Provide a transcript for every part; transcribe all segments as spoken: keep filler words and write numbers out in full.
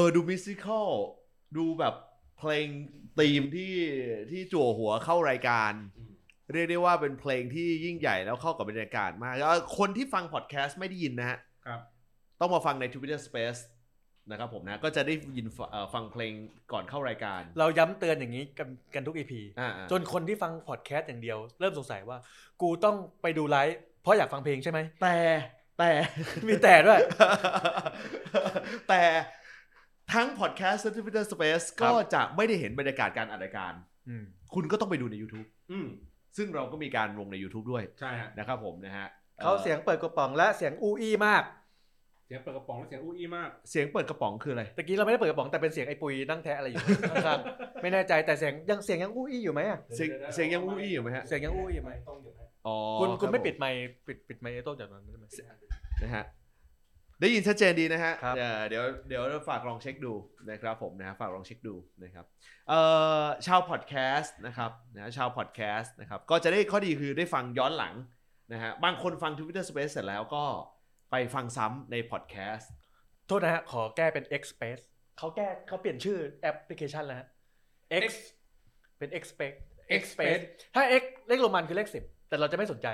ดูมิสซิคอลดูแบบเพลงธีมที่ที่จั่วหัวเข้ารายการเรียกได้ว่าเป็นเพลงที่ยิ่งใหญ่แล้วเข้ากับบรรยากาศมากคนที่ฟังพอดแคสต์ไม่ได้ยินนะฮะต้องมาฟังใน Twitter Space นะครับผมนะก็จะได้ยินฟังเพลงก่อนเข้ารายการเราย้ำเตือนอย่างนี้กันกันทุก อี พีอ่าจนคนที่ฟังพอดแคสต์อย่างเดียวเริ่มสงสัยว่ากูต้องไปดูไลฟ์เพราะอยากฟังเพลงใช่ไหมแต่แต่มีแต่ด้วยแต่ทั้งพอดแคสต์ Twitter Space ก็จะไม่ได้เห็นบรรยากาศการอัดรายการคุณก็ต้องไปดูใน YouTube อืมซึ่งเราก็มีการลงใน YouTube ด้วยใช่นะครับผมนะฮะเขาเสียงเปิดกระป๋องและเสียงอู้อี้มากเสียงเปิดกระป๋องและเสียงอู้อี้มากเสียงเปิดกระป๋องคืออะไรตะกี้เราไม่ได้เปิดกระป๋องแต่เป็นเสียงไอ้ปุยนั่งแทะอะไรอยู่ข้างๆไม่แน่ใจแต่เสียงยังเสียงยังอู้อี้อยู่ไหมอ่ะเสียงเสียงยังอู้อี้อยู่ไหมฮะเสียงยังอู้อี้อยู่ไหมอ๋อคุณคุณไม่ปิดไมค์ปิดปิดไมค์ไอ้โต้จากนั้นได้ไหมนะฮะได้ยินชัดเจนดีนะฮะเดี๋ยวเดี๋ยวฝากลองเช็คดูนะครับผมนะฝากลองเช็คดูนะครับเอ่อชาวพอดแคสต์นะครับนะชาวพอดแคสต์นะครับก็จะได้ข้อดีคือได้ฟังย้อนหลังนะฮะบางคนฟัง Twitter Space เสร็จแล้วก็ไปฟังซ้ำในพอดแคสต์โทษนะฮะขอแก้เป็น X Space เขาแก้เขาเปลี่ยนชื่อแอปพลิเคชันแล้วฮะ X เป็น X Space X Space ถ้า X เลขโรมันคือเลขสิบแต่เราจะไม่สนใจ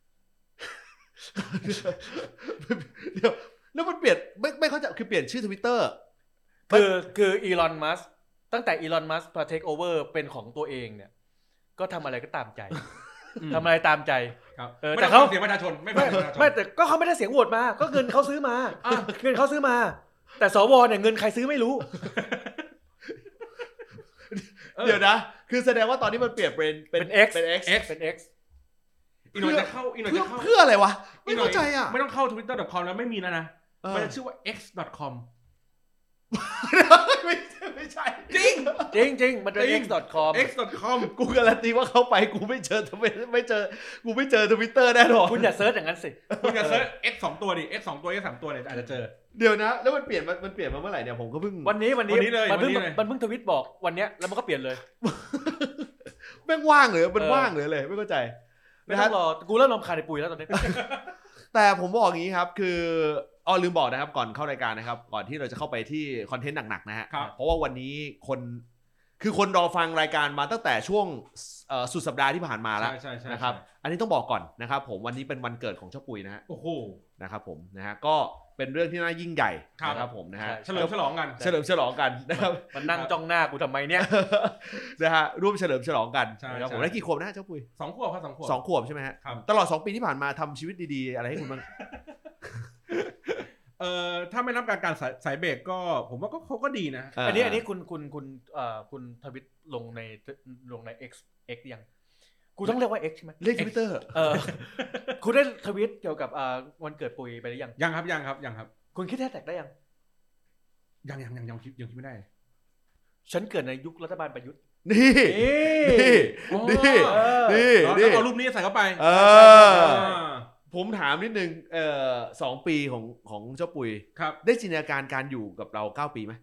เดี๋ยวแล้วมันเปลี่ยนไม่ไม่เข้าใจคือเปลี่ยนชื่อ Twitter คือคืออีลอนมัสก์ตั้งแต่อีลอนมัสก์มาเทคโอเวอร์เป็นของตัวเองเนี่ยก็ทำอะไรก็ตามใจทำอะไรตามใจแต่เขาเสียงประชาชนไม่ไม่แต่ก็เขาไม่ได้เสียงโหวตมาก็เงินเขาซื้อมาเงินเขาซื้อมาแต่สวเนี่ยเงินใครซื้อไม่รู้เดี๋ยวนะคือแสดงว่าตอนนี้มันเปลี่ยนเป็นเป็น X เป็น X เป็น X อีกหน่อยจะเข้าอีกหน่อยจะเข้าเพื่ออะไรวะไม่เข้าใจอ่ะไม่ต้องเข้า ทวิตเตอร์ ดอท คอม แล้วไม่มีแล้วนะมันจะชื่อว่า เอ็กซ์ ดอท คอมไม่ไม่ใช่จริงจริงจริงมันเป็น X ดอท คอมเอ็กซ์ ดอท คอมกูการันตีว่าเข้าไปกูไม่เจอไม่เจอกูไม่เจอ Twitter แน่นอนคุณอย่าเซิร์ชอย่างนั้นสิคุณอย่าเซิร์ช X สองตัวดิ X สองตัว X สามตัวเนี่ยอาจจะเจอเดี๋ยวนะแล้วมันเปลี่ยนมันเปลี่ยนมาเมื่อไหร่เนี่ยผมก็เพิ่งวันนี้วันนี้เลยมันเพิ่งมันเพิ่งทวิตบอกวันเนี้ยแล้วมันก็เปลี่ยนเลยแม่งว่างเหรอมันว่างเหรอเลยไม่เข้าใจไม่ต้องรอกูเริ่มรำคาญในปุยแล้วตอนนี้แต่ผมบอกอย่างนี้ครับคืออ๋อลืมบอกนะครับก่อนเข้ารายการนะครับก่อนที่เราจะเข้าไปที่คอนเทนต์หนักๆนะฮะเพราะว่าวันนี้คนคือคนรอฟังรายการมาตั้งแต่ช่วงสุดสัปดาห์ที่ผ่านมาแล้วนะครับอันนี้ต้องบอกก่อนนะครับผมวันนี้เป็นวันเกิดของเจ้าปุยนะฮะโอ้โหนะครับผมนะฮะก็เป็นเรื่องที่น่ายิ่งใหญ่นะครับผมนะฮะเฉลิมฉลองกันเฉลิมฉลองกันนะครับมันนั่งจ้องหน้ากูทำไมเนี่ยนะฮะร่วมเฉลิมฉลองกันนะครับผมได้กี่ขวบนะเจ้าปุยสองขวบครับสองขวบสองขวบใช่ไหมฮะตลอดสองปีที่ผ่านมาทำชีวิตดีๆอะไรให้คุณบ้างเอ่อถ้าไม่นับการการสายเบรกก็ผมว่าก็เขาก็ดีนะอันนี้อันนี้คุณคุณคุณเอ่อคุณทวิตลงในลงใน X X ยังกูต้องเรียกว่า X ใช่ไหมเรียก Twitter เออคุณได้ทวิตเกี่ยวกับอ่าวันเกิดปุยไปหรือยังยังครับยังครับยังครับคุณคิดแฮชแท็กได้ยังยังยังยังยังคิดยังคิดไม่ได้ฉันเกิดในยุครัฐบาลประยุทธ์นี่นี่นี่นี่นี่เอารูปนี้ใส่เข้าไปเออผมถามนิดนึงเอ่อสองปีของของเจ้าปุยได้จินตนาการการอยู่กับเราเก้าปีไหม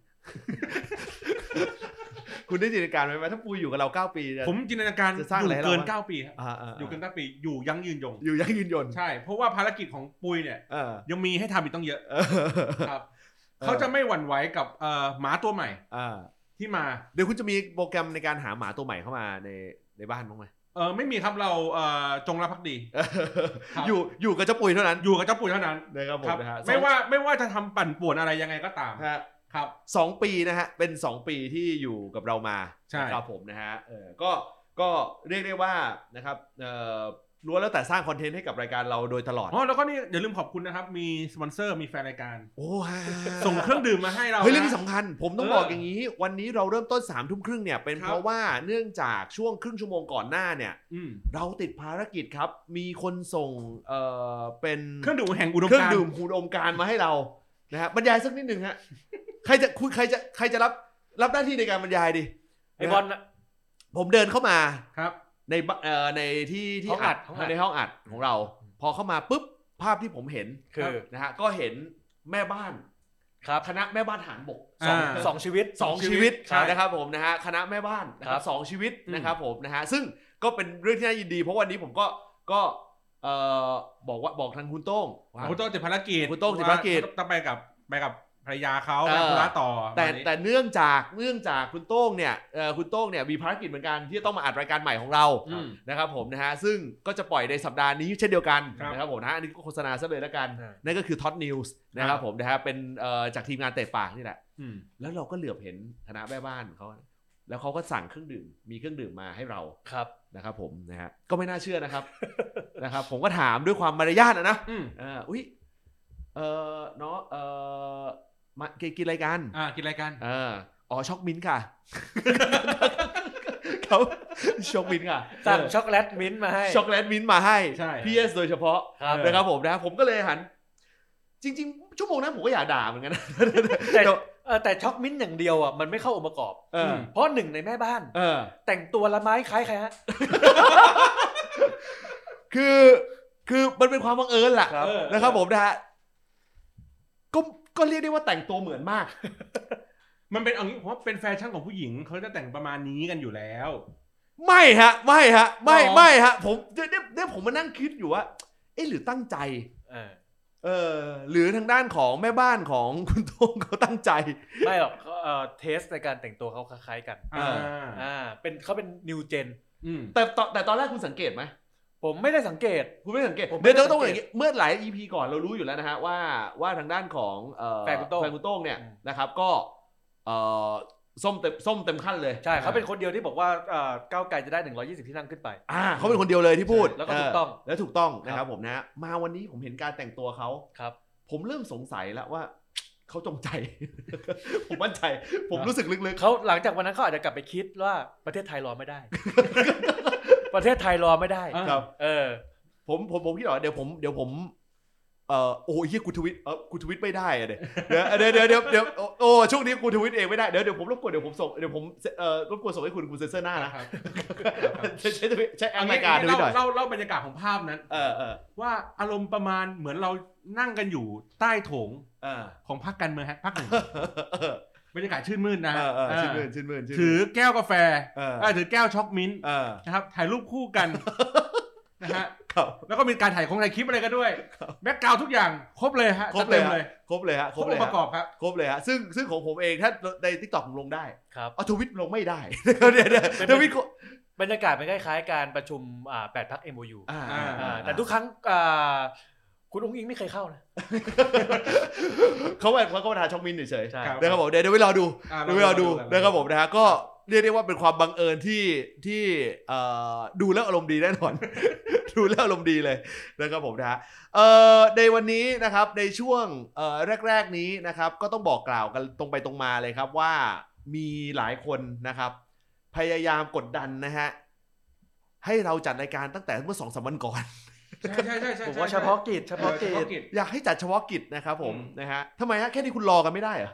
คุณได้จินตนาการไหมว่าถ้าปุยอยู่กับเราเก้าปีผมจินตนาการอยู่เกินเก้าปีครับอยู่เกินเก้าปีอยู่ยั่งยืนยงอยู่ยั่งยืนยงใช่เพราะว่าภารกิจของปุยเนี่ยยังมีให้ทำอีกต้องเยอะครับเขาจะไม่หวั่นไหวกับหมาตัวใหม่ที่มาเดี๋ยวคุณจะมีโปรแกรมในการหาหมาตัวใหม่เข้ามาในในบ้านบ้างไหมเออไม่มีครับเราเอ่อจงรักภักดีอยู่อยู่กับเจ้าปุยเท่านั้นอยู่กับเจ้าปุยเท่านั้นนะครับผมนะฮะไม่ว่าไม่ว่าจะทำปั่นป่วนอะไรยังไงก็ตามครับสองปีนะฮะเป็นสองปีที่อยู่กับเรามาครับผมนะฮะเออก็ก็เรียกได้ว่านะครับเอ่อล้วนแล้วแต่สร้างคอนเทนต์ให้กับรายการเราโดยตลอดอ๋อแล้วก็นี่อย่าลืมขอบคุณนะครับมีสปอนเซอร์มีแฟนรายการโอ้ฮะส่งเครื่องดื่มมาให้เราเฮ้ยเรื่องที่สำคัญผมต้องบอกอย่างนี้วันนี้เราเริ่มต้นสามทุ่มครึ่งเนี่ยเป็นเพราะว่าเนื่องจากช่วงครึ่งชั่วโมงก่อนหน้าเนี่ยเราติดภารกิจครับมีคนส่งเอ่อเป็นเครื่องดื่มแห่งอุดมการ์เครื่องดื่มอุดมการ์มาให้เรานะฮะบรรยายสักนิดนึงฮะใครจะคุณใครจะใครจะรับรับหน้าที่ในการบรรยายดิไอ้บอลผมเดินเข้ามาครับในเอ่อในที่ที่อัดในห้องอัดของเราพอเข้ามาปุ๊บภาพที่ผมเห็นคือนะฮะก็เห็นแม่บ้านครับคณะแม่บ้านทหารบกสองสองชีวิตสองชีวิตนะครับผมนะฮะคณะแม่บ้านนะครับสองชีวิตนะครับผมนะฮะซึ่งก็เป็นเรื่องที่น่ายินดีเพราะวันนี้ผมก็ก็เอ่อบอกว่าบอกทางคุณโต้งคุณโต้งติดภารกิจคุณโต้งติดภารกิจต้องไปกับไปกับภภรรยาเขาไปธุระต่อแต่แต่เนื่องจากเนื่องจากคุณโต้งเนี่ยเอ่อคุณโต้งเนี่ยมีภารกิจเหมือนกันที่ต้องมาอัดรายการใหม่ของเรานะครับผมนะฮะซึ่งก็จะปล่อยในสัปดาห์นี้เช่นเดียวกันนะครับผมนะอันนี้ก็โฆษณาซะเลยแล้วกันนั่นก็คือ Tot News นะครับผมนะฮะเป็นเอ่อจากทีมงานเตะปากนี่แหละแล้วเราก็เหลือบเห็นคณะแม่บ้านเขาแล้วเขาก็สั่งเครื่องดื่มมีเครื่องดื่มมาให้เราครับนะครับผมนะฮะก็ไม่น่าเชื่อนะครับ นะครับผมก็ถามด้วยความมารยาทนะนะอ่าอุ้ยเออเนาะเออมากินอะไรกันอ่ากินอะไรกันอ่าอ๋อช็อกมิ้นท์ค่ะเขาช็อกมิ้นท์ค่ะสั่งช็อกโกแลตมิ้นท์มาให้ช็อกโกแลตมิ้นท์มาให้พีเอสโดยเฉพาะนะครับผมนะผมก็เลยหันจริงๆชั่วโมงนั้นผมก็อยากด่าเหมือนกันนะแต่แต่ช็อกมิ้นท์อย่างเดียวอ่ะมันไม่เข้าองค์ประกอบเพราะหนึ่งในแม่บ้านแต่งตัวละไม้คล้ายใครฮะคือคือมันเป็นความบังเอิญแหละนะครับผมนะฮะก็ก็เรียกได้ว่าแต่งตัวเหมือนมากมันเป็นอย่างนี้เพราะเป็นแฟชั่นของผู้หญิงเขาจะแต่งประมาณนี้กันอยู่แล้วไม่ฮะไม่ฮะไม่ไม่ฮะผมเนี่ยเนี่ยผมมานั่งคิดอยู่ว่าเอ๊ะหรือตั้งใจเออหรือทางด้านของแม่บ้านของคุณโต้งเขาตั้งใจไม่หรอกเอ่อเทสในการแต่งตัวเขาคล้ายๆกันอ่าอ่าเป็นเขาเป็นนิวเจนแต่แต่ตอนแรกคุณสังเกตไหมผมไม่ได้สังเกตคุณไม่สังเกตเดี๋ยวต้องต้องอย่างนี้เมื่อหลาย อี พี ก่อนเรารู้อยู่แล้วนะฮะว่าว่าทางด้านของแฟนคุณโต้งแฟนคุณโต้งเนี่ยนะครับก็เอ่อส้มเต็มส้มเต็มขั้นเลยใช่เขาเป็นคนเดียวที่บอกว่าก้าวไกลจะได้หนึ่งร้อยยี่สิบที่นั่งขึ้นไปอ่าเขาเป็นคนเดียวเลยที่พูดแล้วก็ถูกต้องแล้วถูกต้องนะครับผมนะมาวันนี้ผมเห็นการแต่งตัวเขาครับผมเริ่มสงสัยแล้วว่าเขาจงใจผมมั่นใจผมรู้สึกลึกๆเขาหลังจากวันนั้นเขาอาจจะกลับไปคิดว่าประเทศไทยรอไม่ได้ประเทศไทยรอไม่ได้ครับเออผมผมผมคิดว่าเดี๋ยวผมเดี๋ยวผมเอ่อโอ้ยเฮียกูทวิตเออกูทวิตไม่ได้อะเดี๋ยวเดี๋ยวเดี๋ยวเดี๋ยวเดี๋ยวโอ้ช่วงนี้กูทวิตเองไม่ได้เดี๋ยวเดี๋ยวผมรบกวนเดี๋ยวผมส่งเดี๋ยวผมเอ่อรบกวนส่งให้คุณคุณเซนเซอร์หน้านะใช้ใช้ใช้แอปรายการด้วยหน่อยเล่าเล่าบรรยากาศของภาพนั้นเออเออว่าอารมณ์ประมาณเหมือนเรานั่งกันอยู่ใต้โถงของพรรคการเมืองฮะพรรคหนึ่งบรรยากาศชื่นมื่นนะชื่นมื่นชื่นมื่นถือแก้วกาแฟถือแก้วช็อกมิ้นท์นะครับถ่ายรูปคู่กันนะฮะแล้วก็มีการถ่ายของถ่ายคลิปอะไรกันด้วยแบ็คกราวด์ทุกอย่างครบเลยฮะครบเลยเลยครบเลยฮะครบเลยประกอบครับครบเลยฮะซึ่งซึ่งของผมเองถ้าใน TikTok ผมลงได้ครับเอาทวิตลงไม่ได้เดี๋ยวทวิตบรรยากาศเป็นคล้ายๆการประชุมอ่าแปดพรรค เอ็ม โอ ยู อ่าแต่ทุกครั้งอ่าคุณอุ้งอิงไม่เคยเข้านะเขาแบบเขาก็มาทานช็อกมิ้นเฉยๆนะครับผมเดี๋ยวเดี๋ยวไปรอดูเดี๋ยวไปรอดูนะครับผมนะฮะก็เรียกได้ว่าเป็นความบังเอิญที่ที่ดูแล้วอารมณ์ดีแน่นอนดูแล้วอารมณ์ดีเลยนะครับผมนะฮะในวันนี้นะครับในช่วงแรกๆนี้นะครับก็ต้องบอกกล่าวกันตรงไปตรงมาเลยครับว่ามีหลายคนนะครับพยายามกดดันนะฮะให้เราจัดรายการตั้งแต่เมื่อสองสามวันก่อนใช่ใช่ใช่ใช่ผมว่าเฉพาะกิจเฉพาะกิจอยากให้จัดเฉพาะกิจนะครับผมนะฮะทำไมฮะแค่นี้คุณรอกันไม่ได้เหรอ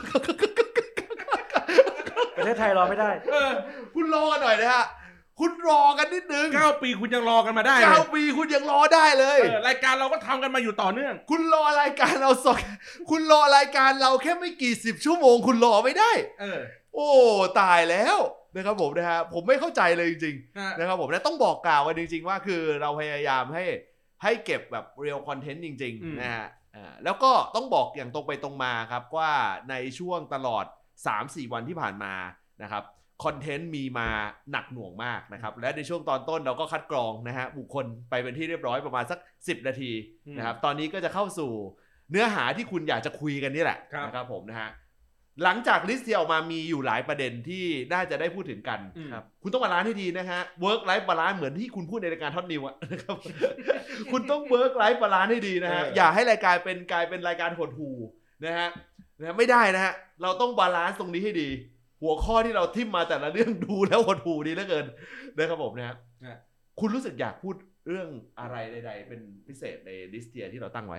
ประเทศไทยรอไม่ได้เออคุณรอกันหน่อยนะฮะคุณรอกันนิดนึงเก้าปีคุณยังรอกันมาได้เก้าปีคุณยังรอได้เลยรายการเราก็ทำกันมาอยู่ต่อเนื่องคุณรอรายการเราสดคุณรอรายการเราแค่ไม่กี่สิบชั่วโมงคุณรอไม่ได้เออโอ้ตายแล้วนะครับผมนะฮะผมไม่เข้าใจเลยจริงๆนะครับผมนะต้องบอกกล่าวกันจริงๆว่าคือเราพยายามให้ให้เก็บแบบเรียลคอนเทนต์จริงๆนะฮะแล้วก็ต้องบอกอย่างตรงไปตรงมาครับว่าในช่วงตลอด สามสี่ วันที่ผ่านมานะครับคอนเทนต์มีมาหนักหน่วงมากนะครับและในช่วงตอนต้นเราก็คัดกรองนะฮะบุคคลไปเป็นที่เรียบร้อยประมาณสักสิบนาทีนะครับตอนนี้ก็จะเข้าสู่เนื้อหาที่คุณอยากจะคุยกันนี่แหละนะครับผมนะฮะหลังจากลิสต์ที่ออกมามีอยู่หลายประเด็นที่น่าจะได้พูดถึงกันคุณต้องบาลานซ์ให้ดีนะฮะ work life balance เหมือนที่คุณพูดในรายการท็อตนิวอะนะครับคุณต้อง work life balance ให้ดีนะฮะอย่าให้รายการเป็นกลายเป็นรายการหดหู่นะฮะนะไม่ได้นะฮะเราต้องบาลานซ์ตรงนี้ให้ดีหัวข้อที่เราทิ่มมาแต่ละเรื่องดูแล้วหดหู่ดีเหลือเกินนะครับผมนะฮะคุณรู้สึกอยากพูดเรื่องอะไรใดๆเป็นพิเศษในลิสต์ที่เราตั้งไว้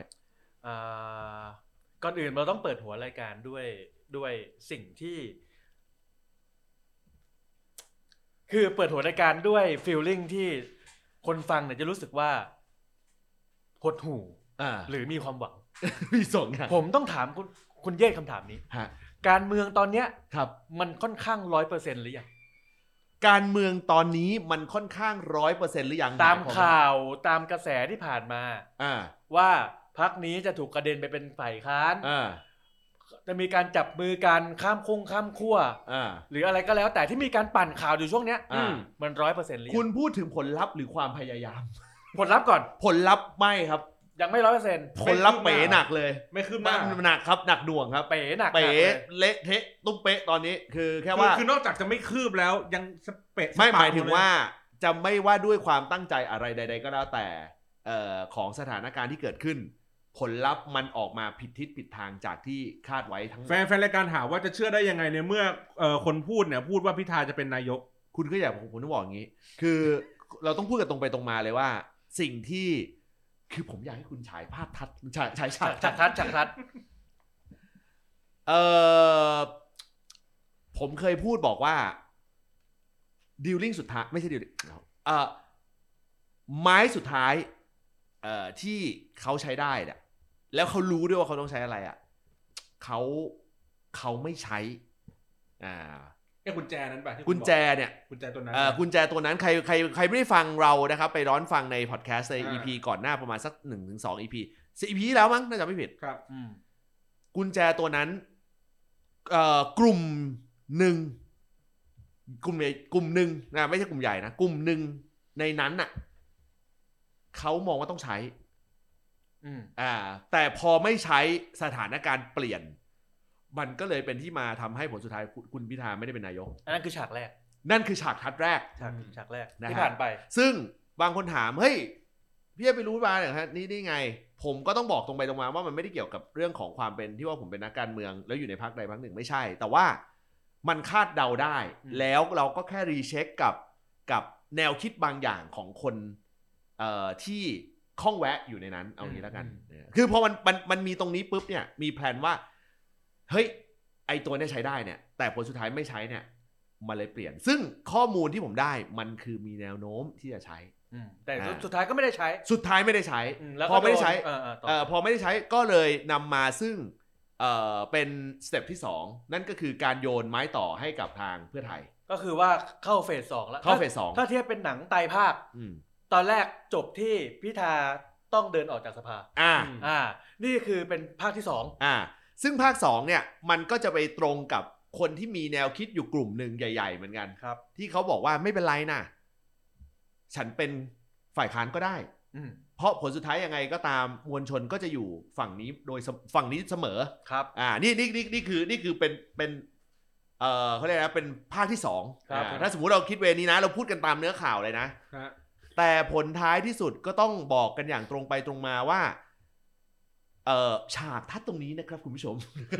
ก่อนอื่นเราต้องเปิดหัวรายการด้วยด้วยสิ่งที่คือเปิดหัวรายการด้วยฟีลลิ่งที่คนฟังเนี่ยจะรู้สึกว่าหดหู่หรือมีความหวังมีสองอย่างผมต้องถามคุณคุณเยศคำถามนี้การเมืองตอนเนี้ยครับมันค่อนข้าง ร้อยเปอร์เซ็นต์ หรือยังการเมืองตอนนี้มันค่อนข้าง ร้อยเปอร์เซ็นต์ หรือยังตามข่าวตามกระแสที่ผ่านมาว่าพรรคนี้จะถูกกระเด็นไปเป็นฝ่ายค้านจะมีการจับมือกันข้ามคุ้งข้ามขั้วหรืออะไรก็แล้วแต่ที่มีการปั่นข่าวอยู่ช่วงเนี้ยมันร้อยเปอร์เซ็นต์เลยคุณพูดถึงผลลัพธ์หรือความพยายามผลลัพธ์ก่อนผลลัพธ์ไม่ครับยังไม่ร้อยเปอร์เซ็นต์ผลลัพธ์เป๋หนักเลยไม่ขึ้นมากหนักครับหนักหน่วงครับเป๋หนักเป๋เละเทะตุ้มเป๊ะตอนนี้คือแค่ว่าคือนอกจากจะไม่คืบแล้วยังเป๊ะไม่หมายถึงว่าจะไม่ว่าด้วยความตั้งใจอะไรใดๆก็แล้วแต่ของสถานการณ์ที่เกิดขึ้นผลลัพธ์มันออกมาผิดทิศผิดทางจากที่คาดไว้ทั้งหมดแฟนๆรายการถามว่าจะเชื่อได้ยังไงเนี่ยเมื่อคนพูดเนี่ยพูดว่าพิธาจะเป็นนายกคุณก็อยากผมต้องบอกอย่างนี้คือเราต้องพูดกันตรงไปตรงมาเลยว่าสิ่งที่คือผมอยากให้คุณฉายภาพทัศน์ฉายฉายฉากฉากทัศน์ฉากทัศน์เออผมเคยพูดบอกว่าดีลลิ่งสุดท้ายไม่ใช่ดีลลิ่งเอ่อไม้สุดท้ายเอ่อที่เขาใช้ได้เนี่ยแล้วเขารู้ด้วยว่าเขาต้องใช้อะไรอ่ะเขาเขาไม่ใช้อ่าไอ้กุญแจนั้นป่ะกุญแจเนี่ยกุญแจตัวนั้นเอ่อกุญแจตัวนั้นใครใครใครไม่ได้ฟังเรานะครับไปร้อนฟังในพอดแคสต์ใน อี พี ก่อนหน้าประมาณสัก หนึ่งถึงสอง อี พี สี่ อี พี แล้วมั้งน่าจะไม่ผิดครับอืมกุญแจตัวนั้นเอ่อกลุ่มหนึ่งกลุ่มใหญ่กลุ่มหนึ่งนะไม่ใช่กลุ่มใหญ่นะกลุ่มหนึ่งในนั้นน่ะเขามองว่าต้องใช้อ่าแต่พอไม่ใช้สถานการณ์เปลี่ยนมันก็เลยเป็นที่มาทำให้ผลสุดท้ายคุณพิธาไม่ได้เป็นนายกนั่นคือฉากแรกนั่นคือฉากทัดแรกฉากฉากแรกที่ผ่านไปซึ่งบางคนถามเฮ้ยพี่ไปรู้มาเหรอฮะนี่นี่ไงผมก็ต้องบอกตรงไปตรงมาว่ามันไม่ได้เกี่ยวกับเรื่องของความเป็นที่ว่าผมเป็นนักการเมืองแล้วอยู่ในพรรคใดพรรคหนึ่งไม่ใช่แต่ว่ามันคาดเดาได้แล้วเราก็แค่รีเช็คกับกับแนวคิดบางอย่างของคนเอ่อที่ข้องแวะอยู่ในนั้นเอางี้แล้วกันคือพอมันมันมันมีตรงนี้ปุ๊บเนี่ยมีแพลนว่าเฮ้ยไอตัวนี้ใช้ได้เนี่ยแต่ผลสุดท้ายไม่ใช้เนี่ยมันเลยเปลี่ยนซึ่งข้อมูลที่ผมได้มันคือมีแนวโน้มที่จะใช้แต่สุดท้ายก็ไม่ได้ใช้สุดท้ายไม่ได้ใช้พอไม่ได้ใช้เอ่อพอไม่ได้ใช้ก็เลยนำมาซึ่งเอ่อเป็นสเต็ปที่สองนั่นก็คือการโยนไม้ต่อให้กับทางเพื่อไทยก็คือว่าเข้าเฟสสองแล้วเข้าเฟสสองถ้าเทียบเป็นหนังไตรภาคตอนแรกจบที่พิธาต้องเดินออกจากสภาอ่าอ่านี่คือเป็นภาคที่สองอ่าซึ่งภาคสองเนี่ยมันก็จะไปตรงกับคนที่มีแนวคิดอยู่กลุ่มหนึ่งใหญ่ๆเหมือนกันครับที่เขาบอกว่าไม่เป็นไรนะฉันเป็นฝ่ายค้านก็ได้เพราะผลสุดท้ายยังไงก็ตามมวลชนก็จะอยู่ฝั่งนี้โดยฝั่งนี้เสมอครับอ่านี่นี่นี่นี่คือนี่คือเป็นเป็นเอ่อเขาเรียกนะเป็นภาคที่สองถ้าสมมุติเราคิดเวนี้นะเราพูดกันตามเนื้อข่าวเลยนะแต่ผลท้ายที่สุดก็ต้องบอกกันอย่างตรงไปตรงมาว่าเอ่อฉากทัดตรงนี้นะครับคุณผู้ชม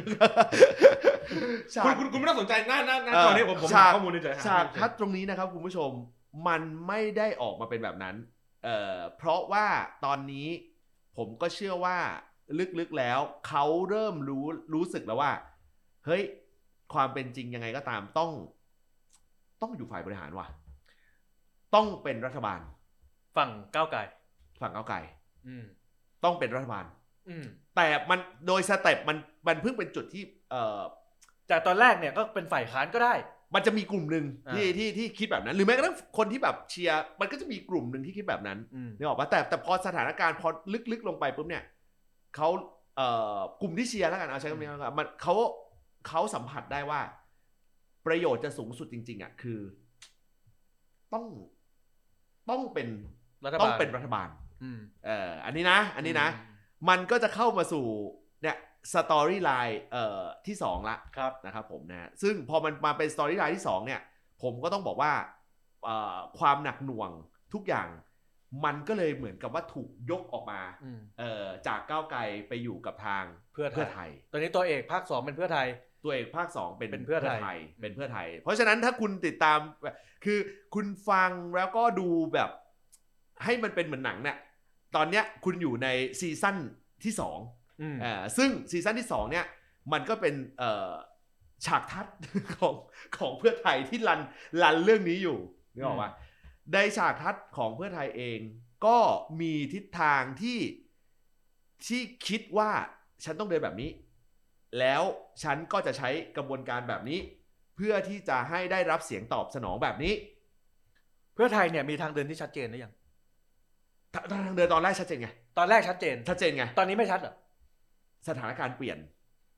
คุณคุณคุณไม่ต้องสนใจหน้าหน้าหน้าจอนี้ผมผมหาข้อมูลในใจฉากทัดตรงนี้นะครับคุณผู้ชมมันไม่ได้ออกมาเป็นแบบนั้นเอ่อเพราะว่าตอนนี้ผมก็เชื่อว่าลึกๆแล้วเขาเริ่มรู้รู้สึกแล้วว่าเฮ้ยความเป็นจริงยังไงก็ตามต้องต้องอยู่ฝ่ายบริหารว่ะต้องเป็นรัฐบาลฝั่งก้าวไกลฝั่งก้าวไกลต้องเป็นรัฐบาลแต่มันโดยสเต็ปมันมันเพิ่งเป็นจุดที่เอ่อจากตอนแรกเนี่ยก็เป็นฝ่ายค้านก็ได้มันจะมีกลุ่มหนึ่งที่ที่ที่คิดแบบนั้นหรือแม้กระทั่งคนที่แบบเชียร์มันก็จะมีกลุ่มหนึ่งที่คิดแบบนั้นนึกออกป่ะแต่แต่พอสถานการณ์พอลึกๆลงไปปุ๊บเนี่ยเขาเอ่อกลุ่มที่เชียร์แล้วกันเอาใช้คำนี้แล้วกันมันเขาเขาสัมผัสได้ว่าประโยชน์จะสูงสุดจริงๆอ่ะคือต้องต้องเป็นต้องเป็นรัฐบาลเอ่ออันนี้นะอันนี้นะมันก็จะเข้ามาสู่เนี่ยสตอรี่ไลน์เอ่อที่สองละครับนะครับผมนะซึ่งพอมันมาเป็นสตอรี่ไลน์ที่สองเนี่ยผมก็ต้องบอกว่าเอ่อความหนักหน่วงทุกอย่างมันก็เลยเหมือนกับว่าถูกยกออกมาเอ่อจากก้าวไกลไปอยู่กับทางเพื่อไทยตอนนี้ตัวเอกภาคสองเป็นเพื่อไทยตัวเอกภาคสองเป็นเป็นเพื่อไทยเป็นเพื่อไทยเพราะฉะนั้นถ้าคุณติดตามคือคุณฟังแล้วก็ดูแบบให้มันเป็นเหมือนหนังเนี่ยตอนเนี้ยคุณอยู่ในซีซั่นที่สองอ่าซึ่งซีซั่นที่สองเนี่ยมันก็เป็นเอ่อฉากทัศน์ของของเพื่อไทยที่รันรันเรื่องนี้อยู่นึกออกป่ะในฉากทัศน์ของเพื่อไทยเองก็มีทิศทางที่ที่คิดว่าฉันต้องเดินแบบนี้แล้วฉันก็จะใช้กระบวนการแบบนี้เพื่อที่จะให้ได้รับเสียงตอบสนองแบบนี้เพื่อไทยเนี่ยมีทางเดินที่ชัดเจนหรือยังทางเดินตอนแรกชัดเจนไงตอนแรกชัดเจนชัดเจนไงตอนนี้ไม่ชัดเหรอสถานการณ์เปลี่ยน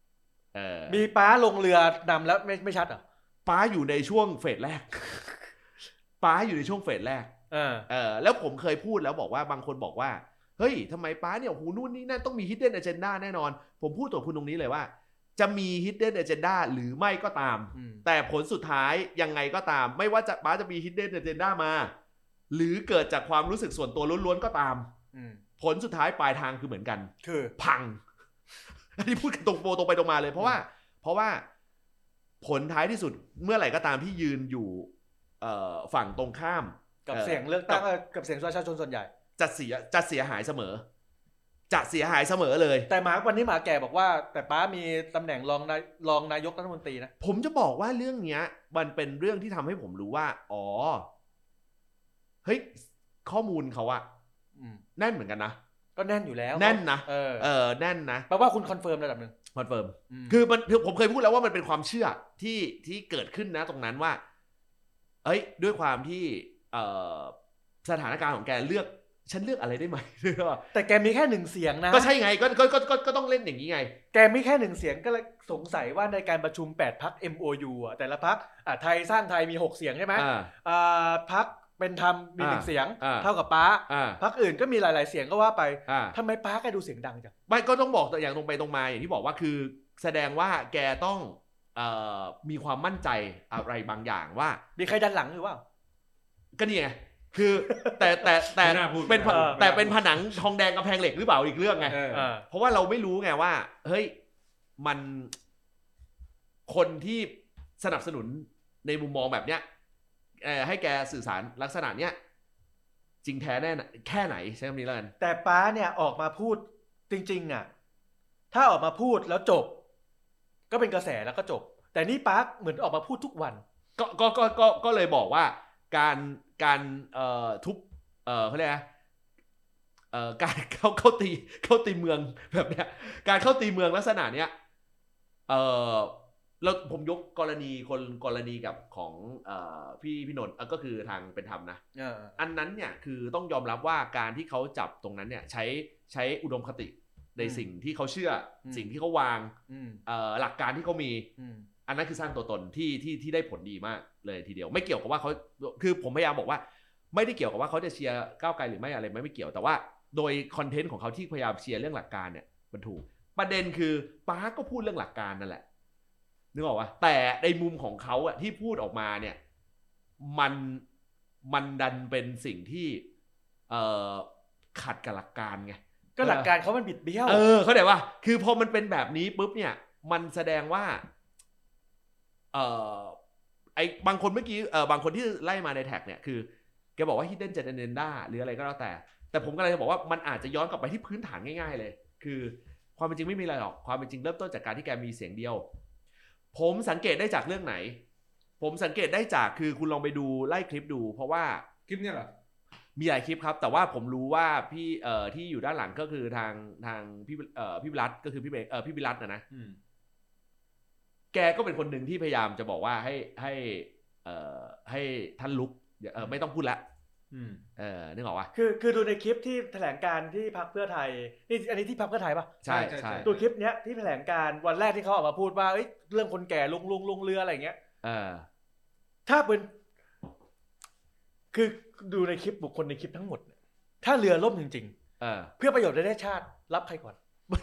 เออมีป้าลงเรือนำแล้วไม่ไม่ชัดเหรอป้าอยู่ในช่วงเฟสแรกป้าอยู่ในช่วงเฟสแรกเออเออแล้วผมเคยพูดแล้วบอกว่าบางคนบอกว่าเฮ้ยทำไมป้าเนี่ยโหนู่นนี่นั่นต้องมี hidden agenda แน่นอนผมพูดตัวคุณตรงนี้เลยว่าจะมี hidden agenda หรือไม่ก็ตามแต่ผลสุดท้ายยังไงก็ตามไม่ว่าจะป้าจะมี hidden agenda มาหรือเกิดจากความรู้สึกส่วนตัวล้วนๆก็ตามผลสุดท้ายปลายทางคือเหมือนกันคือพังอันนี้พูดตรงโปตรงไปตรงมาเลยเพราะว่าเพราะว่าผลท้ายที่สุดเมื่อไหร่ก็ตามที่ยืนอยู่ฝั่งตรงข้ามกับเสียงเลือกตั้งกับเสียงประชาชนส่วนใหญ่จะเสียจะเสียหายเสมอจะเสียหายเสมอเลยแต่หมาวันนี้หมาแก่บอกว่าแต่ป้ามีตำแหน่งรองนายรองนายกรัฐมนตรีนะผมจะบอกว่าเรื่องเนี้ยมันเป็นเรื่องที่ทำให้ผมรู้ว่าอ๋อเฮ้ยข้อมูลเขาอะแน่นเหมือนกันนะก็แน่นอยู่แล้วแน่นนะเออเออแน่นนะแปลว่าคุณคอนเฟิร์มระดับหนึ่งคอนเฟิร์มคือมันผมเคยพูดแล้วว่ามันเป็นความเชื่อที่ที่เกิดขึ้นนะตรงนั้นว่าเอ้ยด้วยความที่เอ่อสถานการณ์ของแกเลือกฉันเลือกอะไรได้ไหมแต่แกมีแค่หนึ่งเสียงนะก็ใช่ไงก็ก็ก็ก็ก็ต้องเล่นอย่างนี้ไงแกมีแค่หนึ่งเสียงก็เลยสงสัยว่าในการประชุมแปดพรรค เอ็ม โอ ยู อ่ะแต่ละพรรคอ่ะไทยสร้างไทยมีหกเสียงใช่ไหมอ่าพรรคเป็นธรรมมีหนึ่งเสียงเท่ากับป้าพรรคอื่นก็มีหลายๆเสียงก็ว่าไปทำไมป้าแกดูเสียงดังจังไม่ก็ต้องบอกอย่างตรงไปตรงมาอย่างที่บอกว่าคือแสดงว่าแกต้องเอ่อมีความมั่นใจอะไรบางอย่างว่ามีใครดันหลังหรือเปล่าก็นี่ไงคือแต่แต่แต่เป็นแต่เป็นผนังทองแดงกำแพงเหล็กหรือเปล่าอีกเรื่องไงเพราะว่าเราไม่รู้ไงว่าเฮ้ยมันคนที่สนับสนุนในมุมมองแบบเนี้ยให้แกสื่อสารลักษณะเนี้ยจริงแท้แน่แค่ไหนใช้คำนี้แล้วกันแต่ป้าเนี่ยออกมาพูดจริงๆอ่ะถ้าออกมาพูดแล้วจบก็เป็นกระแสแล้วก็จบแต่นี่ป้าเหมือนออกมาพูดทุกวันก็ก็ก็ก็ก็เลยบอกว่าการการเอ่อทุบเอ่อเขาเรียกอะไรเอ่อการเข้าเข้าตีเข้าตีเมืองแบบเนี้ยการเข้าตีเมืองลักษณะเนี้ยเอ่อแล้วผมยกกรณีคนกรณีกับของเอ่อพี่พี่นนท์ก็คือทางเป็นธรรมนะอันนั้นเนี่ยคือต้องยอมรับว่าการที่เขาจับตรงนั้นเนี่ยใช้ใช้อุดมคติในสิ่งที่เขาเชื่อสิ่งที่เขาวางเอ่อหลักการที่เขามีอันนั้นคือสร้างตัวตนที่ที่ที่ได้ผลดีมากเลยทีเดียวไม่เกี่ยวกับว่าเขาคือผมพยายามบอกว่าไม่ได้เกี่ยวกับว่าเขาจะเชียร์ก้าวไกลหรือไม่อะไรไม่ไม่เกี่ยวแต่ว่าโดยคอนเทนต์ของเขาที่พยายามเชียร์เรื่องหลักการเนี่ยมันถูกประเด็นคือป้าก็พูดเรื่องหลักการนั่นแหละนึกออกปะแต่ในมุมของเขาอะที่พูดออกมาเนี่ยมันมันดันเป็นสิ่งที่เอ่อขัดกับหลักการไงก็หลักการเขามันบิดเบี้ยวเออเข้าใจว่าคือพอมันเป็นแบบนี้ปุ๊บเนี่ยมันแสดงว่าเอ่อไอ้บางคนเมื่อกี้เอ่อบางคนที่ไล่มาในแท็กเนี่ยคือแกบอกว่า hidden agenda หรืออะไรก็แล้วแต่แต่ผมก็เลยจะบอกว่ามันอาจจะย้อนกลับไปที่พื้นฐานง่ายๆเลยคือความเป็นจริงไม่มีอะไรหรอกความเป็นจริงเริ่มต้นจากการที่แกมีเสียงเดียวผมสังเกตได้จากเรื่องไหนผมสังเกตได้จากคือคุณลองไปดูไล่คลิปดูเพราะว่าคลิปเนี่ยเหรอมีหลายคลิปครับแต่ว่าผมรู้ว่าพี่เอ่อที่อยู่ด้านหลังก็คือทางทางพี่เอ่อพี่วิรัตก็คือพี่เบเอ่อพี่วิรัตนะนะแกก็เป็นคนหนึ่งที่พยายามจะบอกว่าให้ให้เอ่อให้ท่านลุกเออไม่ต้องพูดละเออนึกออกว่าคือคือดูในคลิปที่แถลงการที่พรรคเพื่อไทยนี่อันนี้ที่พรรคเพื่อไทยป่ะใช่ใช่ตัวคลิปเนี้ยที่แถลงการวันแรกที่เขาออกมาพูดว่าเอ้ยเรื่องคนแก่ลงลงลงเรืออะไรเงี้ยเออถ้าเป็นคือดูในคลิปบุคคลในคลิปทั้งหมดถ้าเรือล่มจริงๆเออเพื่อประโยชน์ในชาติรับใครก่อน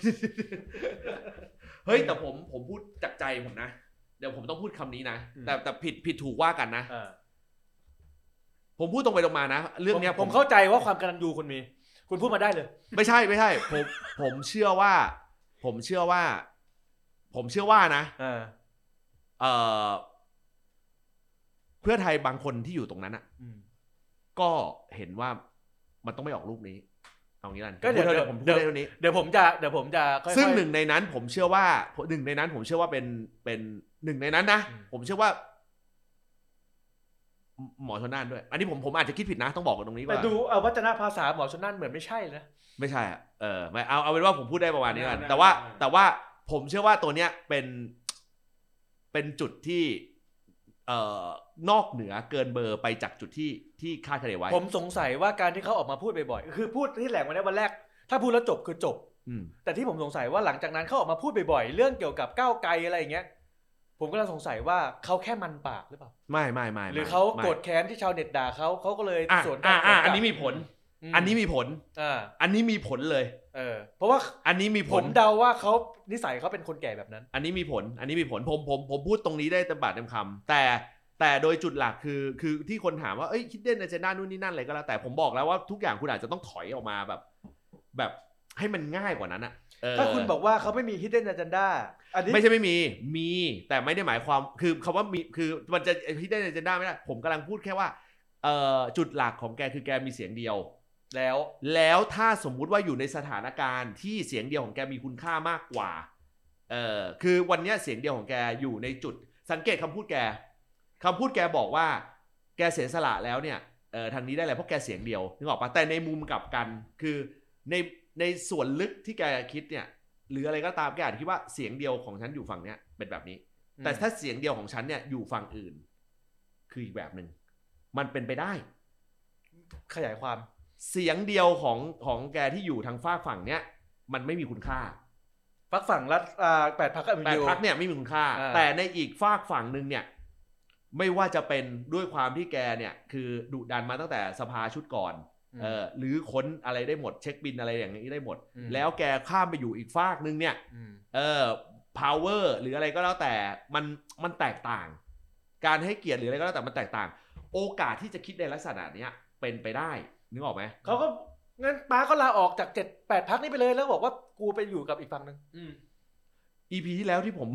เฮ้ยแต่ผมผมพูดจากใจผมนะเดี๋ยวผมต้องพูดคำนี้นะแต่แต่ผิดผิดถูกว่ากันนะผมพูดตรงไปตรงมานะเรื่องนี้ผมเข้าใจว่าความกตัญญูคุณมีคุณพูดมาได้เลยไม่ใช่ไม่ใช่ผมผมเชื่อว่าผมเชื่อว่าผมเชื่อว่านะเออเออเพื่อไทยบางคนที่อยู่ตรงนั้นอ่ะก็เห็นว่ามันต้องไม่ออกลูกนี้เอางี้กันก็เดี๋ยวผมพูดได้เท่านี้เดี๋ยวผมจะเดี๋ยวผมจะซึ่งหนึ่งในนั้นผมเชื่อว่าหนึ่งในนั้นผมเชื่อว่าเป็นเป็นหนึ่งในนั้นนะผมเชื่อว่าหมอชนน่านด้วยอันนี้ผมผมอาจจะคิดผิดนะต้องบอกกันตรงนี้ว่าแต่ดูเอาวัจนภาษาหมอชนน่านเหมือนไม่ใช่นะไม่ใช่อ่ะเออไม่เอาเอาเป็นว่าผมพูดได้ประมาณนี้กันแต่ว่าแต่ว่าผมเชื่อว่าตัวเนี้ยเป็นเป็นจุดที่เอ่อนอกเหนือเกินเบอร์ไปจากจุดที่ที่คาดคะเนไว้ผมสงสัยว่าการที่เขาออกมาพูดบ่อยๆคือพูดที่แหลงวันนี้วันแรกถ้าพูดแล้วจบคือจบแต่ที่ผมสงสัยว่าหลังจากนั้นเขาออกมาพูดบ่อยๆเรื่องเกี่ยวกับก้าวไกลอะไรอย่างเงี้ยผมก็เลยสงสัยว่าเขาแค่มันปากหรือเปล่าไม่ไม่ไม่หรือเขาโกรธแค้นที่ชาวเน็ตด่าเขาเขาก็เลยสวนกลับอันนี้มีผลอันนี้มีผลอันนี้มีผลเลยเออเพราะว่าอันนี้มีผลผมเดาว่าเขานิสัยเขาเป็นคนแก่แบบนั้นอันนี้มีผลอันนี้มีผลผมผมผมพูดตรงนี้ได้เต็มปากเต็มคำแต่แต่โดยจุดหลักคือคือที่คนถามว่าเอ้ยคิดเด่นอาเจนดานู่นนี่นั่นอะไรก็แล้วแต่ผมบอกแล้วว่าทุกอย่างคุณอาจจะต้องถอยออกมาแบบแบบให้มันง่ายกว่านั้นอะถ้าคุณบอกว่าเขาไม่มี hidden agenda อันนี้ไม่ใช่ไม่มีมีแต่ไม่ได้หมายความคือคำว่ามีคือมันจะ hidden agenda ไม่ได้ผมกำลังพูดแค่ว่าเอ่อจุดหลักของแกคือแกมีเสียงเดียวแล้วแล้วถ้าสมมุติว่าอยู่ในสถานการณ์ที่เสียงเดียวของแกมีคุณค่ามากกว่าเอ่อคือวันนี้เสียงเดียวของแกอยู่ในจุดสังเกตคำพูดแกคำพูดแกบอกว่าแกเสียสละแล้วเนี่ยเอ่อทางนี้ได้เลยเพราะแกเสียงเดียวนึกออกปะแต่ในมุมกลับกันคือในในส่วนลึกที่แกคิดเนี่ยหรืออะไรก็ตามแกอาจจะคิดว่าเสียงเดียวของฉันอยู่ฝั่งเนี้ยเป็นแบบนี้แต่ถ้าเสียงเดียวของฉันเนี่ยอยู่ฝั่งอื่นคืออีกแบบนึงมันเป็นไปได้ขยายความเสียงเดียวของของแกที่อยู่ทางฝากฝั่งเนี้ยมันไม่มีคุณค่าฝากฝั่งรัฐอ่าแปดพรรคแปดพรรคเนี่ยไม่มีคุณค่าแต่ในอีกฝากฝั่งนึงเนี่ยไม่ว่าจะเป็นด้วยความที่แกเนี่ยคือดุดันมาตั้งแต่สภาชุดก่อนเออหรือค้นอะไรได้หมดเช็คบินอะไรอย่างนี้ได้หมดแล้วแกข้ามไปอยู่อีกฝากนึงเนี่ยเออ power หรืออะไรก็แล้วแต่มันมันแตกต่างการให้เกียรติหรืออะไรก็แล้วแต่มันแตกต่างโอกาสที่จะคิดในลักษณะเนี้ยเป็นไปได้นึกออกไหมเขาก็งั้นป้าก็ลาออกจากเจ็ดแปดพรรคนี้ไปเลยแล้วบอกว่ากูไปอยู่กับอีกฝั่งนึงอืมอี พี ที่แล้วที่ผม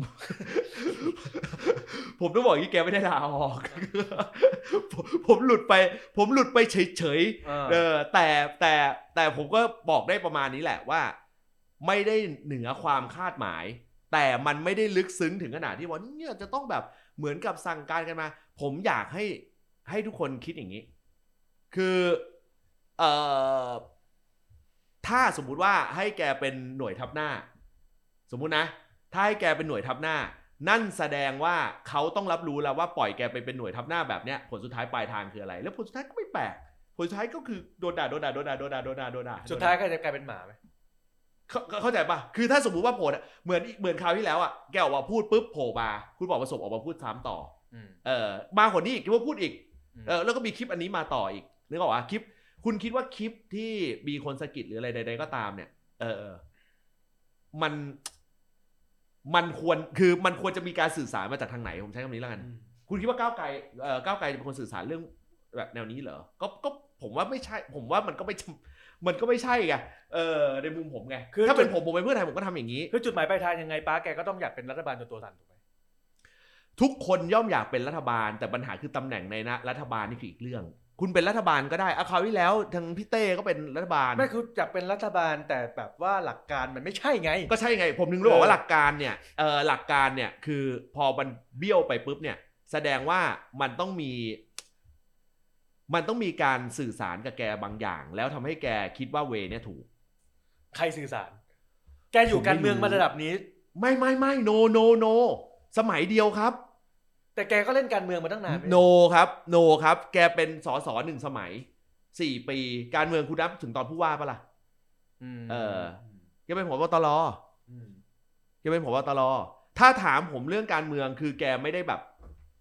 ผมต้องบอกที่แกไม่ได้ลาออก ผมหลุดไปผมหลุดไปเฉยๆเออแต่แต่แต่ผมก็บอกได้ประมาณนี้แหละว่าไม่ได้เหนือความคาดหมายแต่มันไม่ได้ลึกซึ้งถึงขนาดที่ว่าเนี่ยจะต้องแบบเหมือนกับสั่งการกันมาผมอยากให้ให้ทุกคนคิดอย่างนี้คือเอ่อถ้าสมมุติว่าให้แกเป็นหน่วยทัพหน้าสมมุตินะถ้าให้แกเป็นหน่วยทัพหน้านั่นแสดงว่าเขาต้องรับรู้แล้วว่าปล่อยแกไปเป็นหน่วยทัพหน้าแบบเนี้ยผลสุดท้ายปลายทางคืออะไรแล้วผลสุดท้ายก็ไม่แปลกผลสุดท้ายก็คือโดนด่าโดนด่าโดนด่าโดนด่าโดนด่าโดนด่าสุดท้ายก็จะกลายเป็นหมาไหมเข้าใจป่ะคือถ้าสมมุติว่าโผล่เหมือนเหมือนคราวที่แล้วอ่ะแกออกมาพูดปุ๊บโผล่มาคุณบอกประสบออกมาพูดซ้ำต่อเออมาคนนี้อีกคิดว่าพูดอีกเออแล้วก็มีคลิปอันนี้มาต่ออีกนึกออกป่ะคลิปคุณคิดว่าคลิปที่มีคนสะกิดหรืออะไรใดๆก็ตามเนี่ยเออมันมันควรคือมันควรจะมีการสื่อสารมาจากทางไหนผมใช้คำนี้แล้วกันคุณคิดว่าก้าวไกลเอ่อก้าวไกลจะเป็นคนสื่อสารเรื่องแบบแนวนี้เหรอก็ก็ผมว่าไม่ใช่ผมว่ามันก็ไม่มันก็ไม่ใช่ไงเออในมุมผมไงคือถ้าเป็นผมผมเป็นเพื่อไทยผมก็ทำอย่างนี้คือจุดหมายปลายทางยังไงป้าแกก็ต้องอยากเป็นรัฐบาลจนตัวสั่นถูกไหมทุกคนย่อมอยากเป็นรัฐบาลแต่ปัญหาคือตำแหน่งในนะรัฐบาลนี่คืออีกเรื่องคุณเป็นรัฐบาลก็ได้เอาคราวที่แล้วทางพี่เต้ก็เป็นรัฐบาลไม่คืออยากเป็นรัฐบาลแต่แบบว่าหลักการมันไม่ใช่ไงก็ใช่ไงผมนึกรู้บอกว่าหลักการเนี่ยเออหลักการเนี่ยคือพอมันเบี้ยวไปปุ๊บเนี่ยแสดงว่ามันต้องมีมันต้องมีการสื่อสารกับแกบางอย่างแล้วทำให้แกคิดว่าเวเนี่ยถูกใครสื่อสารแกอยู่การเมืองมาระดับนี้ไม่ไม่ไม่โนโนโนสมัยเดียวครับแต่แกก็เล่นการเมืองมาตั้งนานโนครับโนครับแกเป็นสสหนึ่งสมัยสี่ปีการเมืองคุณนับถึงตอนผู้ว่าปะล่ะเออแกเป็นผบตรแกเป็นผบตรถ้าถามผมเรื่องการเมืองคือแกไม่ได้แบบ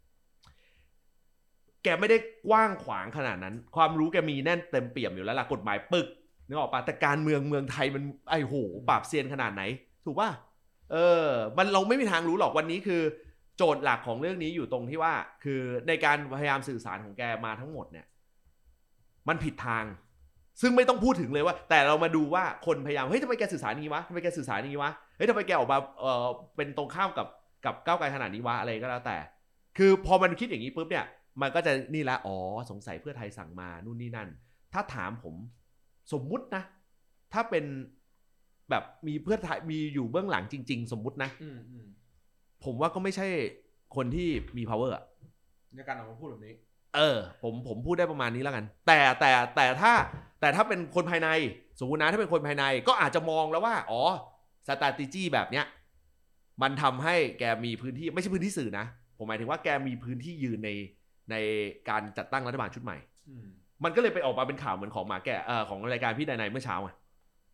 แกไม่ได้กว้างขวางขนาดนั้นความรู้แกมีแน่นเต็มเปี่ยมอยู่แล้วล่ะกฎหมายปึกนึกออกปะแต่การเมืองเมืองไทยมันไอ้โหปราบเซียนขนาดไหนถูกป่ะเออมันเราไม่มีทางรู้หรอกวันนี้คือโจทย์หลักของเรื่องนี้อยู่ตรงที่ว่าคือในการพยายามสื่อสารของแกมาทั้งหมดเนี่ยมันผิดทางซึ่งไม่ต้องพูดถึงเลยว่าแต่เรามาดูว่าคนพยายามเฮ้ยทำไมแกสื่อสารอย่างนี้วะทำไมแกสื่อสารอย่างนี้วะเฮ้ยทำไมแกออกมาเออเป็นตรงข้ามกับกับก้าวไกลขนาดนี้วะอะไรก็แล้วแต่คือพอมันคิดอย่างนี้ปุ๊บเนี่ยมันก็จะนี่ละอ๋อสงสัยเพื่อไทยสั่งมานู่นนี่นั่นถ้าถามผมสมมุตินะถ้าเป็นแบบมีเพื่อไทยมีอยู่เบื้องหลังจริงๆสมมุตินะผมว่าก็ไม่ใช่คนที่มี power อ่ะในการออกมาพูดแบบนี้เออผมผมพูดได้ประมาณนี้แล้วกันแต่แต่แต่ถ้าแต่ถ้าเป็นคนภายในสมมุตินะถ้าเป็นคนภายในก็อาจจะมองแล้วว่าอ๋อ strategy แบบเนี้ยมันทำให้แกมีพื้นที่ไม่ใช่พื้นที่สื่อนะผมหมายถึงว่าแกมีพื้นที่ยืนในในการจัดตั้งรัฐบาลชุดใหม่มันก็เลยไปออกมาเป็นข่าวเหมือนของหมาแก่เอ่อของรายการพี่ดนายเมื่อเช้าไง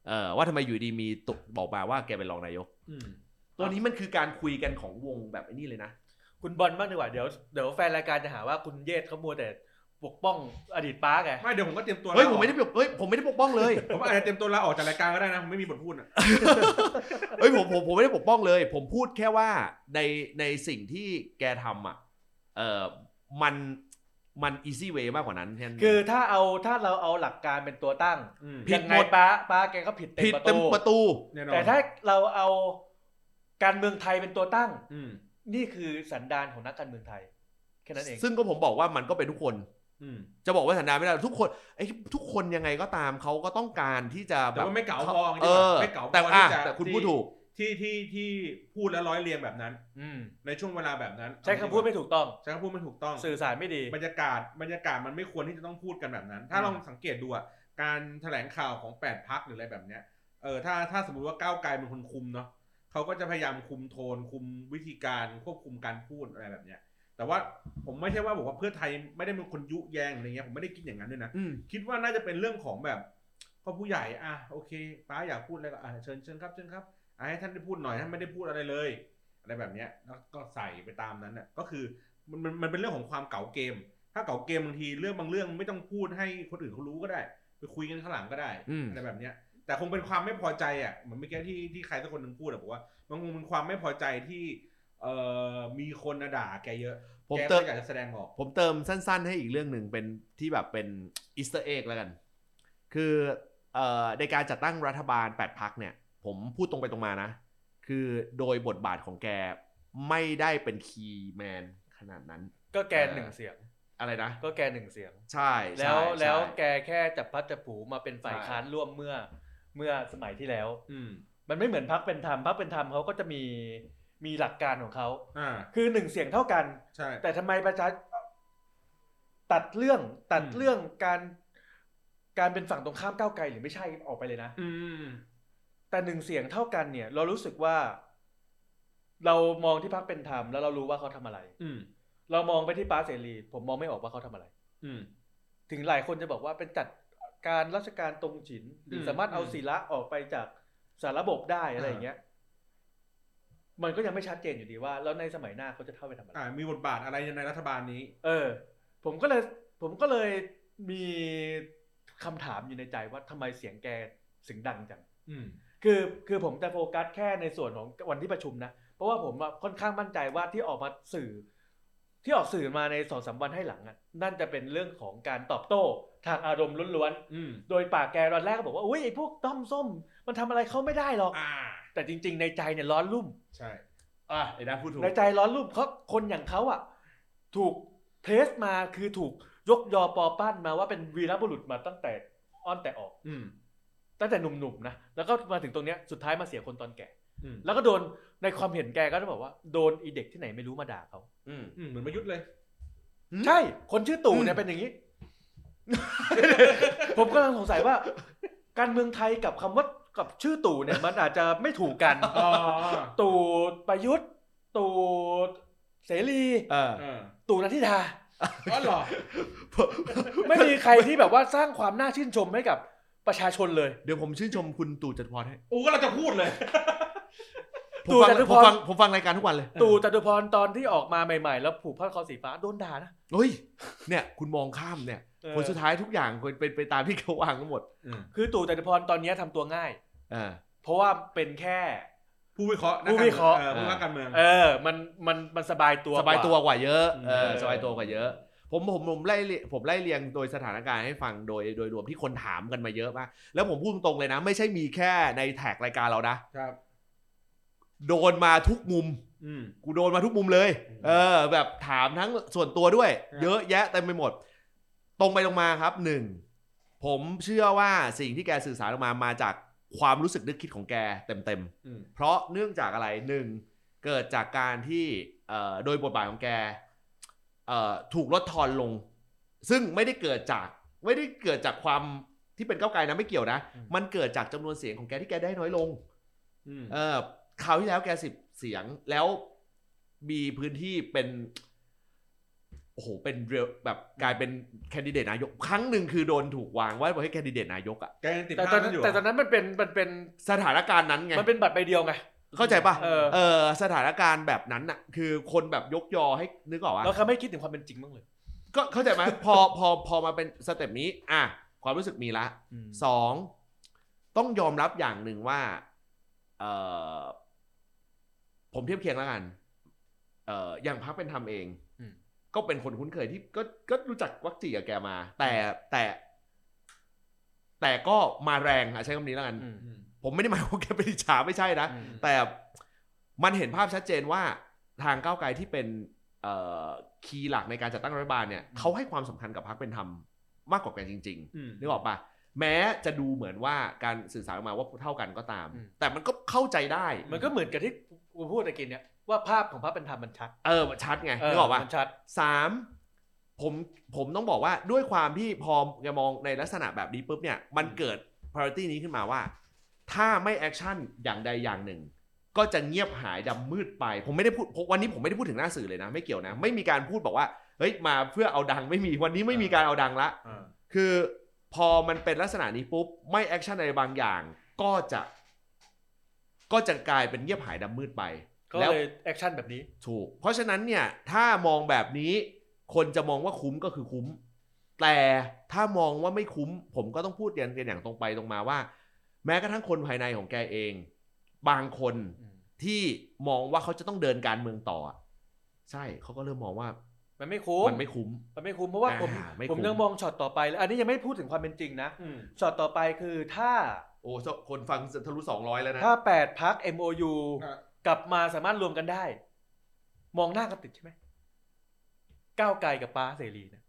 เอ่อว่าทำไมอยู่ดีมีตุกบอกมาว่าแกเป็นรองนายกตัวนี้มันคือการคุยกันของวงแบบนี้เลยนะคุณบอลบ้างดีกว่าเดี๋ยวเดี๋ยวแฟนรายการจะหาว่าคุณเยศเขามัวแต่ปกป้องอดีตป้าไงไม่เดี๋ยวผมก็เตรียมตัวเฮ้ยผมไม่ได้เฮ้ยผมไม่ได้ปกป้องเลยผมอาจจะเตรียมตัวลาออกจากรายการก็ได้นะผมไม่มีบทพูดอ่ะเฮ้ยผมผมผมไม่ได้ปกป้องเลยผมพูดแค่ว่าในในสิ่งที่แกทำอ่ะเอ่อมันมัน easy way มากกว่านั้นคือถ้าเอาถ้าเราเอาหลักการเป็นตัวตั้งผิดหมดป้าป้าแกก็ผิดเต็มประตูแต่ถ้าเราเอาการเมืองไทยเป็นตัวตั้งนี่คือสันดานของนักการเมืองไทยแค่นั้นเองซึ่งก็ผมบอกว่ามันก็เป็นทุกคนจะบอกว่าสันดานไม่ได้ทุกคนไอ้ทุกคนยังไงก็ตามเขาก็ต้องการที่จะแบบแต่ว่าไม่เก๋าพอไม่เก๋าพอแต่แต่คุณพูดถูกที่ที่ที่พูดแล้วร้อยเรียงแบบนั้นในช่วงเวลาแบบนั้นใช้คำพูดไม่ถูกต้องใช้คำพูดไม่ถูกต้องสื่อสารไม่ดีบรรยากาศบรรยากาศมันไม่ควรที่จะต้องพูดกันแบบนั้นถ้าลองสังเกตดูอ่ะการแถลงข่าวของแปดพรรคหรืออะไรแบบเนี้ยเออถ้าถ้าสมมติว่าก้าวไกลเป็นคนคุมเนาะเขาก็จะพยายามคุมโทนคุมวิธีการควบคุมการพูดอะไรแบบเนี้ยแต่ว่าผมไม่ใช่ว่าบอกว่าเพื่อไทยไม่ได้เป็นคนยุแยงอะไรเงี้ยผมไม่ได้คิดอย่างนั้นด้วยนะคิดว่าน่าจะเป็นเรื่องของแบบพ่อผู้ใหญ่อ่ะโอเคป้าอยากพูดอะไรก็อ่ะเชิญเชิญครับเชิญครับให้ท่านได้พูดหน่อยท่านไม่ได้พูดอะไรเลยอะไรแบบเนี้ยแล้วก็ใส่ไปตามนั้นน่ะก็คือมันมันมันเป็นเรื่องของความเก๋าเกมถ้าเก๋าเกมบางทีเรื่องบางเรื่องไม่ต้องพูดให้คนอื่นเขารู้ก็ได้ไปคุยกันข้างหลังก็ได้อะไรแบบเนี้ยแต่คงเป็นความไม่พอใจอ่ะเหมือนเมื่อกี้ที่ที่ใครสักคนนึงพูดอะบอกว่ามันคงเป็นความไม่พอใจที่เอ่อมีคนด่าแกเยอะผมเติมอยากจะแสดงออกผมเติมสั้นๆให้อีกเรื่องนึงเป็นที่แบบเป็นอีสเตอร์เอ็กแล้วกันคือเอ่อในการจัดตั้งรัฐบาลแปดพรรคเนี่ยผมพูดตรงไปตรงมานะคือโดยบทบาทของแกไม่ได้เป็นคีย์แมนขนาดนั้นก็แกหนึ่งเสียงอะไรนะก็แกหนึ่งเสียงใช่แล้วแล้วแกแค่จับพัดจับผูมาเป็นฝ่ายค้านร่วมเมื่อเมื่อสมัยที่แล้วมันไม่เหมือนพรรคเป็นธรรมพรรคเป็นธรรมเขาก็จะมีมีหลักการของเขาคือหนึ่งเสียงเท่ากันแต่ทำไมประชาตัดเรื่องตัดเรื่องการการเป็นฝั่งตรงข้ามก้าวไกลหรือไม่ใช่ออกไปเลยนะแต่หนึ่งเสียงเท่ากันเนี่ยเรารู้สึกว่าเรามองที่พรรคเป็นธรรมแล้วเรารู้ว่าเขาทำอะไรเรามองไปที่ป้าเสรีผมมองไม่ออกว่าเขาทำอะไรถึงหลายคนจะบอกว่าเป็นจัดการราชการตรงฉินหรือสามารถเอาศิระออกไปจากสารระบบได้อะไรอย่างเงี้ยมันก็ยังไม่ชัดเจนอยู่ดีว่าแล้วในสมัยหน้าเขาจะเข้าไปทำอะไรมีบทบาทอะไรในรัฐบาลนี้เออผมก็เลยผมก็เลยมีคำถามอยู่ในใจว่าทำไมเสียงแกเสียงดังจังคือคือผมจะโฟกัสแค่ในส่วนของวันที่ประชุมนะเพราะว่าผมค่อนข้างมั่นใจว่าที่ออกมาสื่อที่ออกสื่อมาในสองสามวันให้หลังอ่ะนั่นจะเป็นเรื่องของการตอบโต้ทางอารมณ์ล้วนๆโดยปากแกตอนแรกก็บอกว่าอุ้ยไอ้พวกต้มส้มมันทำอะไรเขาไม่ได้หรอกแต่จริงๆในใจเนี่ยร้อนรุ่มใช่อ่ะไอ้ด้านพูดถูกในใจร้อนรุ่มเพราะคนอย่างเขาอ่ะถูกเทสมาคือถูกยกยอปอปั้นมาว่าเป็นวีรบุรุษมาตั้งแต่อ้อนแต่ออกตั้งแต่หนุ่มๆนะแล้วก็มาถึงตรงเนี้ยสุดท้ายมาเสียคนตอนแก่แล้วก็โดนในความเห็นแกก็ต้องบอกว่าโดนอีเด็กที่ไหนไม่รู้มาด่าเขาเหมือนประยุทธ์เลยใช่คนชื่อตู่เนี่ยเป็นอย่างนี้ ผมก็กำลังสงสัยว่าการเมืองไทยกับคำว่ากับชื่อตู่เนี่ยมันอาจจะไม่ถูกกันตู่ประยุทธ์ตู่เสรีตู่นันทิดาอ๋อเหรอไม่มีใครที่แบบว่าสร้างความน่าชื่นชมให้กับประชาชนเลยเดี๋ยวผมชื่นชมคุณตู่จตุพรให้โอ้ก็เราจะพูดเลยตู่จตุพรผมฟังผมฟังรายการทุกวันเลยตู่จตุพรตอนที่ออกมาใหม่ๆแล้วผูกผ้าคอสีฟ้าโดนด่านะเฮ้ยเนี่ยคุณมองข้ามเนี่ยผลสุดท้ายทุกอย่างเป็นไปตามที่เขาวางทั้งหมดคือตู่จตุพรตอนนี้ทำตัวง่ายเพราะว่าเป็นแค่ผู้วิเคราะห์ผู้วิเคราะห์ผู้ว่าการเมืองเออมันมันมันสบายตัวสบายตัวกว่าเยอะเออสบายตัวกว่าเยอะผมผมผมไล่ผมไล่เรียงโดยสถานการณ์ให้ฟังโดยโดยรวมที่คนถามกันมาเยอะมากแล้วผมพูดตรงๆเลยนะไม่ใช่มีแค่ในแท็กรายการเรานะครับโดนมาทุกมุมกูโดนมาทุกมุมเลยเออแบบถามทั้งส่วนตัวด้วยเยอะแยะเต็มไปหมดตรงไปตรงมาครับหนึ่งผมเชื่อว่าสิ่งที่แกสื่อสารออกมามาจากความรู้สึกนึกคิดของแกเต็มๆเพราะเนื่องจากอะไรหนึ่งเกิดจากการที่เอ่อโดยบทบาทของแกเอ่อถูกลดทอนลงซึ่งไม่ได้เกิดจากไม่ได้เกิดจากความที่เป็นก้าวไกลนะไม่เกี่ยวนะมันเกิดจากจำนวนเสียงของแกที่แกได้น้อยลงเออคราวที่แล้วแกสิบเสียงแล้วมีพื้นที่เป็นโอ้โหเป็นเรียลแบบกลายเป็นแคนดิเดตนายกครั้งหนึ่งคือโดนถูกวางไว้บอกให้แคนดิเดตนายกอ่ะแต่ตอนนั้นแต่ตอนนั้นมันเป็นมันเป็นสถานการณ์นั้นไงมันเป็นบัตรใบเดียวไงเข้าใจป่ะเออเออสถานการณ์แบบนั้นน่ะคือคนแบบยกยอให้นึกออกว่าแล้วเขาไม่คิดถึงความเป็นจริงบ้างเลยก็เข้าใจไหมพอพอพอมาเป็นสเต็ปนี้อ่ะความรู้สึกมีละสองต้องยอมรับอย่างหนึ่งว่าเออผมเทียบเคียงแล้วกันเอออย่างพรรคเป็นธรรมเองก็เป็นคนคุ้นเคยที่ก็ก็รู้จักวัคจีกับแกมาแต่แต่แต่ก็มาแรงอ่ะใช้คำนี้แล้วกันผมไม่ได้หมายว่าแกเป็นอิจฉาไม่ใช่นะแต่มันเห็นภาพชัดเจนว่าทางก้าวไกลที่เป็นคีย์หลักในการจัดตั้งรัฐบาลเนี่ยเขาให้ความสำคัญกับพรรคเป็นธรรมมากกว่าแกจริงๆนึกออกปะแม้จะดูเหมือนว่าการสื่อสารออกมาว่าเท่ากันก็ตามแต่มันก็เข้าใจได้มันก็เหมือนกับที่กูพูดตะกี้เนี่ยว่าภาพของพรรคเป็นธรรมมันชัดเออมันชัดไงนึกออกปะมันชัดสามผมผมต้องบอกว่าด้วยความที่พอแกมองในลักษณะแบบนี้ปุ๊บเนี่ยมันเกิด priority นี้ขึ้นมาว่าถ้าไม่แอคชั่นอย่างใดอย่างหนึ่งก็จะเงียบหายดำมืดไปผมไม่ได้พูดวันนี้ผมไม่ได้พูดถึงหน้าสื่อเลยนะไม่เกี่ยวนะไม่มีการพูดบอกว่าเฮ้ยมาเพื่อเอาดังไม่มีวันนี้ไม่มีการเอาดังละคือพอมันเป็นลักษณะนี้ปุ๊บไม่แอคชั่นอะไรบางอย่างก็จะก็จะกลายเป็นเงียบหายดำมืดไปก็เลยแอคชั่นแบบนี้ถูกเพราะฉะนั้นเนี่ยถ้ามองแบบนี้คนจะมองว่าคุ้มก็คือคุ้มแต่ถ้ามองว่าไม่คุ้มผมก็ต้องพูดเรียนกันอย่างตรงไปตรงมาว่าแม้กระทั่งคนภายในของแกเองบางคนที่มองว่าเขาจะต้องเดินการเมืองต่อใช่เขาก็เริ่มมองว่ามันไม่คุ้มมันไม่คุ้มมันไม่คุ้มเพราะว่าผมผมยังมองช็อตต่อไปอันนี้ยังไม่พูดถึงความเป็นจริงนะช็อตต่อไปคือถ้าโอ้คนฟังทะลุสองร้อยแล้วนะถ้าแปดพรรค เอ็ม โอ ยู กลับมาสามารถรวมกันได้มองหน้ากันติดใช่ไหมก้าวไกลกับป้าเสรีนะ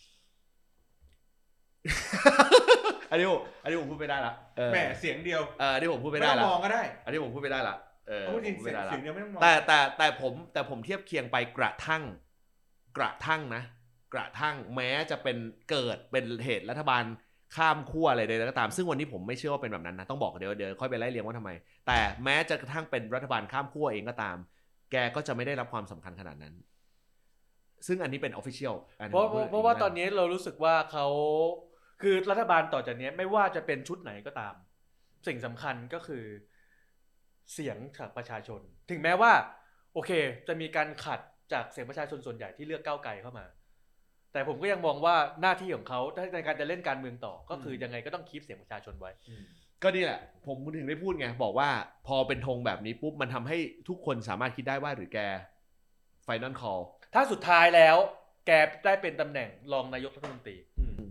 อันนี้ผมอันนี้ผมพูดไม่ได้ละแหมเสียงเดียวเอออันนี้ผมพูดไม่ได้ละไม่ต้องมองก็ได้อันนี้ผมพูดไม่ได้ละเออพูดไม่ได้ละเสียงเดียวไม่ต้องมองแต่แต่แต่ผมแต่ผมเทียบเคียงไปกระทั่งกระทั่งนะกระทั่งแม้จะเป็นเกิดเป็นเหตุรัฐบาลข้ามขั้วอะไรใดๆก็ตามซึ่งวันนี้ผมไม่เชื่อว่าเป็นแบบนั้นนะต้องบอกเดี๋ยวเดี๋ยวค่อยไปไล่เรียงว่าทำไมแต่แม้จะกระทั่งเป็นรัฐบาลข้ามขั้วเองก็ตามแกก็จะไม่ได้รับความสำคัญขนาดนั้นซึ่งอันนี้เป็น official เพราะเพราะว่าตอนนี้เรารู้สึกว่าเขาคือรัฐบาลต่อจากนี้ไม่ว่าจะเป็นชุดไหนก็ตามสิ่งสำคัญก็คือเสียงจากประชาชนถึงแม้ว่าโอเคจะมีการขัดจากเสียงประชาชนส่วนใหญ่ที่เลือกก้าวไกลเข้ามาแต่ผมก็ยังมองว่าหน้าที่ของเขาในการจะเล่นการเมืองต่อก็คือยังไงก็ต้องคีปเสียงประชาชนไว้ก็นี่แหละผมถึงได้พูดไงบอกว่าพอเป็นธงแบบนี้ปุ๊บมันทำให้ทุกคนสามารถคิดได้ว่าหรือแก Final Call ถ้าสุดท้ายแล้วแกได้เป็นตำแหน่งรองนายกรัฐมนตรี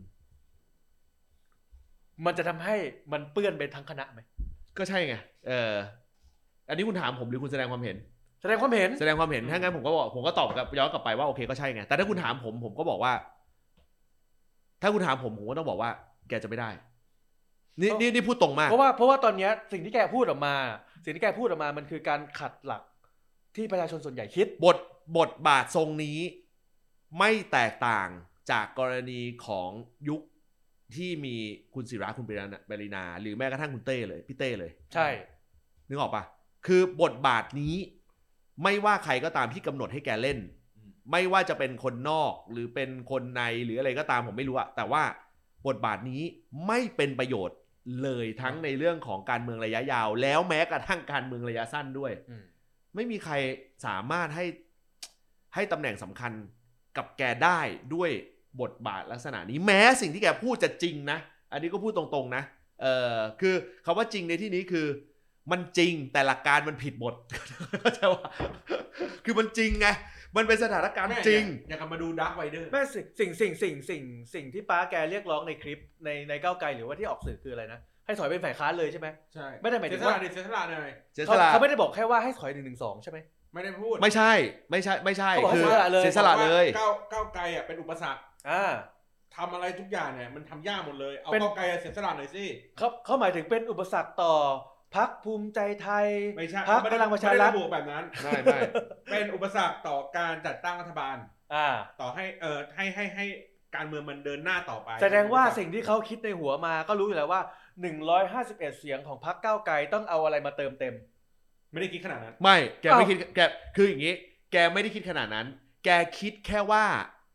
มันจะทำให้มันเปื้อนไปทั้งคณะไหมก็ใช่ไงเอออันนี้คุณถามผมหรือคุณแสดงความเห็นแสดงความเห็นแสดงความเห็นถ้างั้นผมก็บอกผมก็ตอบกับย้อนกลับไปว่าโอเคก็ใช่ไงแต่ถ้าคุณถามผมผมก็บอกว่าถ้าคุณถามผมผมก็ต้องบอกว่าแกจะไม่ได้นี่นี่นี่พูดตรงมากเพราะว่าเพราะว่าตอนนี้สิ่งที่แกพูดออกมาสิ่งที่แกพูดออกมามันคือการขัดหลักที่ประชาชนส่วนใหญ่คิดบทบทบาททรงนี้ไม่แตกต่างจากกรณีของยุคที่มีคุณศิระคุณปรินาหรือแม้กระทั่งคุณเต้เลยพี่เต้เลยใช่นึกออกปะคือบทบาทนี้ไม่ว่าใครก็ตามที่กำหนดให้แกเล่นไม่ว่าจะเป็นคนนอกหรือเป็นคนในหรืออะไรก็ตามผมไม่รู้อะแต่ว่าบทบาทนี้ไม่เป็นประโยชน์เลยทั้งในเรื่องของการเมืองระยะยาวแล้วแม้กระทั่งการเมืองระยะสั้นด้วยไม่มีใครสามารถให้ให้ตำแหน่งสำคัญกับแกได้ด้วยบทบาทลักษณะนี้แม้สิ่งที่แกพูดจะจริงนะอันนี้ก็พูดตรงๆนะเออคือคำว่าจริงในที่นี้คือมันจริงแต่หลักการมันผิดบทเข้าใจว่าคือมันจริงไงมันเป็นสถานการณ์จริงอยากมาดูดาร์คไวเดอร์แม่สิ่งสิ่งสิ่งสิ่งสิ่งที่ป้าแกเรียกร้องในคลิปในในก้าวไกลหรือว่าที่ออกสื่อคืออะไรนะให้ถอยเป็นฝ่ายค้านเลยใช่ไหมใช่ไม่ได้หมายถึงว่าเสียสละเลยเขาไม่ได้บอกแค่ว่าให้ถอยหนึ่งหนึ่งสองใช่ไหมไม่ได้พูดไม่ใช่ไม่ใช่ไม่ใช่คือเสียสละเลยก้าวก้าวไกลอ่ะเป็นอุปสรรคอ่าทำอะไรทุกอย่างเนี่ยมันทำยากหมดเลยเอาก้าวไกลเสียสละหน่อยสิเขาเขาหมายถึงเป็นอุปสรรคต่อพรรคภูมิใจไทยไม่ใช่พรรคพลังประชารัฐบวกแบบนั้นไม่ไม่เป็นอุปสรรคต่อการจัดตั้งรัฐบาลอ่าต่อให้เอ่อให้ให้ให้การเมืองมันเดินหน้าต่อไปแสดงว่าสิ่งที่เขาคิดในหัวมาก็รู้อยู่แล้วว่าหนึ่งร้อยห้าสิบเอ็ดเสียงของพรรคก้าวไกลต้องเอาอะไรมาเติมเต็มไม่ได้คิดขนาดนั้นไม่แกไม่คิดแกคืออย่างงี้แกไม่ได้คิดขนาดนั้นแกคิดแค่ว่า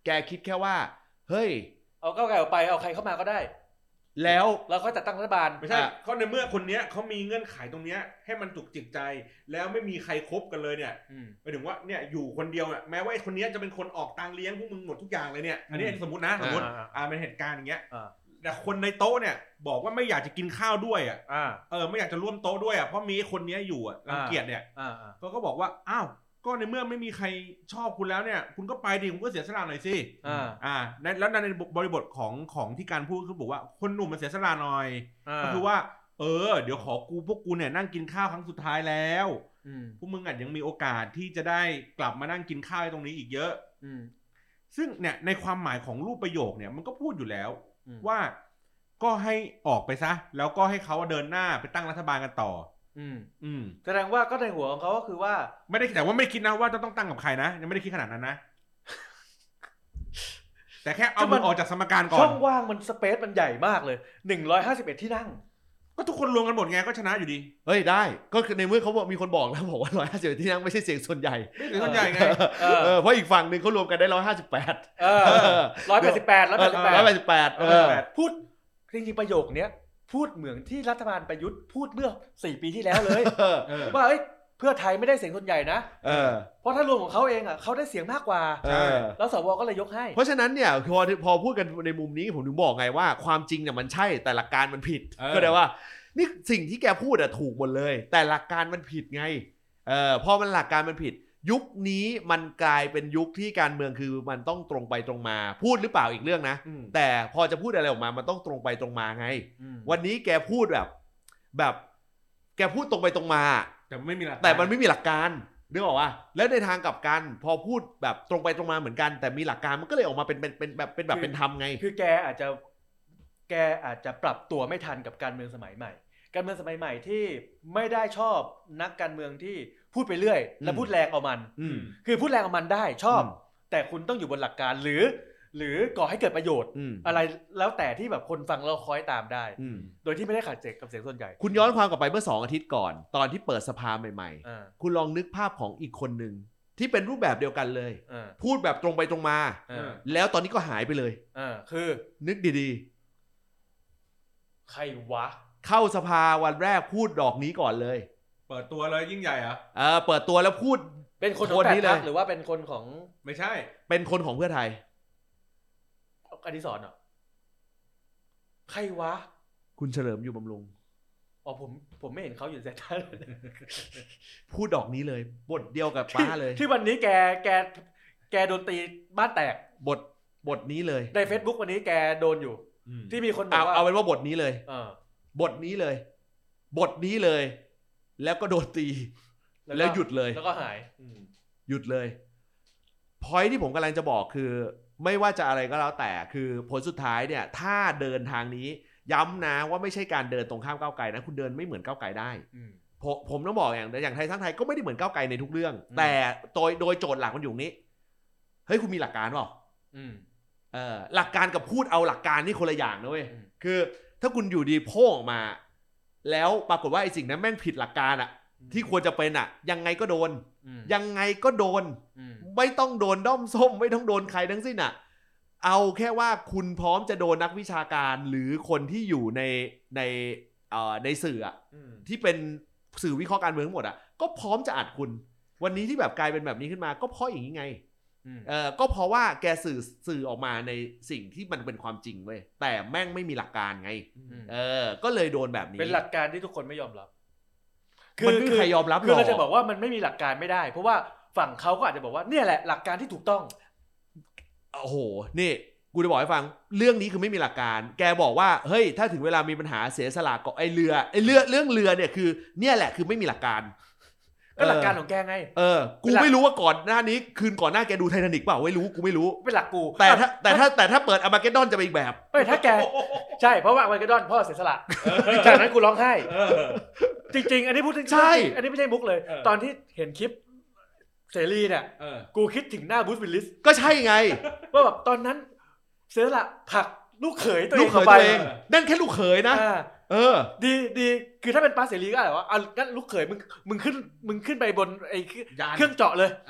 แกคิดแค่ว่าเฮ้ยเอาก้าวไกลออกไปเอาใครเข้ามาก็ได้แล้วเราค่อยจัดตั้งรัฐบาลไม่ใช่เขาในเมื่อคนเนี้ยเขามีเงื่อนไขตรงเนี้ยให้มันจุกจิกใจแล้วไม่มีใครคบกันเลยเนี่ยหมายถึงว่าเนี่ยอยู่คนเดียวอ่ะแม้ว่าไอ้คนเนี้ยจะเป็นคนออกตังเลี้ยงพวกมึงหมดทุกอย่างเลยเนี่ยอันนี้สมมตินะสมมติอ่าเป็นเหตุการณ์อย่างเงี้ยแต่คนในโต๊ะเนี่ยบอกว่าไม่อยากจะกินข้าวด้วยอ่ะเออไม่อยากจะร่วมโต๊ะด้วยอ่ะเพราะมีคนนี้อยู่อ่ะรังเกียจเนี่ยก็ก็บอกว่าอ้าวก็ในเมื่อไม่มีใครชอบคุณแล้วเนี่ยคุณก็ไปดิคุณก็เสียสละหน่อยสิอ่าอ่าแล้วในบริบทของของที่การพูดคือบอกว่าคนหนุ่มมันเสียสละหน่อยก็คือว่าเออเดี๋ยวขอกูพวกกูเนี่ยนั่งกินข้าวครั้งสุดท้ายแล้วพวกมึงอาจยังมีโอกาสที่จะได้กลับมานั่งกินข้าวตรงนี้อีกเยอะซึ่งเนี่ยในความหมายของรูปประโยคเนี่ยมันก็พูดอยู่แล้วว่าก็ให้ออกไปซะแล้วก็ให้เขาเดินหน้าไปตั้งรัฐบาลกันต่ออืมอืมแสดงว่าก็ในหัวของเขาก็คือว่าไม่ได้แต่ว่าไม่คิดนะว่าจะต้องตั้งกับใครนะยังไม่ได้คิดขนาดนั้นนะแต่แค่เอามันออกจากสมการก่อนช่องว่างมันสเปซมันใหญ่มากเลยหนึ่งร้อยห้าสิบเอ็ดที่นั่งก็ทุกคนรวมกันหมดไงก็ชนะอยู่ดีเฮ้ยได้ก็คือในเมื่อเขาบอกมีคนบอกแล้วบอกว่าหนึ่งร้อยห้าสิบเอ็ดที่นั่งไม่ใช่เสียงส่วนใหญ่เสียงส่วนใหญ่ไงเออเพราะอีกฝั่งนึงเขารวมกันได้หนึ่งร้อยห้าสิบแปดเออหนึ่งร้อยแปดสิบแปด หนึ่งร้อยแปดสิบแปดหนึ่งร้อยแปดสิบแปดเออพูดจริงๆประโยคเนี้ยพูดเหมือนที่รัฐบาลประยุทธ์พูดเมื่อสี่ปีที่แล้วเลยว่าเอ้ยเพื่อไทยไม่ได้เสียงส่วนใหญ่นะเพราะถ้ารวมของเขาเองอ่ะเขาได้เสียงมากกว่าแล้วสวก็เลยยกให้เพราะฉะนั้นเนี่ยพอพอพูดกันในมุมนี้ผมถึงบอกไงว่าความจริงเนี่ยมันใช่แต่หลักการมันผิดก็ได้ว่านี่สิ่งที่แกพูดอะถูกหมดเลยแต่หลักการมันผิดไงเออพอมันหลักการมันผิดยุคนี้มันกลายเป็นยุคที่การเมืองคือมันต้องตรงไปตรงมาพูดหรือเปล่าอีกเรื่องนะแต่พอจะพูดอะไรออกมามันต้องตรงไปตรงมาไงวันนี้แกพูดแบบแบบแกพูดตรงไปตรงมาแต่ไม่มีหลักแต่มันไม่มีหลักการนึกออกป่ะแล้วในทางกลับกันพอพูดแบบตรงไปตรงมาเหมือนกันแต่มีหลักการมันก็เลยออกมาเป็นเป็นเป็นแบบเป็นแบบเป็นธรรมไงคือแกอาจจะแกอาจจะปรับตัวไม่ทันกับการเมืองสมัยใหม่การเมืองสมัยใหม่ที่ไม่ได้ชอบนักการเมืองที่พูดไปเรื่อยและพูดแรงเอามันคือพูดแรงเอามันได้ชอบแต่คุณต้องอยู่บนหลักการหรือหรือก่อให้เกิดประโยชน์อะไรแล้วแต่ที่แบบคนฟังเราคอยตามได้โดยที่ไม่ได้ขัดแย้งกับเสียงส่วนใหญ่คุณย้อนความกลับไปเมื่อสองอาทิตย์ก่อนตอนที่เปิดสภาใหม่ๆคุณลองนึกภาพของอีกคนนึงที่เป็นรูปแบบเดียวกันเลยพูดแบบตรงไปตรงมาแล้วตอนนี้ก็หายไปเลยคือนึกดีๆใครวะเข้าสภาวันแรกพูดดอกนี้ก่อนเลยเปิดตัวเลยยิ่งใหญ่เหรอเออเปิดตัวแล้วพูดเป็นคนของแปดพรรคหรือว่าเป็นคนของไม่ใช่เป็นคนของเพื่อไทยอดิศรเหรอใครวะคุณเฉลิมอยู่บำรุงอ๋อผมผมไม่เห็นเขาอยู่แซท่าพูดดอกนี้เลยบทเดียวกับป้าเลยที่วันนี้แกแกแกโดนตีบ้านแตกบทบทนี้เลยใน Facebook วันนี้แกโดนอยู่ที่มีคนบอกว่าเอาเป็นว่าบทนี้เลยบทนี้เลย บทนี้เลยแล้วก็โดนตีแล้วหยุดเลยแล้วก็หายหยุดเลยพอยที่ผมกำลังจะบอกคือไม่ว่าจะอะไรก็แล้วแต่คือผลสุดท้ายเนี่ยถ้าเดินทางนี้ย้ำนะว่าไม่ใช่การเดินตรงข้ามก้าวไกลนะคุณเดินไม่เหมือนก้าวไกลได้ผมผมต้องบอกอย่างอย่างไทยสร้างไทยก็ไม่ได้เหมือนก้าวไกลในทุกเรื่องแต่โดยโดยโจทย์หลักมันอยู่นี้เฮ้ยคุณมีหลักการเปล่าเออหลักการกับพูดเอาหลักการนี่คนละอย่างนะเว้ยคือถ้าคุณอยู่ดีโพ่งออกมาแล้วปรากฏว่าไอ้สิ่งนั้นแม่งผิดหลักการอะที่ควรจะเป็นอะยังไงก็โดนยังไงก็โดนไม่ต้องโดนด้อมส้มไม่ต้องโดนใครทั้งสิ้นอะเอาแค่ว่าคุณพร้อมจะโดนนักวิชาการหรือคนที่อยู่ในในเอ่อในสื่ออะที่เป็นสื่อวิเคราะห์การเมืองทั้งหมดอะก็พร้อมจะอัดคุณวันนี้ที่แบบกลายเป็นแบบนี้ขึ้นมาก็เพราะอย่างนี้ไงเออก็เพราะว่าแกสื่อสื่อออกมาในสิ่งที่มันเป็นความจริงเว้ยแต่แม่งไม่มีหลักการไงเออก็เลยโดนแบบนี้เป็นหลักการที่ทุกคนไม่ยอมรับมันไม่มีใครยอมรับหรอกคือเราจะบอกว่ามันไม่มีหลักการไม่ได้เพราะว่าฝั่งเขาก็อาจจะบอกว่าเนี่ยแหละหลักการที่ถูกต้องโอ้โหนี่กูจะบอกให้ฟังเรื่องนี้คือไม่มีหลักการแกบอกว่าเฮ้ยถ้าถึงเวลามีปัญหาเสียสละเกาะไอเรือไอเรือเรื่องเรือเนี่ยคือเนี่ยแหละคือไม่มีหลักการก็หลักการของแกไงเออกูไม่รู้ว่าก่อนหน้านี้คืนก่อนหน้าแกดูไททานิคเปล่าไม่รู้กูไม่รู้เป็นหลักกูแต่ถ้าแต่ถ้าแต่ถ้าเปิดอาร์มาเกดดอนจะเป็นอีกแบบเฮ้ยถ้าแกใช่เพราะว่าอาร์มาเกดดอนพ่อเสียสละจากนั้นกูร้องไห้จริงๆอันนี้พูดจริงใช่อันนี้ไม่ใช่มุกเลยตอนที่เห็นคลิปเสรีเนี่ยกูคิดถึงหน้าบูธวิลลิสก็ใช่ไงว่าแบบตอนนั้นเสียสละผลักลูกเขยตัวเองเข้าไปนั่นแค่ลูกเขยนะเออดีดีคือถ้าเป็นป้าเสรีก็อะไรวะเอางั้นลูกเขยมึงมึงขึ้นมึงขึ้นไปบนไอ้เครื่องเจาะเลย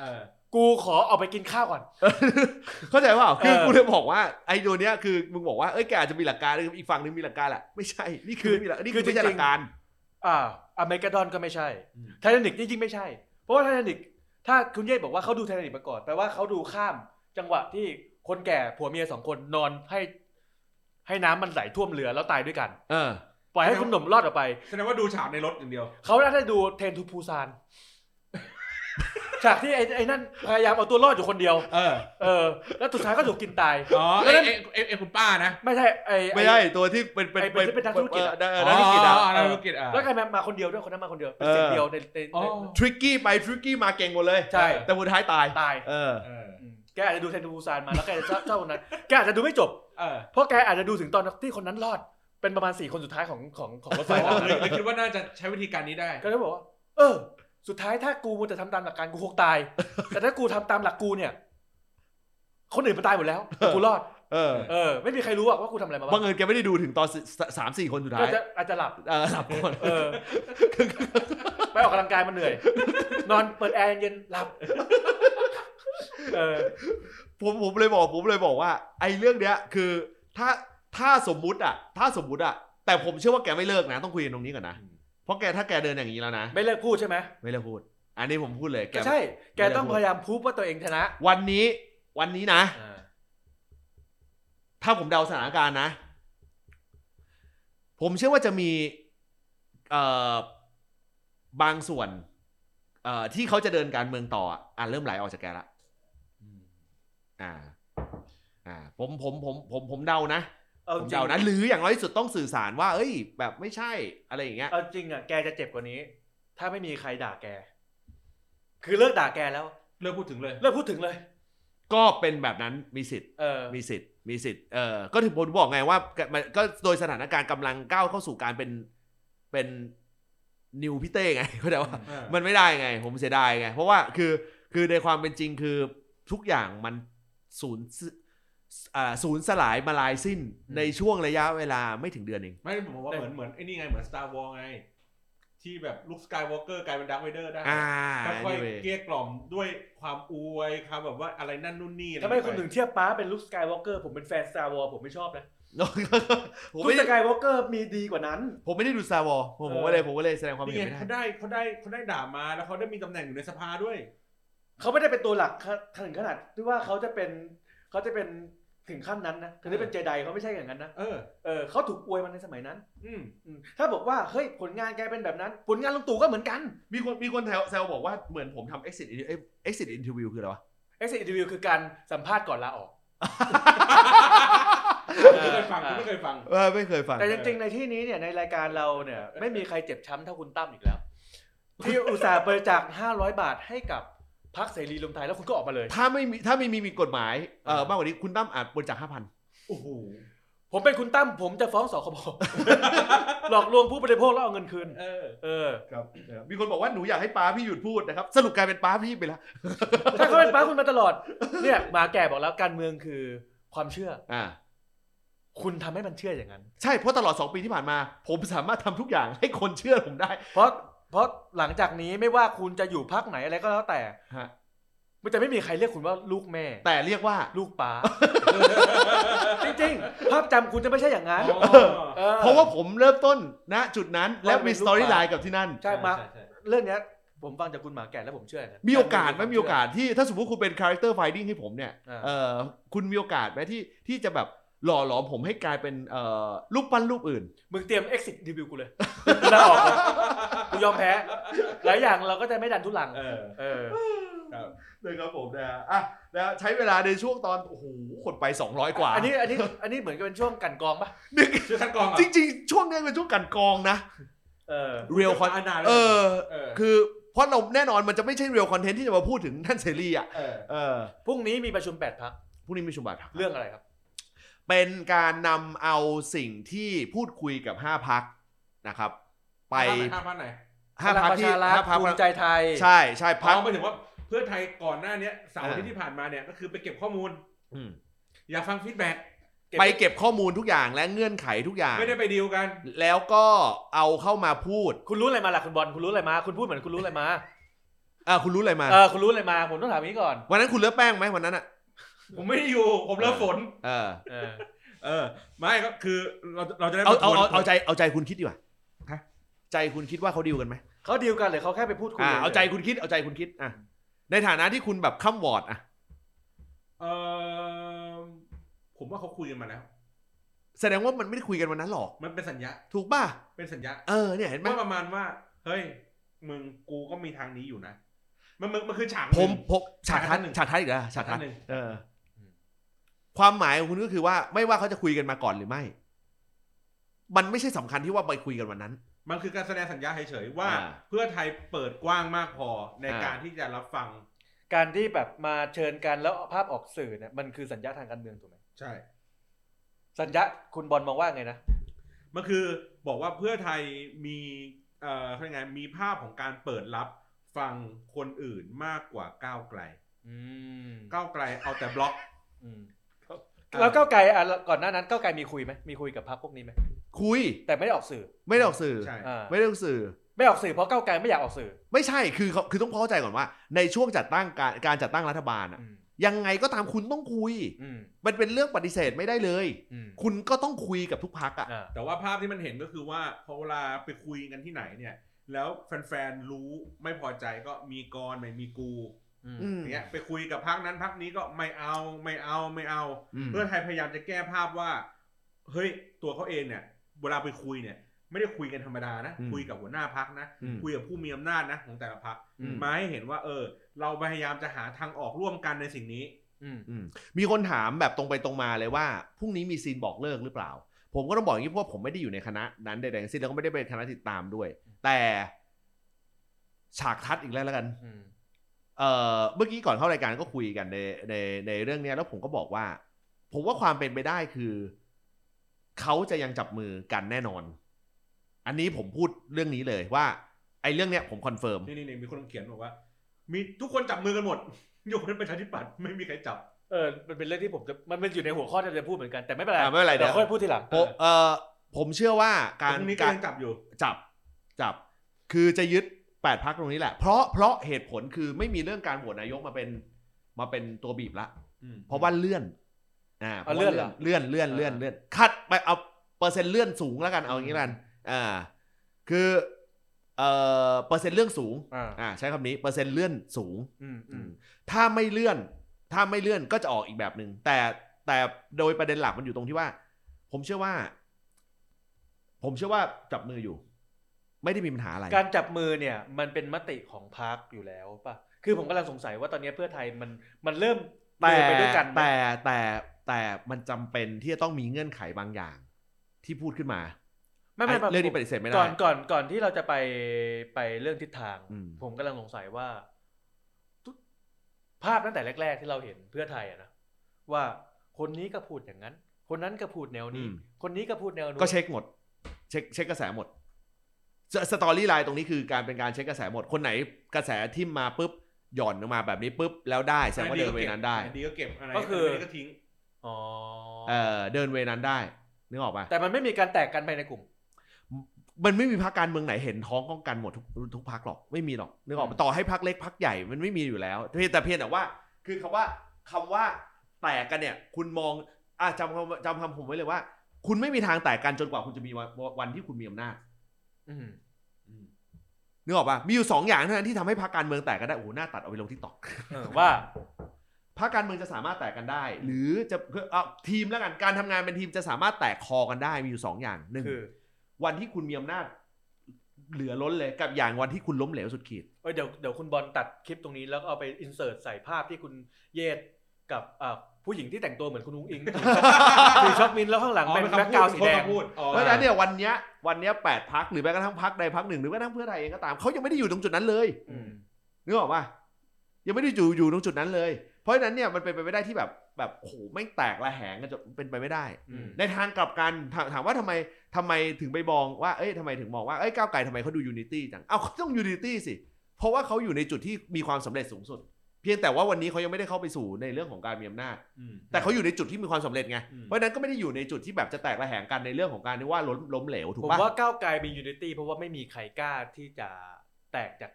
กูขอออกไปกินข้าวก่อนเข้าใจป่าวคือกูเลยบอกว่าไอ้ตัวเนี้ยคือมึงบอกว่าเอ้ยแกอาจจะมีหลักการอีกฝั่งนึงมีหลักการแหละไม่ใช่นี่คือไม่มีหลักนี่คือไม่ใช่หลักการอ่าอเมริกาดอนก็ไม่ใช่ไททานิคจริงๆไม่ใช่เพราะว่าไททานิคถ้าคุณเย่บอกว่าเขาดูไททานิคมาก่อนแปลว่าเขาดูข้ามจังหวะที่คนแก่ผัวเมียสองคนนอนให้ให้น้ำมันไหลท่วมเรือแล้วตายด้วยกันเออปล่อยให้คุณหนุ่มรอดออกไปแสดงว่าดูฉากในรถอย่างเดียวเขาได้ดูเทรนทูปูซานฉากที่ไอ้ไอ้นั่นพยายามเอาตัวรอดอยู่คนเดียวเออเออแล้วสุดท้ายก็ถูกกินตายอ๋อไอ้ไอ้ไอ้คุณป้านะไม่ใช่ไอ้ไม่ใช่ตัวที่เป็นเป็นเป็นนักธุรกิจนักธุรกิจอ่ะนักธุรกิจอ่ะแล้วใครมาคนเดียวด้วยคนนั้นมาคนเดียวเป็นสิ่งเดียวในทริกกี้ไปทริกกี้มาเก่งหมดเลยใช่แต่สุดท้ายตายตายเออแกอาจจะดูเทรนทูปูซานมาแล้วแกจะเจ้าคนนั้นแกอาจจะดูไม่จบเพราะแกอาจจะดูถึงตอนที่คนนั้นรอดเป็นประมาณสี่คนสุดท้ายของของของรถไฟเลยคิดว่าน่าจะใช้วิธีการนี้ได้ก็เลยบอกว่าเออสุดท้ายถ้ากูมันจะทำตามหลักการกูคงตายแต่ถ้ากูทำตามหลักกูเนี่ยคนอื่นมันตายหมดแล้วกูรอดเออเออไม่มีใครรู้ว่ากูทำอะไรมาบ้างบางเอิญแกไม่ได้ดูถึงตอนสามสี่คนสุดท้ายอาจจะหลับเออหลับก่อนเออไปออกกำลังกายมันเหนื่อยนอนเปิดแอร์เย็นหลับเออผมผมเลยบอกผมเลยบอกว่าไอ้เรื่องเนี้ยคือถ้าถ้าสมมุติอ่ะถ้าสมมุติอ่ะแต่ผมเชื่อว่าแกไม่เลิกนะต้องคุยกันตรงนี้ก่อนนะเพราะแกถ้าแกเดินอย่างนี้แล้วนะไม่เลิกพูดใช่ไหมไม่เลิกพูดอันนี้ผมพูดเลยแกใช่แกต้องพยายามพูดว่าตัวเองชนะวันนี้วันนี้นะถ้าผมเดาสถานการณ์นะผมเชื่อว่าจะมีเอ่อบางส่วนเอ่อที่เขาจะเดินการเมืองต่ออ่ะเริ่มไหลออกจากแกละอ่าอ่าผมผมผมผมผมเดานะผมเดานะหรืออย่างน้อยที่สุดต้องสื่อสารว่าเอ้ยแบบไม่ใช่อะไรอย่างเงี้ยเอาจริงอ่ะแกจะเจ็บกว่านี้ถ้าไม่มีใครด่าแกคือเลิกด่าแกแล้วเลิกพูดถึงเลยเลิกพูดถึงเลยก็เป็นแบบนั้นมีสิทธิ์เออมีสิทธิ์มีสิทธิ์เออก็ถึงผมบอกไงว่าก็โดยสถานการณ์กำลังก้าวเข้าสู่การเป็นเป็นนิวพี่เต้ไงเข้าใจว่ามันไม่ได้ไงผมเสียดายไงเพราะว่าคือคือในความเป็นจริงคือทุกอย่างมันสูญอ่าสูญสลายมาลายสิ้นในช่วงระยะเวลาไม่ถึงเดือนเองไม่ผมว่าเหมือนเหมือนไอ้นี่ไงเหมือน Star Wars ไงที่แบบลุคสกายวอล์กเกอร์กลายเป็นดาร์ธเวเดอร์ได้ค่อยๆเกลี้ยกล่อมด้วยความอวยครับแบบว่าอะไรนั่นนู่นนี่ทำไมคนถึงเทียบป้าเป็นลุคสกายวอล์กเกอร์ผมเป็นแฟน Star Wars ผมไม่ชอบนะลุคสกายวอล์กเกอร์มีดีกว่านั้นผมไม่ได้ดู Star Wars ผมผมก็เลยผมก็เลยแสดงความเห็นไม่ได้เขาได้เขาได้เขาได้ด่ามาแล้วเขาได้มีตำแหน่งอยู่ในสภาด้วยเขาไม่ได้เป็นตัวหลักถึงขนาดที่ว่าเขาจะเป็นเขาจะเป็นถึงขั้นนั้นนะถึงได้เป็นเจไดเขาไม่ใช่อย่างนั้นนะเออเออเขาถูกอวยมันในสมัยนั้นอืมถ้าบอกว่าเฮ้ยผลงานแกเป็นแบบนั้นผลงานลุงตู่ก็เหมือนกันมีคนมีคนแซวบอกว่าเหมือนผมทำ exit exit interview คืออะไรวะ exit interview คือการสัมภาษณ์ก่อนลาออกไม่เคยฟังไม่เคยฟังเออไม่เคยฟังแต่จริงๆในที่นี้เนี่ยในรายการเราเนี่ยไม่มีใครเจ็บช้ำเท่าคุณตั้มอีกแล้วที่อุตส่าห์บริจาคห้าร้อยบาทให้กับพรรคเสรีรวมไทยแล้วคุณก็ออกมาเลยถ้าไม่มีถ้าไม่มีมีกฎหมายเอ่อมากกว่านี้คุณตั้มอาจบริจาค ห้าพันโอ้โหผมเป็นคุณตั้มผมจะฟ้องสคบหลอกลวงผู้บริโภคแล้วเอาเงินคืนเออเออครับมีคนบอกว่าหนูอยากให้ป้าพี่หยุดพูดนะครับสรุปกลายเป็นป้าพี่ไปแล้วถ้าเขาเป็นป้าคุณมาตลอดเนี่ยมาแก่บอกแล้วการเมืองคือความเชื่ออ่าคุณทำให้มันเชื่ออย่างนั้นใช่เพราะตลอดสองปีที่ผ่านมาผมสามารถทำทุกอย่างให้คนเชื่อผมได้เพราะเพราะหลังจากนี้ไม่ว่าคุณจะอยู่พรรคไหนอะไรก็แล้วแต่มันจะไม่มีใครเรียกคุณว่าลูกแม่แต่เรียกว่าลูกป๋าจริงๆภาพจำคุณจะไม่ใช่อย่างนั้นเพราะว่าผมเริ่มต้นณจุดนั้นแล้วมีสตอรี่ไลน์กับที่นั่นใช่มาเรื่องนี้ผมฟังจากคุณหมาแก่แล้วผมเชื่อมีโอกาสไหมมีโอกาสที่ถ้าสมมติคุณเป็นคาแรคเตอร์ไฟดิ้งให้ผมเนี่ยคุณมีโอกาสไหมที่ที่จะแบบหล่อหลอมผมให้กลายเป็นรูปปั้นรูปอื่นมึงเตรียม exit review กูเลยลาออกกูยอมแพ้หลายอย่างเราก็จะไม่ดันทุลังเออเออครับเลยครับผมนะอ่ะนะใช้เวลาในช่วงตอนโอ้โหคนไปสองร้อยกว่าอันนี้อันนี้อันนี้เหมือนกับเป็นช่วงกันกองป่ะช่วงกันกองจริงๆช่วงนี้เป็นช่วงกันกองนะเออเรียลคอนเออคือเพราะเราแน่นอนมันจะไม่ใช่เรียลคอนเทนต์ที่จะมาพูดถึงท่านเสรีอ่ะเออพรุ่งนี้มีประชุมแปดพรรคพรุ่งนี้มีประชุมแปดพรรคเรื่องอะไรครับเป็นการนำเอาสิ่งที่พูดคุยกับห้าพรรคนะครับไปห้าพรรคไหนห้าพรรคที่ห้าพรรคภูมิใจไทยใช่ใช่พรรคหมายถึงว่าเพื่อไทยก่อนหน้านี้เสาร์ที่ที่ผ่านมาเนี่ยก็คือไปเก็บข้อมูลอยากฟังฟีดแบ็กไปเก็บข้อมูลทุกอย่างและเงื่อนไขทุกอย่างไม่ได้ไปดีลกันแล้วก็เอาเข้ามาพูดคุณรู้อะไรมาล่ะคุณบอลคุณรู้อะไรมาคุณพูดเหมือนคุณรู้อะไรมาอ่าคุณรู้อะไรมาเออคุณรู้อะไรมาผมต้องถามนี้ก่อนวันนั้นคุณเลือกแป้งไหมวันนั้นอ่ะผมไม่ได้อยู่ผมเลือกฝนเออเออเออไม่ก็คือเราเราจะได้เอาเอาเอาใจเอาใจคุณคิดดีกว่าฮะใจคุณคิดว่าเขาดีลกันไหมเขาดีลกันหรือเขาแค่ไปพูดคุยอ่าเอาใจคุณคิดเอาใจคุณคิดอ่ะในฐานะที่คุณแบบข้ามวอร์ดอ่ะเออผมว่าเขาคุยกันมาแล้วแสดงว่ามันไม่ได้คุยกันวันนั้นหรอกมันเป็นสัญญาถูกป่ะเป็นสัญญาเออเนี่ยเห็นไหมว่าประมาณว่าเฮ้ยมึงกูก็มีทางนี้อยู่นะมันมันมันคือฉากผมผมฉากทัดฉากทัดอีกแล้วฉากทัดเออความหมายของคุณก็คือว่าไม่ว่าเขาจะคุยกันมาก่อนหรือไม่มันไม่ใช่สำคัญที่ว่าไปคุยกันวันนั้นมันคือการแสดงสัญญาเฉยๆว่าเพื่อไทยเปิดกว้างมากพอในการที่จะรับฟังการที่แบบมาเชิญกันแล้วภาพออกสื่อเนี่ยมันคือสัญญาทางการเมืองถูกไหมใช่สัญญาคุณบอลมองว่าไงนะมันคือบอกว่าเพื่อไทยมีเอ่อเขาเรียกไงมีภาพของการเปิดรับฟังคนอื่นมากกว่าก้าวไกลก้าวไกลเอาแต่บล็อกแล้วก้าวไกลอ่ะก่อนหน้านั้นก้าวไกลมีคุยไหมมีคุยกับพรรคพวกนี้ไหมคุยแต่ไม่ได้ออกสื่อไม่ได้ออกสื่อไม่ได้ออกสื่อไม่ออกสื่อเพราะก้าวไกลไม่อยากออกสื่อไม่ใช่คือคือต้องเข้าใจก่อนว่าในช่วงจัดตั้งการการจัดตั้งรัฐบาลอ่ะยังไงก็ตามคุณต้องคุยมันเป็นเรื่องปฏิเสธไม่ได้เลยคุณก็ต้องคุยกับทุกพรรคอ่ะแต่ว่าภาพที่มันเห็นก็คือว่าพอเวลาไปคุยกันที่ไหนเนี่ยแล้วแฟนๆรู้ไม่พอใจก็มีกรไม่มีกูอย่างเงี้ยไปคุยกับพรรคนั้นพรรคนี้ก็ไม่เอาไม่เอาไม่เอาเพื่อไทยพยายามจะแก้ภาพว่าเฮ้ยตัวเขาเองเนี่ยเวลาไปคุยเนี่ยไม่ได้คุยกันธรรมดานะคุยกับหัวหน้าพรรคนะคุยกับผู้มีอำนาจนะของแต่ละพรรคมาให้เห็นว่าเออเราพยายามจะหาทางออกร่วมกันในสิ่งนี้มีคนถามแบบตรงไปตรงมาเลยว่าพรุ่งนี้มีซีนบอกเลิกหรือเปล่าผมก็ต้องบอกอย่างนี้เพราะผมไม่ได้อยู่ในคณะนั้นใดๆทั้งสิ้นแล้วก็ไม่ได้เป็นคณะติดตามด้วยแต่ฉากทัดอีกแล้วแล้วกันเอ่อเมื่อกี้ก่อนเข้ารายการก็คุยกันในในในเรื่องนี้แล้วผมก็บอกว่าผมว่าความเป็นไปได้คือเขาจะยังจับมือกันแน่นอนอันนี้ผมพูดเรื่องนี้เลยว่าไอ้เรื่องเนี้ยผมคอนเฟิร์มนี่นี่มีคนเขียนบอกว่ามีทุกคนจับมือกันหมดยกเว้นประชาธิปัตย์ไม่มีใครจับเออมันเป็นเรื่องที่ผมจะมันเป็นอยู่ในหัวข้อที่จะพูดเหมือนกันแต่ไม่เป็นไรไม่เป็นไรเดี๋ยวค่อยพูดทีหลังเออผมเชื่อว่าการการจับอยู่จับจับคือจะยึดแปดพรรคตรงนี้แหละเพราะเพราะเหตุผลคือไม่มีเรื่องการโหวตนายกมาเป็นมาเป็นตัวบีบละเพราะว่าเลื่อนอ่าเลื่อนเลื่อนเลื่อนเลื่อนเลื่อนคัดไปเอาเปอร์เซ็นต์เลื่อนสูงแล้วกันเอาอย่างนี้กันอ่าคือเอ่อเปอร์เซ็นต์เลื่อนสูงอ่าใช้คำนี้เปอร์เซ็นต์เลื่อนสูงถ้าไม่เลื่อนถ้าไม่เลื่อนก็จะออกอีกแบบนึงแต่แต่โดยประเด็นหลักมันอยู่ตรงที่ว่าผมเชื่อว่าผมเชื่อว่าจับมืออยู่ไม่ได้มีปัญหาอะไรการจับมือเนี่ยมันเป็นมติของพรรคอยู่แล้วป่ะคือผมกำลังสงสัยว่าตอนนี้เพื่อไทยมันมันเริ่มเดินไปด้วยกันแต่แต่แต่มันจำเป็นที่จะต้องมีเงื่อนไขบางอย่างที่พูดขึ้นมาไม่ไม่เรื่องนี้ปฏิเสธไม่ได้ก่อนก่อนก่อนที่เราจะไปไปเรื่องทิศทางผมกำลังสงสัยว่าภาพตั้งแต่แรกๆที่เราเห็นเพื่อไทยอะนะว่าคนนี้ก็พูดอย่างนั้นคนนั้นก็พูดแนวนี้คนนี้ก็พูดแนวนู้นก็เช็คหมดเช็คเช็คกระแสหมดสตอรี่ไลน์ตรงนี้คือการเป็นการเช็คกระแสหมดคนไหนกระแสทิ่มมาปุ๊บหย่อนออกมาแบบนี้ปุ๊บแล้วได้แสดงว่าเดินเวนั้นได้ดีก็เก็บอะไรก็คือก็ทิ้งอ๋อเออเดินเวนั้นได้นึกออกป่ะแต่มันไม่มีการแตกกันภายในกลุ่มมันไม่มีพรรคการเมืองไหนเห็นท้องต้องกันหมดทุกทุกพรรคหรอกไม่มีหรอกนึกออกต่อให้พรรคเล็กพรรคใหญ่มันไม่มีอยู่แล้วแต่เพียงแต่ว่าคือคำว่าคำว่าแตกกันเนี่ยคุณมองอ่ะจำจำคำผมไว้เลยว่าคุณไม่มีทางแตกกันจนกว่าคุณจะมีวันวันที่คุณมีอำนาจนึกออกป่ะมีอยู่สองอย่างเท่านั้นที่ทำให้พรรคการเมืองแตกกันได้โอ้โหหน้าตัดเอาไปลง TikTok ว่าพรรคการเมืองจะสามารถแตกกันได้หรือจะเอาทีมแล้วกันการทำงานเป็นทีมจะสามารถแตกคอกันได้มีอยู่สองอย่างหนึ่งวันที่คุณมีอำนาจเหลือล้นเลยกับอย่างวันที่คุณล้มเหลวสุดขีดเดี๋ยวเดี๋ยวคุณบอลตัดคลิปตรงนี้แล้วก็เอาไปอินเสิร์ตใส่ภาพที่คุณเยศกับผู้หญิงที่แต่งตัวเหมือนคุณอุ้งอิงถือช็อคมินแล้วข้างหลังเป็นแบ็คกราวด์สีแดงเพราะฉะนั้นเนี่ยวันเนี้ยวันเนี้ยแปดพรรคหรือแม้กระทั่งพรรคใดพรรคหนึ่งหรือแม้กระทั่งเพื่อไทยเองก็ตามเขายังไม่ได้อยู่ตรงจุดนั้นเลยนึกออกป่ะยังไม่ได้อยู่อยู่ตรงจุดนั้นเลยเพราะฉะนั้นเนี่ยมันเป็นไปไม่ได้ที่แบบแบบโอ้โหไม่แตกระแหงกันจะเป็นไปไม่ได้ในทางกลับกันถามว่าทำไมทำไมถึงไปมองว่าเอ้ยทำไมถึงมองว่าเอ้ยก้าวไกลทำไมเขาดูยูนิตี้จังเอ้าเขาต้องยูนิตี้สิเพราะว่าเขาอยู่ในจุดที่มีความสำเร็จสูงสุดเพียงแต่ว่าวันนี้เขายังไม่ได้เข้าไปสู่ในเรื่องของการมีอำนาจแต่เขาอยู่ในจุดที่มีความสำเร็จไงเพราะฉะนั้นก็ไม่ได้อยู่ในจุดที่แบบจะแตกระแหงกันในเรื่องของการที่ว่าล้มล้มเหลวถูกป่ะผมว่าก้าวไกลมียูนิตี้เพราะว่าไม่มีใครกล้าที่จะแตกจาก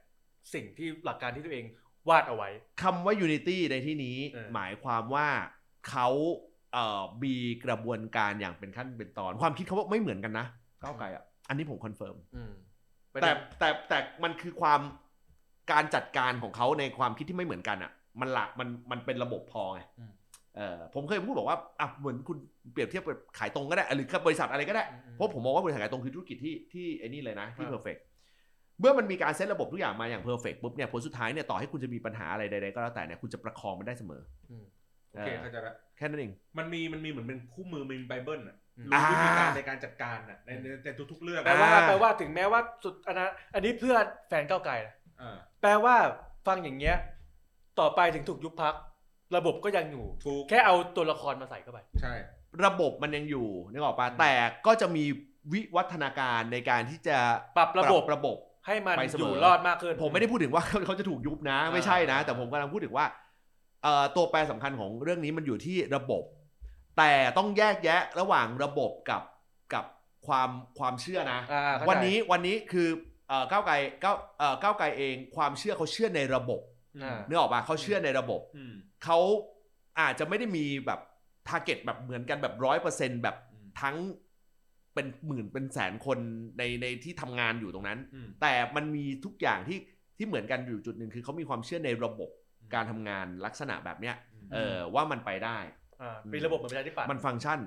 สิ่งที่หลักการที่ตัวเองวาดเอาไว้คำว่า unity ในที่นี้หมายความว่าเขาเอ่อมีกระบวนการอย่างเป็นขั้นเป็นตอนความคิดเขาไม่เหมือนกันนะก้าวไกลอ่ะอันนี้ผมคอนเฟิร์มแต่แต่แต่มันคือความการจัดการของเขาในความคิดที่ไม่เหมือนกันอ่ะมันหลักมันมันเป็นระบบพอไงเออผมเคยพูดบอกว่าอ่ะเหมือนคุณเปรียบเทียบกับขายตรงก็ได้หรือบริษัทอะไรก็ได้เพราะผมมองว่าบริษัทขายตรงคือธุรกิจที่ที่ไอ้นี่เลยนะที่ perfect เมื่อมันมีการเซตระบบทุกอย่างมาอย่าง perfect ปุ๊บเนี่ยผลสุดท้ายเนี่ยต่อให้คุณจะมีปัญหาอะไรใดๆก็แล้วแต่เนี่ยคุณจะประคองมันได้เสมอโอเคเข้าใจละแค่นั้นเองมันมีมันมีเหมือนเป็นคู่มือมีไบเบิลอ่ะรู้วิธีการในการจัดการอ่ะในในทุกๆเรื่องแปลว่าแปลว่าถึงแม้ว่าสุดอันนั้นอันนี้เพื่อแฟนก้าวไกลนะแปลว่าฟังอย่างเงี้ยต่อไปถึงถูกยุบพรรคระบบก็ยังอยู่แค่เอาตัวละครมาใส่เข้าไปใช่ระบบมันยังอยู่นึกออกป่ะแต่ก็จะมีวิวัฒนาการในการที่จะปรับระบบระบบให้มันอยู่รอดมากขึ้นผมไม่ได้พูดถึงว่าเขาจะถูกยุบนะไม่ใช่นะแต่ผมกำลังพูดถึงว่าตัวแปรสำคัญของเรื่องนี้มันอยู่ที่ระบบแต่ต้องแยกแยะระหว่างระบบกับกับความความเชื่อนะวันนี้วันนี้คือก้าวไกลก้าวก้าวไกลเองความเชื่อเขาเชื่อในระบบนึกออกป่ะเขาเชื่อในระบบเขาอาจจะไม่ได้มีแบบทาร์เก็ตแบบเหมือนกันแบบร้อยเปอร์เซ็นต์แบบทั้งเป็นหมื่นเป็นแสนคนในในที่ทำงานอยู่ตรงนั้นแต่มันมีทุกอย่างที่ที่เหมือนกันอยู่จุดหนึ่งคือเขามีความเชื่อในระบบการทำงานลักษณะแบบเนี้ยเออว่ามันไปได้เป็นระบบเหมือนประชาธิปัตย์มันฟังก์ชัน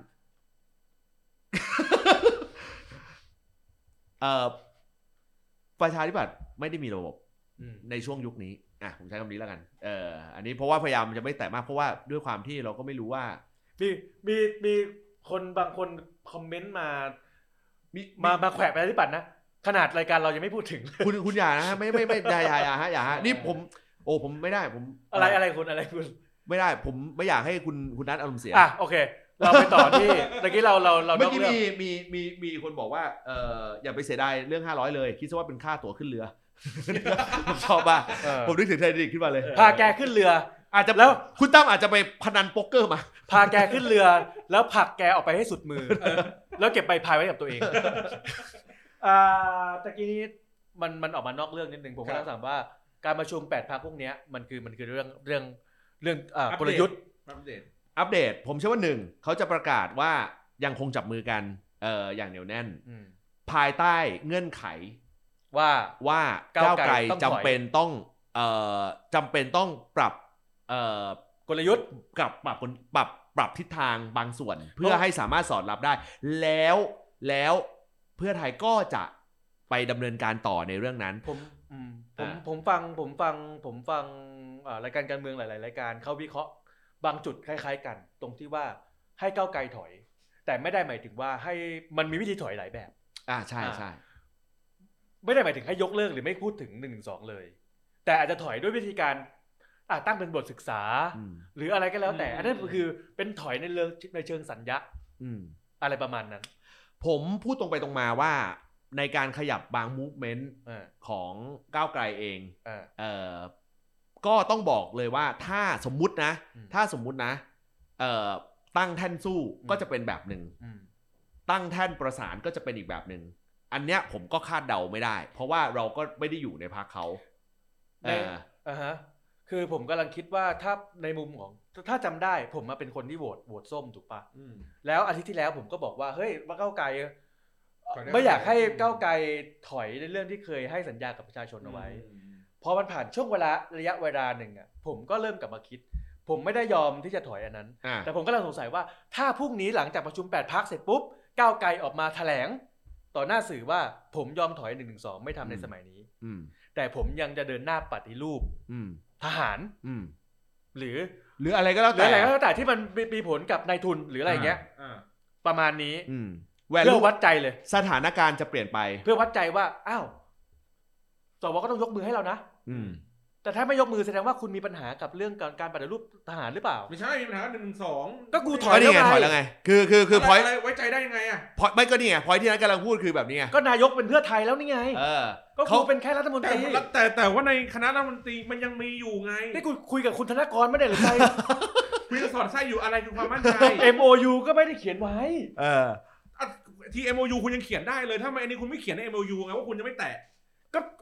เอ่อประชาธิปัตย์ไม่ได้มีระบบในช่วงยุคนี้อ่ะผมใช้คำนี้แล้วกันเอออันนี้เพราะว่าพยายามจะไม่แตะมากเพราะว่าด้วยความที่เราก็ไม่รู้ว่ามีมีมีคนบางคนคอมเมนต์มามีมามาแขวะประชาธิปัตย์นะขนาดรายการเรายังไม่พูดถึงคุณคุณอย่านะไม่ไม่ไม่อย่าอย่าอย่าฮะอย่าฮะนี่ผมโอ้ผมไม่ได้ผมอะไรอะไรคุณอะไรคุณไม่ได้ผมไม่อยากให้คุณคุณนัทอารมณ์เสียอ่ะโอเคเราไปต่อที่เมื่อกี้เราเราเราเมื่อกี้มีมีมีมีคนบอกว่าเอออย่าไปเสียดายเรื่องห้าร้อยเลยคิดซะว่าเป็นค่าตั๋วขึ้นเรือผมชอบมากผมนึกถึงไทยดิขึ้นมาเลยพาแกขึ้นเรืออาจจะแล้วคุณตั้มอาจจะไปพนันโป๊กเกอร์มาพาแกขึ้นเรือแล้วผลักแกออกไปให้สุดมือแล้วเก็บใบพายไว้กับตัวเองอ่าตะกี้นี้มันมันออกมานอกเรื่องนิดนึงผมก็ต้องถามว่าการประชุมแปดพรรคพวกนี้มันคือมันคือเรื่องเรื่องเรื่องอ่ากลยุทธ์อัปเดตอัปเดตผมเชื่อว่าหนึ่งเขาจะประกาศว่ายังคงจับมือกันเอ่ออย่างเหนียวแน่นภายใต้เงื่อนไขว่าว่าก้าวไกลจำเป็นต้องเอ่อจำเป็นต้องปรับเอ่อกลยุทธ์กับปรับปรับปรับทิศทางบางส่วนเพื่อให้สามารถสอดรับได้แล้วแล้วเพื่อไทยก็จะไปดำเนินการต่อในเรื่องนั้นผมผมผมฟังผมฟังผมฟังรายการการเมืองหลายๆรายการเขาวิเคราะห์บางจุดคล้ายๆกันตรงที่ว่าให้ก้าวไกลถอยแต่ไม่ได้หมายถึงว่าให้มันมีวิธีถอยหลายแบบอ่าใช่ใช่ไม่ได้หมายถึงให้ยกเลิกหรือไม่พูดถึงหนึ่ง หนึ่ง สองเลยแต่อาจจะถอยด้วยวิธีการอ่ะตั้งเป็นบทศึกษาหรืออะไรก็แล้วแต่อันนั้นคือเป็นถอยในเรื่องในเชิงสัญญาอะไรประมาณนั้นผมพูดตรงไปตรงมาว่าในการขยับบางมูฟเมนต์ของก้าวไกลเองเอ่อก็ต้องบอกเลยว่าถ้าสมมุตินะถ้าสมมุตินะเอ่อตั้งแท่นสู้ก็จะเป็นแบบหนึ่งตั้งแท่นประสานก็จะเป็นอีกแบบหนึ่งอันเนี้ยผมก็คาดเดาไม่ได้เพราะว่าเราก็ไม่ได้อยู่ในพรรคเขาเอออ่าฮะคือผมกำลังคิดว่าถ้าในมุมของถ้าจำได้ผมมาเป็นคนที่โหวตโหวตส้มถูกปะแล้วอาทิตย์ที่แล้วผมก็บอกว่าเฮ้ยว่าก้าวไกลไม่อยากให้ก้าวไกลถอยในเรื่องที่เคยให้สัญญากับประชาชนเอาไว้พอมันผ่านช่วงเวลาระยะเวลาหนึ่งอ่ะผมก็เริ่มกลับมาคิดผมไม่ได้ยอมที่จะถอยอันนั้นแต่ผมก็ลังสงสัยว่าถ้าพรุ่งนี้หลังจากประชุมแปดพรรคเสร็จปุ๊บก้าวไกลออกมาแถลงต่อหน้าสื่อว่าผมยอมถอยหนึ่ง หนึ่ง สองไม่ทำในสมัยนี้แต่ผมยังจะเดินหน้าปฏิรูปทหารหรือหรืออะไรก็แล้วแต่อะไรก็แล้วแต่ที่มันมีผลกับนายทุนหรืออะไรอย่างเงี้ยประมาณนี้เพื่อวัดใจเลยสถานการณ์จะเปลี่ยนไปเพื่อวัดใจว่าอ้าวสวก็ต้องยกมือให้เรานะแต่ถ้าไม่ยกมือแสดงว่าคุณมีปัญหากับเรื่องการการปฏิรูปทหารหรือเปล่าไม่ใช่มีปัญหาหนึ่ง หนึ่ง สองก็กูถอยแล้วไงถอยแล้วไงคือคือคือพอยต์ไว้ใจได้ยังไงอ่ะพอยต์ไม่ก็นี่ไงพอยต์ที่นัทกำลังพูดคือแบบนี้ไงก็นายกเป็นเพื่อไทยแล้วนี่ไงเออก็เขาเป็นแค่รัฐมนตรีแต่แต่ว่าในคณะรัฐมนตรีมันยังมีอยู่ไงนี่กูคุยกับคุณธนกรไม่ได้หรือไงคุยกับสอดไส้อยู่อะไรคือความมั่นใจเอ็ม โอ ยู ก็ไม่ได้เขียนไว้เออที่ เอ็ม โอ ยู คุณยังเขียนได้เลยถ้าไม่อันนี้คุณไม่เขียนใน เอ็ม โอ ยู ไงว่าคุณจะไม่แตะก็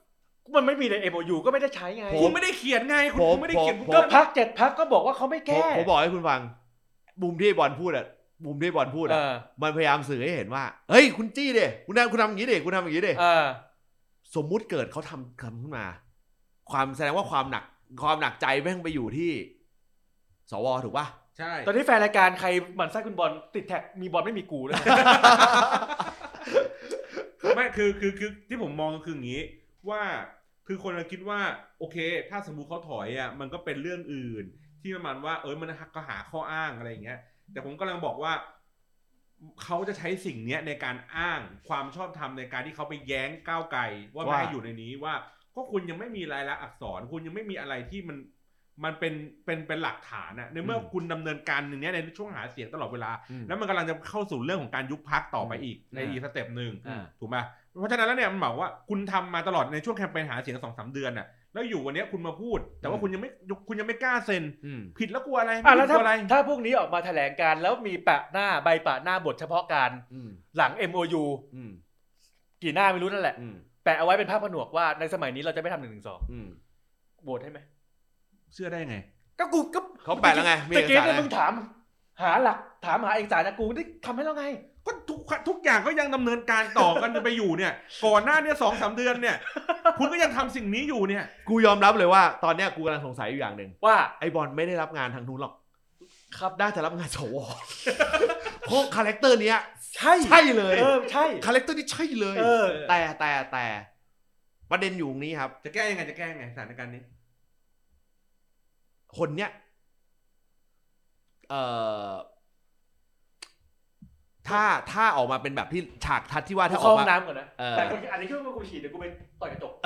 มันไม่มีใน เอ็ม โอ ยู ก็ไม่ได้ใช้ไงคุณไม่ได้เขียนไงคุณไม่ได้เขียนก็พรรคเจ็ดพรรคก็บอกว่าเขาไม่แก้ผมบอกให้คุณฟังมุมที่บอลพูดอ่ะมุมที่บอลพูดอ่ะมันพยายามสื่อให้เห็นว่าเฮ้ยคุณจี้ดิคุณทำคุณทำอย่างนี้ดิคุณทำอย่างนี้ดิสมมุติเกิดเขาทำคำขึ้นมาความแสดงว่าความหนักความหนักใจแม่งไปอยู่ที่สวถูกป่ะใช่ตอนนี้แฟนรายการใครหมั่นไส้คุณบอลติดแท็กมีบอลไม่มีกูเลยไม่คือคือคือที่ผมมองก็คืออย่างนี้ว่าคือคนเราคิดว่าโอเคถ้าสมมุติเขาถอยอ่ะมันก็เป็นเรื่องอื่นที่ประมาณว่าเออมันก็หาข้ออ้างอะไรอย่างเงี้ยแต่ผมกำลังบอกว่าเขาจะใช้สิ่งนี้ในการอ้างความชอบธรรมในการที่เขาไปแย้งก้าวไกลว่าไม่ให้อยู่ในนี้ว่าก็คุณยังไม่มีลายลักษณ์อักษรคุณยังไม่มีอะไรที่มันมันเป็นเป็นเป็นหลักฐานนะในเมื่อคุณดำเนินการอย่างนี้ในช่วงหาเสียงตลอดเวลาแล้วมันกำลังจะเข้าสู่เรื่องของการยุบพรรคต่อไปอีกในอีกสเต็ปนึงถูกไหมเพราะฉะนั้นแล้วเนี่ยมันบอกว่าคุณทำมาตลอดในช่วงแคมเปญหาเสียง สองถึงสาม เดือนน่ะแล้วอยู่วันนี้คุณมาพูดแต่ว่าคุณยังไม่คุณยังไม่กล้าเซ็นผิดแล้วกลัวอะไรไม่กลัวอะไรถ้าพวกนี้ออกมาแถลงการแล้วมีแปะหน้าใบปะหน้าบทเฉพาะการหลัง เอ็ม โอ ยู กี่หน้าไม่รู้นั่นแหละแปะเอาไว้เป็นภาพผนวกว่าในสมัยนี้เราจะไม่ทำหนึ่งหนึ่งสองโหวตให้ไหมเชื่อได้ไงก็กูก็เขาแปะแล้วไงมีเอกสารมึงถามหาหลักถามหาเอกสารนะกูได้ทำให้แล้วไงก็ทุกทุกอย่างก็ยังดำเนินการต่อกันไปอยู่เนี่ยก่อนหน้านี้ สองถึงสาม เดือนเนี่ยคุณก็ยังทำสิ่งนี้อยู่เนี่ยกูยอมรับเลยว่าตอนเนี้ยกูกำลังสงสัยอยู่อย่างนึงว่าไอ้บอลไม่ได้รับงานทางนู้นหรอกครับได้แต่รับงานสวเพราะคาแรคเตอร์เนี้ยใช่ใช่เลยเออใช่คาแรคเตอร์นี้ใช่เลยแต่แต่แต่ประเด็นอยู่ตรงนี้ครับจะแก้ยังไงจะแก้ยังไงสถานการณ์นี้คนเนี้ยเอ่อถ้าถ้าออกมาเป็นแบบที่ฉากทัดที่ว่าถ้าออกมาน้ำก่อนนะแต่คนอันนี้คือว่ากูฉีดเดี๋ยวกูไปต่อยกระจก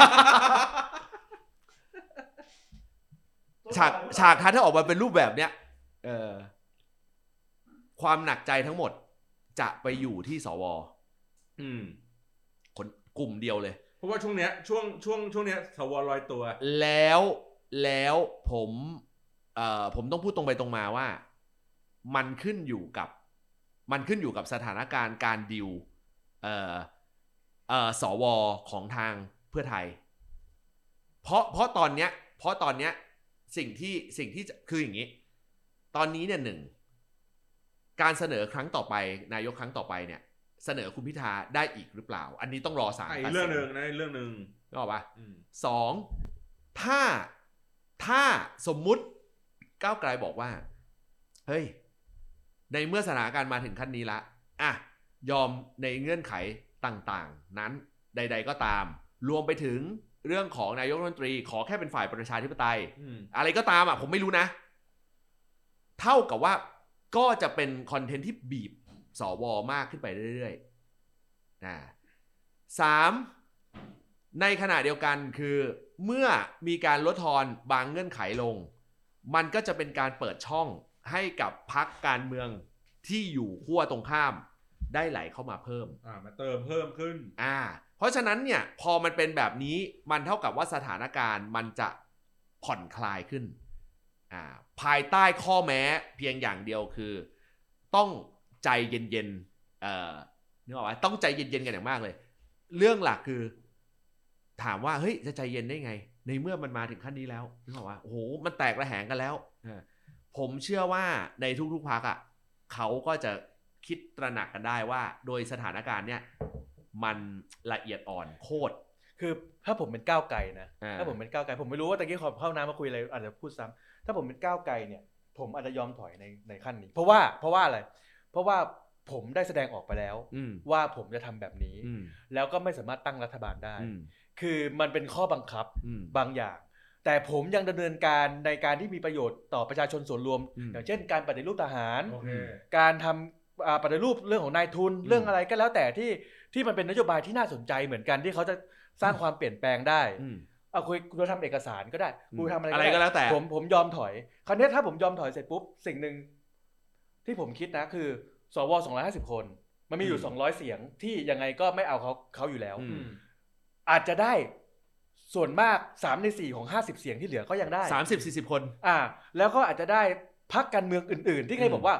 ฉากฉากทัดถ้าออกมาเป็นรูปแบบเนี้ยเอ่อความหนักใจทั้งหมดจะไปอยู่ที่สวอืมคนกลุ่มเดียวเลยเพราะว่าช่วงเนี้ยช่วงช่วงช่วงเนี้ยสวลอยตัวแล้วแล้วผมเอ่อผมต้องพูดตรงไปตรงมาว่ามันขึ้นอยู่กับมันขึ้นอยู่กับสถานการณ์การดิวเอ่อเอ่อสวของทางเพื่อไทยเพราะเพราะตอนเนี้ยเพราะตอนเนี้ยสิ่งที่สิ่งที่คืออย่างนี้ตอนนี้เนี่ยหนึ่งการเสนอครั้งต่อไปนายกครั้งต่อไปเนี่ยเสนอคุณพิธาได้อีกหรือเปล่าอันนี้ต้องรอศาลตัดสินเรื่องนึงนะเรื่องนึงนึกออกป่ะสองถ้าถ้าสมมุติก้าวไกลบอกว่าเฮ้ยในเมื่อสถานการณ์มาถึงขั้นนี้ละอ่ะยอมในเงื่อนไขต่างๆนั้นใดๆก็ตามรวมไปถึงเรื่องของนายกรัฐมนตรีขอแค่เป็นฝ่ายประชาธิปไตย อ, อะไรก็ตามอ่ะผมไม่รู้นะเท่ากับว่าก็จะเป็นคอนเทนต์ที่บีบสวมากขึ้นไปเรื่อยๆนะสามในขณะเดียวกันคือเมื่อมีการลดทอนบางเงื่อนไขลงมันก็จะเป็นการเปิดช่องให้กับพรรคการเมืองที่อยู่ขั้วตรงข้ามได้ไหลเข้ามาเพิ่มอ่ามาเติมเพิ่มขึ้นอ่าเพราะฉะนั้นเนี่ยพอมันเป็นแบบนี้มันเท่ากับว่าสถานการณ์มันจะผ่อนคลายขึ้นอ่าภายใต้ข้อแม้เพียงอย่างเดียวคือต้องใจเย็นๆเอ่อนึกออกไหมต้องใจเย็นๆกันอย่างมากเลยเรื่องหลักคือถามว่าเฮ้ยจะใจเย็นได้ไงในเมื่อมันมาถึงขั้นนี้แล้วนึกออกว่าโอ้โหมันแตกระแหงกันแล้วผมเชื่อว่าในทุกๆพรรคอ่ะเขาก็จะคิดตระหนักกันได้ว่าโดยสถานการณ์เนี่ยมันละเอียดอ่อนโคตรคือถ้าผมเป็นก้าวไกลนะถ้าผมเป็นก้าวไกลผมไม่รู้ว่าตะกี้ขอเข้าน้ำมาคุยอะไรอาจจะพูดซ้ำถ้าผมเป็นก้าวไกลเนี่ยผมอาจจะยอมถอยในในขั้นนี้เพราะว่าเพราะว่าอะไรเพราะว่าผมได้แสดงออกไปแล้วว่าผมจะทำแบบนี้แล้วก็ไม่สามารถตั้งรัฐบาลได้คือมันเป็นข้อบังคับบางอย่างแต่ผมยังดำเนินการในการที่มีประโยชน์ต่อประชาชนส่วนรวมอย่างเช่นการปฏิรูปทหาร okay. การทำปฏิรูปเรื่องของนายทุนเรื่องอะไรก็แล้วแต่ที่ที่มันเป็นนโยบายที่น่าสนใจเหมือนกันที่เขาจะสร้างความเปลี่ยนแปลงได้เอาคุยกูทำเอกสารก็ได้กูทำอะไรก็แล้วแต่ผมผมยอมถอยคราวนี้ถ้าผมยอมถอยเสร็จปุ๊บสิ่งหนึ่งที่ผมคิดนะคือสวสองร้อยห้าสิบคนมันมีอยู่สองร้อยเสียงที่ยังไงก็ไม่เอาเขาเขาอยู่แล้วอาจจะได้ส่วนมากสามในสี่ของห้าสิบเสียงที่เหลือก็ยังได้สามสิบ สี่สิบ คนอ่าแล้วก็อาจจะได้พรรคการเมืองอื่นๆที่เคยบอกว่าถ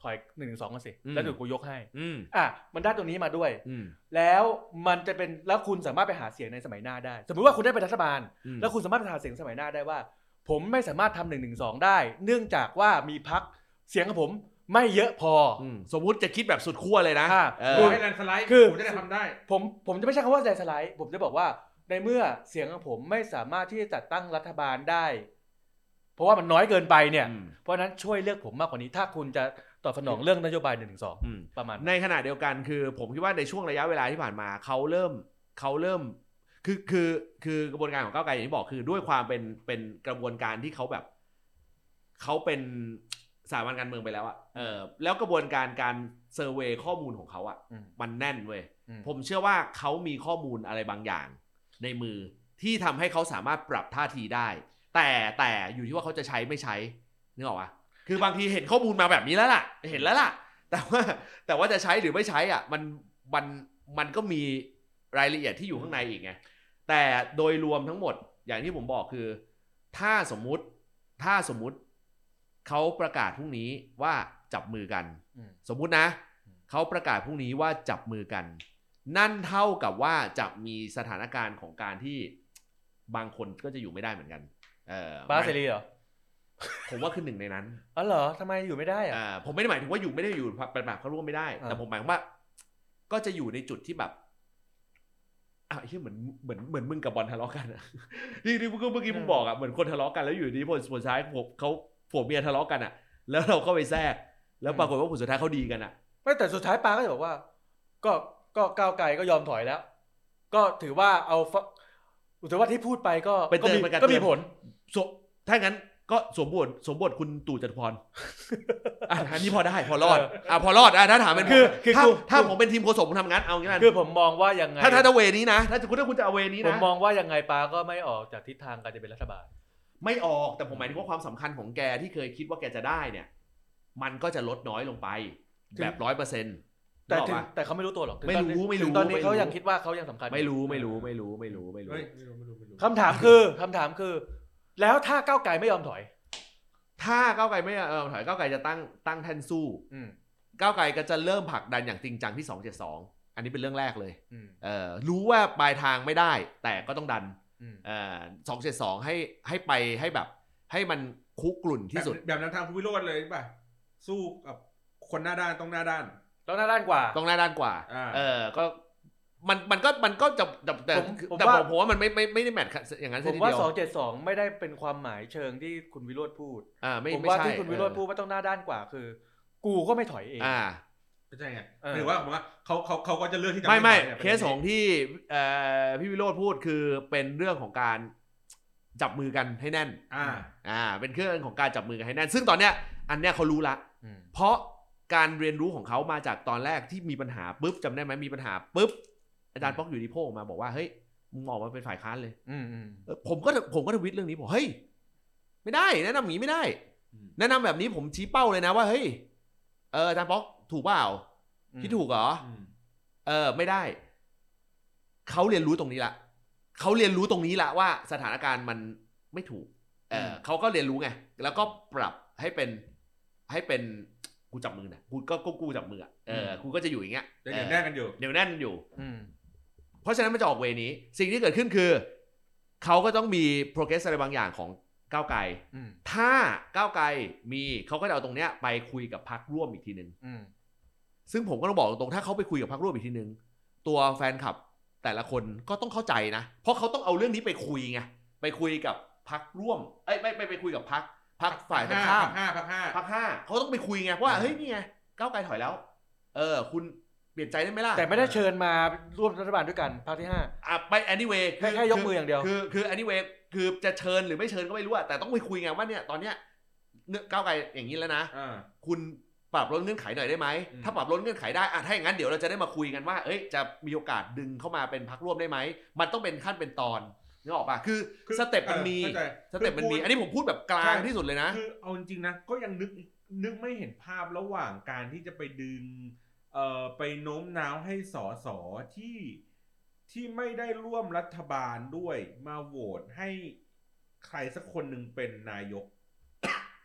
ถอยหนึ่งสองกันสิแล้วเดี๋ยวกูยกให้อ่ะมันได้ตัวนี้มาด้วยแล้วมันจะเป็นแล้วคุณสามารถไปหาเสียงในสมัยหน้าได้สมมุติว่าคุณได้เป็นรัฐบาลแล้วคุณสามารถไปหาเสียงสมัยหน้าได้ว่าผมไม่สามารถทำหนึ่งหนึ่งสองได้เนื่องจากว่ามีพรรคเสียงของผมไม่เยอะพอสมมุติจะคิดแบบสุดขั้วเลยนะคือให้แลนสไลด์ผมจะได้ทำได้ผมผมจะไม่ใช่คำว่าแลนสไลด์ผมจะบอกว่าในเมื่อเสียงของผมไม่สามารถที่จะจัดตั้งรัฐบาลได้เพราะว่ามันน้อยเกินไปเนี่ยเพราะนั้นช่วยเลือกผมมากกว่านี้ถ้าคุณจะตอบสนองเรื่องนโยบายหนึ่งถึงสองประมาณในขณะเดียวกันคือผมคิดว่าในช่วงระยะเวลาที่ผ่านมาเขาเริ่มเขาเริ่มคือคือคือกระบวนการของก้าวไกลอย่างที่บอกคือด้วยความเป็นเป็นกระบวนการที่เขาแบบเขาเป็นสถาบันการเมืองไปแล้วอะเออแล้วกระบวนการการเซอร์เวย์ข้อมูลของเขาอะมันแน่นเว้ยผมเชื่อว่าเขามีข้อมูลอะไรบางอย่างในมือที่ทำให้เขาสามารถปรับท่าทีได้แต่แต่อยู่ที่ว่าเขาจะใช้ไม่ใช้นึกออกปะคือบางทีเห็นข้อมูลมาแบบนี้แล้วล่ะเห็นแล้วล่ะแต่ว่าแต่ว่าจะใช้หรือไม่ใช้อ่ะมันมันมันก็มีรายละเอียดที่อยู่ข้างในอีกไงแต่โดยรวมทั้งหมดอย่างที่ผมบอกคือถ้าสมมุติถ้าสมมุติเขาประกาศพรุ่งนี้ว่าจับมือกันสมมุตินะเขาประกาศพรุ่งนี้ว่าจับมือกันนั่นเท่ากับว่าจะมีสถานการณ์ของการที่บางคนก็จะอยู่ไม่ได้เหมือนกันเออบ้าเสรีเหรอผมว่าคือหนึ่งในนั้นอ๋อเหรอทำไมอยู่ไม่ได้อ่ะผมไม่ได้หมายถึงว่าอยู่ไม่ได้อยู่เป็นแบบเขาร่วมไม่ได้แต่ผมหมายว่าก็จะอยู่ในจุดที่แบบอ่ะที่เหมือนเหมือนเหมือนมึงกับบอลทะเลาะกันอ่ะที่ที่เมื่อกี้มึงบอกอ่ะเหมือนคนทะเลาะกันแล้วอยู่ดีผลสุดท้ายผมเขาผัวเมียทะเลาะกันอ่ะแล้วเราเข้าไปแทรกแล้วปรากฏว่าผลสุดท้ายเขาดีกันอ่ะไม่แต่สุดท้ายปาก็จะบอกว่าก็ก็ก้าวไกลก็ยอมถอยแล้วก็ถือว่าเอาถือว่าที่พูดไปก็ก็มีผลถ้างั้นก็สวมบทสวมบทคุณตู่จตุพรอ่ะอันนี้พอได้พอรอดอ่ะพอรอดอ่ะถ้าถามเป็นคือถ้าถ้าผมเป็นทีมโฆษกผมทำงั้นเอางี้นะคือผมมองว่ายังไงถ้าถ้าจะเวนี้นะถ้าคุณถ้าคุณจะเอาเวนี้นะผมมองว่ายังไงปาก็ไม่ออกจากทิศทางการจะเป็นรัฐบาลไม่ออกแต่ผมหมายถึงว่าความสำคัญของแกที่เคยคิดว่าแกจะได้เนี่ยมันก็จะลดน้อยลงไปแบบร้อยเปอร์เซ็นต์แต่แต่เขาไม่รู้ตัวหรอกไม่รู้ไม่รู้ตอนนี้เขายังคิดว่าเขายังสำคัญไม่รู้ไม่รู้ไม่รู้ไม่รู้ไม่รู้คำถามคือคำถามคือแล้วถ้าก้าวไกลไม่ยอมถอยถ้าก้าวไกลไม่ยอมถอยก้าวไกลจะตั้งตั้งแท่นสู้ก้าวไกลก็จะเริ่มผลักดันอย่างจริงจังที่สองเจ็ดสองอันนี้เป็นเรื่องแรกเลยเออรู้ว่าปลายทางไม่ได้แต่ก็ต้องดันเอ่อสองเจ็ดสองให้ให้ไปให้แบบให้มันคุกรุ่นที่สุดแบบนั้นทางคุณวิโรจน์เลยป่ะสู้กับคนหน้าด้านต้องหน้าด้านต้องหน้าด้านกว่าต้องหน้าด้านกว่าเออก็มันมันก็มันก็จะแต่แต่ผมผมว่ามันไม่ไม่ไม่ได้แมทอย่างนั้นผมว่าสองเจ็ดสองไม่ได้เป็นความหมายเชิงที่คุณวิโรจน์พูดอ่าไม่ผมว่าที่คุณวิโรจน์พูดว่าต้องหน้าด้านกว่าคือกูก็ไม่ถอยเองอ่าใช่ไงหรือว่าผมว่าเขาเขาเขาก็จะเลือกที่จะไม่ไม่เคสของที่เอ่อพี่วิโรจน์พูดคือเป็นเรื่องของการจับมือกันให้แน่นอ่าอ่าเป็นเรื่องของการจับมือกันให้แน่นซึ่งตอนเนี้ยอันเนี้ยเขารู้ละเพราะการเรียนรู้ของเขามาจากตอนแรกที่มีปัญหาปุ๊บจำได้ไหมมีปัญหาปุ๊บอาจารย์ป๊อกอยู่ดีโผล่ออกมาบอกว่าเฮ้ยมึงออกมาเป็นฝ่ายค้านเลยผมก็ผมก็ทวิตเรื่องนี้บอกเฮ้ยไม่ได้แนะนำหนีไม่ได้แนะนำแบบนี้ผมชี้เป้าเลยนะว่าเฮ้ยเอออาจารย์ป๊อกถูกเปล่าคิดถูกเหรอเออไม่ได้เขาเรียนรู้ตรงนี้ละเขาเรียนรู้ตรงนี้ละว่าสถานการณ์มันไม่ถูกเออเขาก็เรียนรู้ไงแล้วก็ปรับให้เป็นให้เป็นกูจับมือนะกูก็ก็กูจับมืออ่ะเออกูก็จะอยู่อย่างเงี้ยเดี๋ยวแน่นกันอยู่เดี๋ยวแน่นกันอยู่เพราะฉะนั้นมันจะออกเวนี้สิ่งที่เกิดขึ้นคือเขาก็ต้องมี progress อะไรบางอย่างของก้าวไกลถ้าก้าวไกลมีเขาก็จะเอาตรงเนี้ยไปคุยกับพรรคร่วมอีกทีนึงซึ่งผมก็ต้องบอกตรงๆถ้าเขาไปคุยกับพรรคร่วมอีกทีนึงตัวแฟนคลับแต่ละคนก็ต้องเข้าใจนะเพราะเขาต้องเอาเรื่องนี้ไปคุยไงไปคุยกับพรรคร่วมเอ้ยไม่ไม่ไปคุยกับพรรคพรรคฝ่ายตรงข้ามพรรคห้าพรรคห้าพรรคห้าเขาต้องไปคุยไงเพราะว่าเฮ้ยนี่ไงก้าวไกลถอยแล้วเออคุณเปลี่ยนใจได้ไหมล่ะแต่ไม่ได้เชิญมาร่วมรัฐบาลด้วยกันพรรคที่ห้าอ่ะไป anyway แค่แค่ยกมืออย่างเดียวคือคือ anyway คือจะเชิญหรือไม่เชิญก็ไม่รู้อะแต่ต้องไปคุยไงว่าเนี่ยตอนเนี้ยก้าวไกลอย่างนี้แล้วนะคุณปรับลดเงื่อนไขหน่อยได้ไหมถ้าปรับลดเงื่อนไขได้อะถ้าอย่างนั้นเดี๋ยวเราจะได้มาคุยกันว่าเอ้ยจะมีโอกาสดึงเข้ามาเป็นพรรคร่วมได้ไหมมันต้องเป็นขั้นเป็นตอนนึกออกป่ะคือสเต็ปมันมีสเต็ปมันมีอันนี้ผมพูดแบบกลางที่สุดเลยนะคือเอาจริงๆนะก็ยังนึกนึกไม่เห็นภาพระหว่างการที่จะไปดึงเอ่อไปโน้มน้าวให้สสที่ที่ไม่ได้ร่วมรัฐบาลด้วยมาโหวตให้ใครสักคนหนึ่งเป็นนายก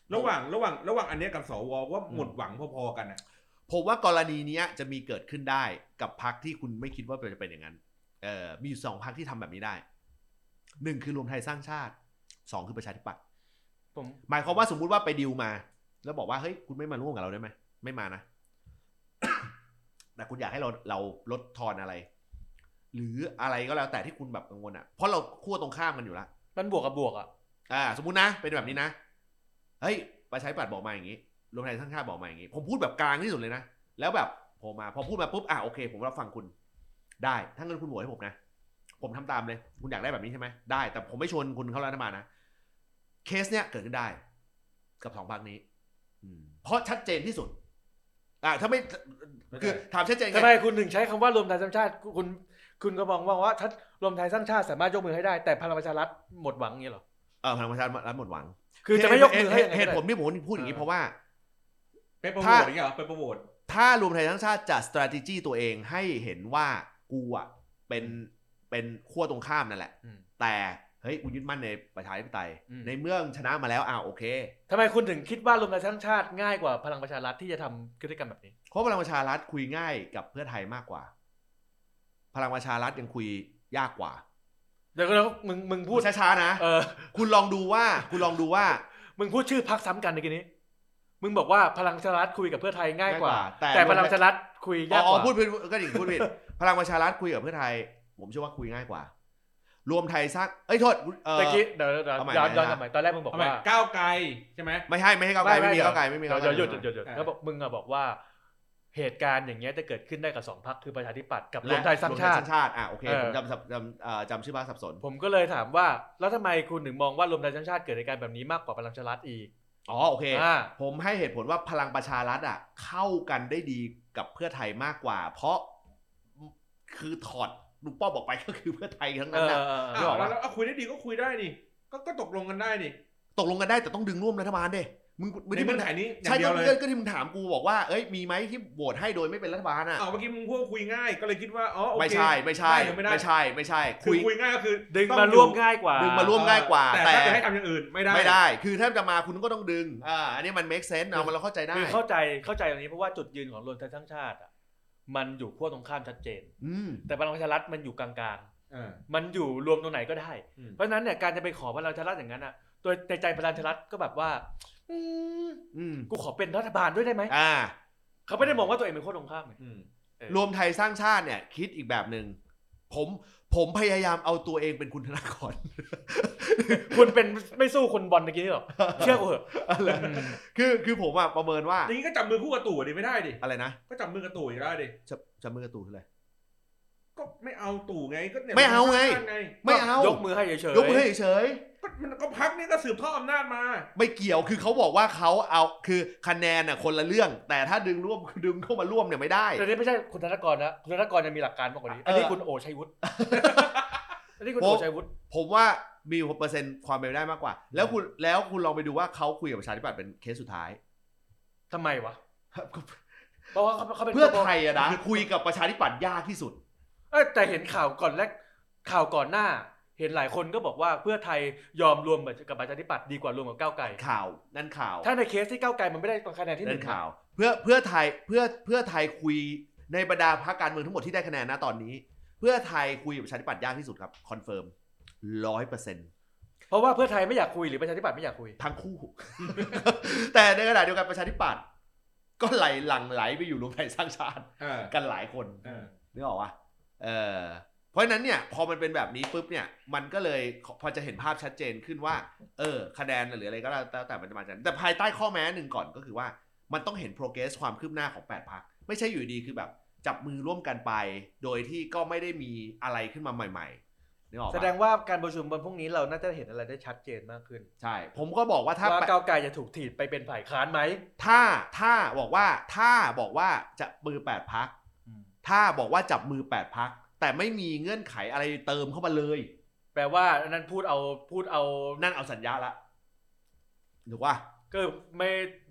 ระหว่างระหว่างระหว่างอันนี้กับสวว่าหมดหวังพอๆกันนะผมว่ากรณีนี้จะมีเกิดขึ้นได้กับพรรคที่คุณไม่คิดว่าจะเป็นอย่างนั้นเอ่อมีอยู่สองพรรคที่ทำแบบนี้ได้หนึ่งคือรวมไทยสร้างชาติสองคือประชาธิปัตย์ผมหมายความว่าสมมุติว่าไปดิวมาแล้วบอกว่าเฮ้ยคุณไม่มาร่วมกับเราได้ไหมไม่มานะ แต่คุณอยากให้เราเราลดทอนอะไรหรืออะไรก็แล้วแต่ที่คุณแบบกังวลอ่ะเพราะเราขั้วตรงข้ามกันอยู่แล้วมันบวกกับบวกอ่ะอ่าสมมุตินะเป็นแบบนี้นะเฮ้ยประชาธิปัตย์บอกมาอย่างนี้รวมไทยสร้างชาติบอกมาอย่างนี้ผมพูดแบบกลางที่สุดเลยนะแล้วแบบผมมาพอพูดมาปุ๊บอ่ะโอเคผมรับฟังคุณได้ถ้าเงินคุณโหวตให้ผมนะผมทำตามเลยคุณอยากได้แบบนี้ใช่ไหมได้แต่ผมไม่ชวนคุณเข้ารัฐบาลนะเคสเนี้ยเกิดขึ้นได้กับสองพรรคนี้เพราะชัดเจนที่สุดอ่าถ้าไม่คือถามชัดเจนไงทำไมคุณถึงใช้คำว่ารวมไทยสร้างชาติคุณคุณก็มองว่าถ้ารวมไทยสร้างชาติสามารถยกมือให้ได้แต่พลังประชารัฐหมดหวังอย่างนี้หรอเออพลังประชารัฐหมดหวังคือจะไม่ยกมือให้เหตุผลที่ผมพูดอย่างนี้เพราะว่าเป็นโปรโมทอย่างเงี้ยเหรอเป็นโปรโมทถ้ารวมไทยสร้างชาติจัด strategy ตัวเองให้เห็นว่ากูอ่ะเป็นเป็นขั้วตรงข้ามนั่นแหละแต่เฮ้ยกูยึดมั่นในประชาธิปไตยในเมื่อชนะมาแล้วอ้าวโอเคทำไมคุณถึงคิดว่ารวมไทยสร้างชาติง่ายกว่าพลังประชารัฐที่จะทำพฤติกรรมแบบนี้เพราะพลังประชารัฐคุยง่ายกับเพื่อไทยมากกว่าพลังประชารัฐยังคุยยากกว่าเดี๋ยวแล้วมึงมึงพูดช้าๆนะเออคุณลองดูว่าคุณลองดูว่ามึงพูดชื่อพรรคซ้ำกันในกี้นี้มึงบอกว่าพลังประชารัฐคุยกับเพื่อไทยง่ายกว่าแต่พลังประชารัฐคุยยากกว่าอ๋อพูดผิดก็ดิพูดผิดพลังประชารัฐคุยกับเพื่อไทยผมเชื่อว่าคุยง่ายกว่ารวมไทยสร้างเอ้ยโทษเออตะกี้เดี๋ยวย้อนย้อนกลับมาตอนแรกมึงบอกว่าก้าวไกลใช่ไหมไม่ให้ไม่ให้ก้าวไกลไม่มีก้าวไกลไม่มีก้าวไกลหยุดหยุดหยุดแล้วบอกมึงอะบอกว่าเหตุการณ์อย่างเงี้ยจะเกิดขึ้นได้กับสองพรรคคือประชาธิปัตย์กับรวมไทยสร้างชาติชาติอ่ะโอเคผมจำจำจำชื่อพรรคสับสนผมก็เลยถามว่าแล้วทำไมคุณถึงมองว่ารวมไทยสร้างชาติเกิดเหตุการณ์แบบนี้มากกว่าพลังประชารัฐอีกอ๋อโอเคผมให้เหตุผลว่าพลังประชารัฐอ่ะเข้ากันได้ดีกับเพื่อไทยมากกว่าเพราะคือถอดลุงป้อบอกไปก็คือเพื่อไทยทั้งนั้นนะแล้วแล้วคุยได้ดีก็คุยได้นี่ก็ก็ตกลงกันได้นี่ตกลงกันได้แต่ต้องดึงร่วมรัฐบาลดิมึงในเงื่อนไขนี้ใช่ก็ก็ที่มึงถามกูบอกว่าเอ้ยมีไหมที่โหวตให้โดยไม่เป็นรัฐบาลอ่ะอ้าวเมื่อกี้มึงพูดคุยง่ายก็เลยคิดว่าอ๋อโอเคไม่ใช่ไม่ใช่ไม่ใช่ไม่ใช่คุยคุยง่ายก็คือดึงมาร่วมง่ายกว่าดึงมาร่วมง่ายกว่าแต่ถ้าจะให้ทำอย่างอื่นไม่ได้ไม่ได้คือถ้าจะมาคุณก็ต้องดึงอ่าอันนี้มัน make sense เอามาเราเข้าใจได้คือเข้าใจเข้าใจตรงนี้เพราะว่าจุดยืนของรวมไทยสร้างชาติอ่ะมันอยู่ขั้วตรงข้ามชัดเจนแต่พลังประชารัฐมันอยู่กลางๆมันอยู่รวมตรงไหนก็ได้เพราะฉะนั้นเนี่ยการจะไปขอพลังประชารัฐอย่างนั้นอ่ะโดยในใจพลังประชารัฐก็แบบว่ากูขอเป็นรัฐบาลด้วยได้ไหมเขาไม่ได้มองว่าตัวเองเป็นขั้วตรงข้ามรวมไทยสร้างชาติเนี่ยคิดอีกแบบหนึ่งผมผมพยายามเอาตัวเองเป็นคุณธนาธรคุณเป็นไม่สู้คนบอลเมื่อกี้หรอเชื่อกูเหรอคือคือผมอะประเมินว่าอย่างนี้ก็จับมือคู่กับตู่ดิไม่ได้ดิอะไรนะก็จับมือกับตู่ได้ดิจับจับมือกับตู่คืออะไรก็ไม่เอาตู่ไงก็ไม่เอาไงไม่เอายกมือให้เฉยยกมือให้เฉยก็มันก็พรรคนี้ก็สืบทอดอำนาจมาไม่เกี่ยวคือเขาบอกว่าเขาเอาคือคะแนนน่ะคนละเรื่องแต่ถ้าดึงร่วมดึงเข้ามาร่วมเนี่ยไม่ได้แต่นี่ไม่ใช่คุณธนกรนะคุณธนกรยังมีหลักการมากกว่านี้อันนี้คุณโอชัยวุฒิอันนี้คุณโอชัยวุฒิผมว่ามีเปอร์เซ็นต์ความเป็นไปได้มากกว่าแล้วคุณแล้วคุณลองไปดูว่าเขาคุยกับประชาธิปัตย์เป็นเคสสุดท้ายทำไมวะเพราะว่าเขาเป็นเพื่อไทยอะนะคุยกับประชาธิปัตย์ยากที่สุดเอ้แต่เห็นข่าวก่อนแรกข่าวก่อนหน้าเห็นหลายคนก็บอกว่าเพื่อไทยยอมรวมกับประชาธิปัตย์ดีกว่ารวมกับก้าวไกลข่าวนั่นข่าวถ้าในเคสที่ก้าวไกลมันไม่ได้คะแนนที่หนึ่งข่าวเพื่อเพื่อไทยเพื่อเพื่อไทยคุยในบรรดาพรรคการเมืองทั้งหมดที่ได้คะแนนนะตอนนี้เพื่อไทยคุยกับประชาธิปัตย์ยากที่สุดครับคอนเฟิร์มร้อยเปอร์เซ็นต์เพราะว่าเพื่อไทยไม่อยากคุยหรือประชาธิปัตย์ไม่อยากคุยทั้งคู่ แต่ในขณะเดียวกันประชาธิปัตย์ก็ไหลหลั่งไหลไปอยู่รวมไทยสร้างชาติกันหลายคนนึกออกปะเออเพราะฉะนั้นเนี่ยพอมันเป็นแบบนี้ปุ๊บเนี่ยมันก็เลยพอจะเห็นภาพชัดเจนขึ้นว่าเออคะแนนหรืออะไรก็แล้วแต่มันจะมาจากแต่ภายใต้ข้อแม้หนึ่งก่อนก็คือว่ามันต้องเห็น progress ความคืบหน้าของแปดพรรคไม่ใช่อยู่ดีคือแบบจับมือร่วมกันไปโดยที่ก็ไม่ได้มีอะไรขึ้นมาใหม่ๆนึกออกปะแสดงว่าการประชุมวันพรุ่งนี้เราน่าจะเห็นอะไรได้ชัดเจนมากขึ้นใช่ผมก็บอกว่าถ้าก้าวไกลจะถูกถีบไปเป็นฝ่ายค้านไหมถ้าถ้าบอกว่าถ้าบอกว่าจะมือแปดพรรคถ้าบอกว่าจับมือแปดพรรคแต่ไม่มีเงื่อนไขอะไรเติมเข้ามาเลยแปลว่านั่นพูดเอาพูดเอานั่นเอาสัญญาละถูกว่าก็ไม่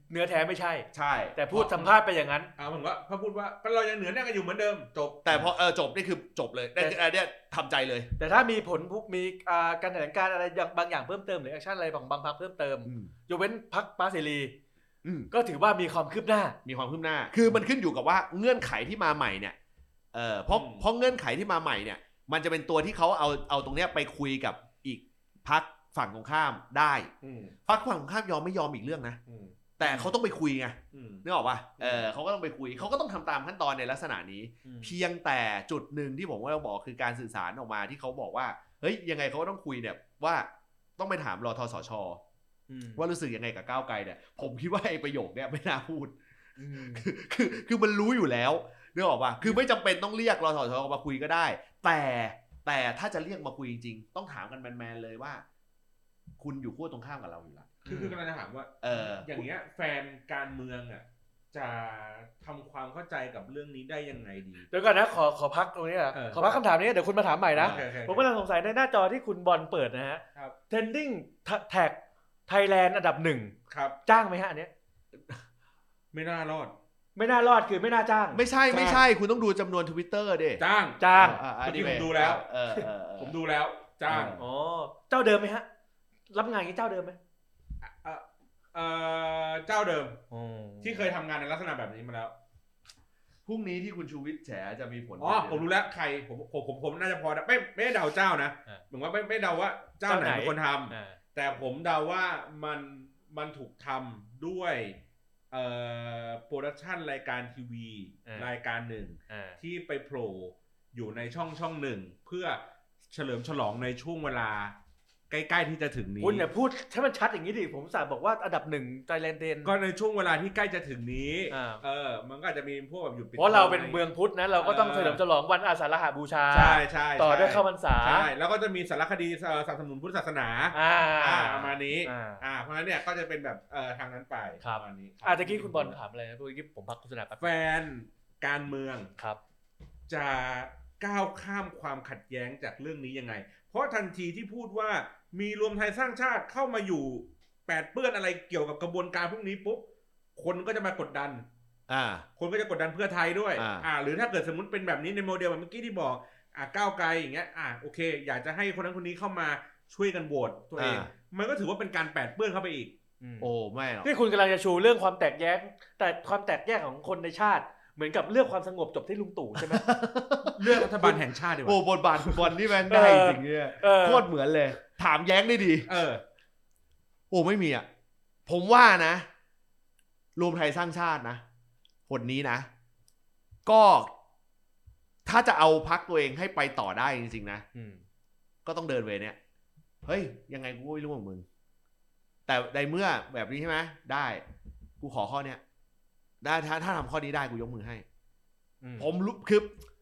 เนื้อแท้ไม่ใช่ใช่แต่พูดสัมภาษณ์ไปอย่างนั้นอ่าผมว่าพอพูดว่าเรายังเหนือแน่กันอยู่เหมือนเดิมจบแต่พอเออจบนี่คือจบเลยอันเนี้ยทำใจเลยแต่ถ้ามีผลมีการแถลงการอะไรบางอย่างเพิ่มเติมหรือแอคชั่นอะไรของบางพรรคเพิ่มเติมยกเว้นพรรคป้าเสรีก็ถือว่ามีความคืบหน้ามีความคืบหน้าคือมันขึ้นอยู่กับว่าเงื่อนไขที่มาใหม่เนี่ยเออเพราะเพราะเงื่อนไขที่มาใหม่เนี่ยมันจะเป็นตัวที่เขาเอาเอาตรงเนี้ยไปคุยกับอีกพรรคฝั่งตรงข้ามได้พรรคฝั่งตรงข้ามยอมไม่ยอมอีกเรื่องนะแต่เขาต้องไปคุยไงนึกออกป่ะเออเขาก็ต้องไปคุยเขาก็ต้องทำตามขั้นตอนในลักษณะนี้เพียงแต่จุดหนึ่งที่ผมว่าบอกคือการสื่อสารออกมาที่เขาบอกว่าเฮ้ยยังไงเขาก็ต้องคุยเนี่ยว่าต้องไปถามรทสช.ว่ารู้สึกยังไงกับก้าวไกลเนี่ยผมคิดว่าไอ้ประโยคเนี้ยไม่น่าพูดคือคือคือมันรู้อยู่แล้วนึกออกป่ะคือไม่จำเป็นต้องเรียกรทสช.มาคุยก็ได้แต่แต่ถ้าจะเรียกมาคุยจริงๆต้องถามกันแมนๆเลยว่าคุณอยู่ขั้วตรงข้ามกับเราอยู่แล้วคือคือกำลังจะถามว่าเอออย่างเงี้ยแฟนการเมืองอ่ะจะทำความเข้าใจกับเรื่องนี้ได้ยังไงดีเดี๋ยวก่อนนะขอขอพักตรงนี้อ่ะขอพักคำถามนี้เดี๋ยวคุณมาถามใหม่นะผมกำลังสงสัยในหน้าจอที่คุณบอลเปิดนะฮะ Trending Tag Thailand อันดับหนึ่งจ้างไหมฮะอันเนี้ยไม่น่ารอดไม่น่ารอดคือไม่น่าจ้างไม่ใช่ไม่ใช่คุณต้องดูจำนวน Twitter ดิจ้างจ้างเมื่อกี้ผมดูแล้วผมดูแล้วจ้างอ๋อเจ้าเดิมไหมฮะรับงานนี้เจ้าเดิมไหมเอ่อเจ้าเดิมที่เคยทำงานในลักษณะแบบนี้มาแล้วพรุ่งนี้ที่คุณชูวิทย์แฉจะมีผลอ๋อผมรู้แล้วใครผมผมผมผมน่าจะพอไม่ไม่ได้เดาเจ้านะเหมือนว่าไม่ไม่เดาว่าเจ้าไหนเป็นคนทำแต่ผมเดาว่ามันมันถูกทำด้วยเอ่อโปรดักชันรายการทีวีรายการหนึ่งที่ไปโผล่อยู่ในช่องช่องหนึ่งเพื่อเฉลิมฉลองในช่วงเวลาใกล้ๆที่จะถึงนี้คุณเนี่ยพูดให้มันชัดอย่างนี้ดิผมสาบอกว่าอันดับหนึ่งไทยแลนด์เดนก็ในช่วงเวลาที่ใกล้จะถึงนี้เออมันก็อาจจะมีพวกแบบหยุดเพราะเราเป็นเมืองพุทธนะเราก็ต้องเฉลิมฉลองวันอาสาฬหบูชาใช่ใช่ต่อด้วยเข้าพรรษาใช่แล้วก็จะมีสารคดีสนับสนุนพุทธศาสนาอ่าประมาณนี้อ่าเพราะฉะนั้นเนี่ยก็จะเป็นแบบเอ่อทางนั้นไปประมาณนี้อ่าตะกี้คุณบอลถามอะไรนะเมื่อกี้ผมพักโฆษณาแป๊บแฟนการเมืองครับจะก้าวข้ามความขัดแย้งจากเรื่องนี้ยังไงเพราะทันทีที่พูดว่ามีรวมไทยสร้างชาติเข้ามาอยู่แปดเปื้อนอะไรเกี่ยวกับกระบวนการพวกนี้ปุ๊บคนก็จะมากดดันอ่าคนก็จะกดดันเพื่อไทยด้วยอ่าอ่าหรือถ้าเกิดสมมติเป็นแบบนี้ในโมเดลแบบเมื่อกี้ที่บอกอ่าก้าวไกลอย่างเงี้ยอ่าโอเคอยากจะให้คนนั้นคนนี้เข้ามาช่วยกันโหวตตัวเองมันก็ถือว่าเป็นการแปดเปื้อนเข้าไปอีกโอ้ไม่หรอกที่คุณกำลังจะชูเรื่องความแตกแยกแต่ความแตกแยกของคนในชาติเหมือนกับเรื่องความสงบจบที่ลุงตู่ใช่ไหมเรื่องรัฐบาลแห่งชาติดีกว่าโอ้บทบาทบอลนี่แม่งได้จริงเนี่ยโคตรเหมือนเลยถามแย้งได้ดีเออโอ้ไม่มีอ่ะผมว่านะรวมไทยสร้างชาตินะคนนี้นะก็ถ้าจะเอาพรรคตัวเองให้ไปต่อได้จริงๆนะก็ต้องเดินเวรเนี้ยเฮ้ยยังไงกูไม่รู้ของมึงแต่ในเมื่อแบบนี้ใช่ไหมได้กูขอข้อเนี้ยได้ถ้าถ้าทำข้อนี้ได้กูยกมือให้ผมรู้คือ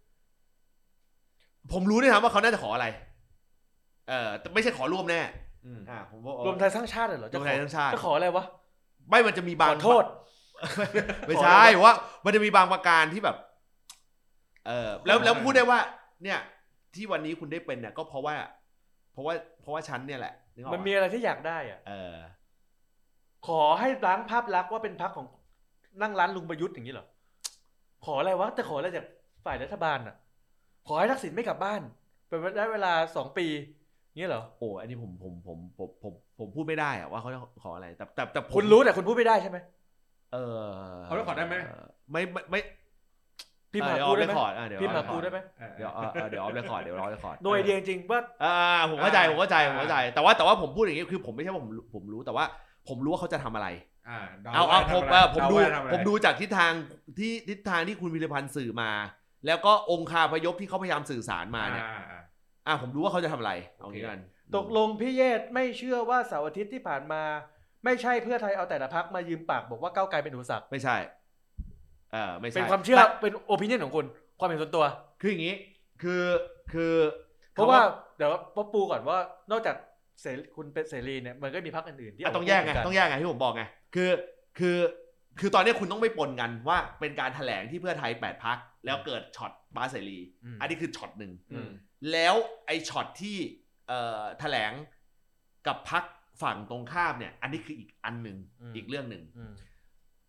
ผมรู้ด้วยครับว่าเขาน่าจะขออะไรเออแต่ไม่ใช่ขอร่วมแน่อ่าผมว่ารวมไทยสร้างชาติเหรอรวมไทยสร้างชาติจะขออะไรวะไม่มันจะมีบางขอโทษไม่ใช่ว่ามันจะมีบางประการที่แบบเออแล้วแล้วพูดได้ว่าเนี่ยที่วันนี้คุณได้เป็นเนี่ยก็เพราะว่าเพราะว่าเพราะว่าฉันเนี่ยแหละมันมีอะไรที่อยากได้อ่ะเออขอให้ล้างภาพลักษณ์ว่าเป็นพรรคของนั่งร้านลุงประยุทธ์อย่างนี้เหรอขออะไรวะแต่ขออะไรจากฝ่ายรัฐบาลอ่ะขอให้ทักษิณไม่กลับบ้านเป็นได้เวลาสองปีงี้เหรอโอ้อันนี้ผมผมผมผมผมผมพูดไม่ได้อะว่าเขาจะขออะไรแต่แต่แต่คุณรู้แต่คุณพูดไม่ได้ใช่ไหมเออเขาจะขอได้ไหมไม่ไม่ไม่พี่มาพูดได้ไหมพี่มาพูดได้ไหมเดี๋ยวเดี๋ยวออฟเรคคอร์ดเดี๋ยวรอเรคคอร์ดโดยเดียจริงว่าอ่าผมเข้าใจผมเข้าใจผมเข้าใจแต่ว่าแต่ว่าผมพูดอย่างนี้คือผมไม่ใช่ว่าผมผมรู้แต่ว่าผมรู้ว่าเขาจะทำอะไรเอาเอาผมผมดูผมดูจากทิศทางที่ทิศทางที่คุณวิรพันธ์สื่อมาแล้วก็องค์คาพยพที่เขาพยายามสื่อสารมาเนี่ยอ่าผมรู้ว่าเขาจะทำอะไรเอางี้กันตกลงพี่เยศไม่เชื่อว่าเสาร์อาทิตย์ที่ผ่านมาไม่ใช่เพื่อไทยเอาแต่ละพรรคมายืมปากบอกว่าก้าวไกลเป็นอุปสรรคไม่ใช่เออไม่ใช่เป็นความเชื่อเป็นโอปิเนียนของคุณความเห็นส่วนตัวคืออย่างนี้คือคือเพราะว่าเดี๋ยวป๊อปปูก่อนว่านอกจากเสรีคุณเป็นเสรีเนี่ยมันก็มีพรรคอื่นๆที่ต้องแยกไงต้องแยกไงที่ผมบอกไงคือคือคือตอนนี้คุณต้องไม่ปนกันว่าเป็นการแถลงที่เพื่อไทยแปดพรรคแล้วเกิดช็อตบาเสรีอันนี้คือช็อตนึงแล้วไอ้ช็อตที่เอ่อแถลงกับพรรคฝั่งตรงข้ามเนี่ยอันนี้คืออีกอันนึงอีกเรื่องนึง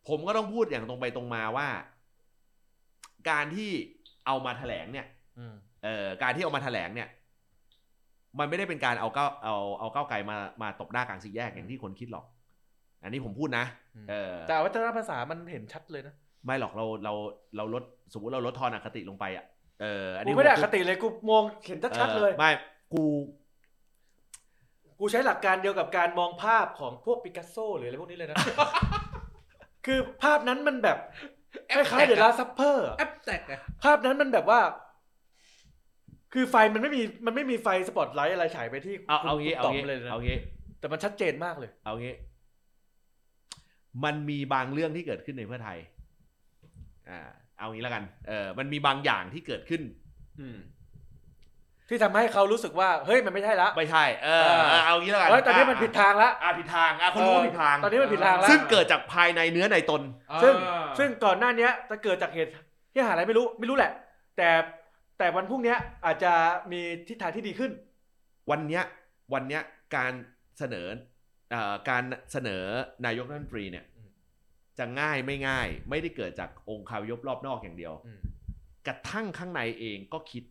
ผมก็ต้องพูดอย่างตรงไปตรงมาว่าการที่เอามาแถลงเนี่ยเอ่อการที่เอามาแถลงเนี่ยมันไม่ได้เป็นการเอาก้าวเอาเอาก้าวไกลมามาตบหน้ากลางสี่แยกอย่างที่คนคิดหรอกอันนี้ผมพูดนะเออแต่วัฒนภาษามันเห็นชัดเลยนะไม่หรอกเราเราเราลดสมมติเราลดทอนอคติลงไปอ่ะเอออันนี้กูไม่ได้อคติเลยกูมองเห็นชัดๆเลยไม่กูกูใช้หลักการเดียวกับการมองภาพของพวกปิกัสโซหรืออะไรพวกนี้เลยนะ คือภาพนั้นมันแบบคล้ายๆเดอะลาสซัปเปอร์แอปแตกภาพนั้นมันแบบว่าคือไฟมันไม่มีมันไม่มีไฟสปอตไลท์อะไรฉายไปที่เอาเอางี้เอางี้เอางี้แต่มันชัดเจนมากเลยเอางี้มันมีบางเรื่องที่เกิดขึ้นในเพื่อไทยอ่าเอางี้แล้วกันเออมันมีบางอย่างที่เกิดขึ้นอืมที่ทำให้เขารู้สึกว่าเฮ้ยมันไม่ใช่ละไม่ใช่เออเอางี้แล้วกันตอนนี้มันผิดทางละอ่าผิดทางอ่ะคนรู้ว่าผิดทางตอนนี้มันผิดทางแล้วซึ่งเกิดจากภายในเนื้อในตนซึ่งซึ่งก่อนหน้านี้จะเกิดจากเหตุที่หาอะไรไม่รู้ไม่รู้แหละแต่แต่วันพรุ่งนี้อาจจะมีทิศทางที่ดีขึ้นวันเนี้ยวันเนี้ยการเสนอเอ่อการเสนอนายกรัฐมนตรีเนี่ยจะง่ายไม่ง่ายไม่ได้เกิดจากองค์คาพยพรอบนอกอย่างเดียวกระทั่งข้างในเองก็คิด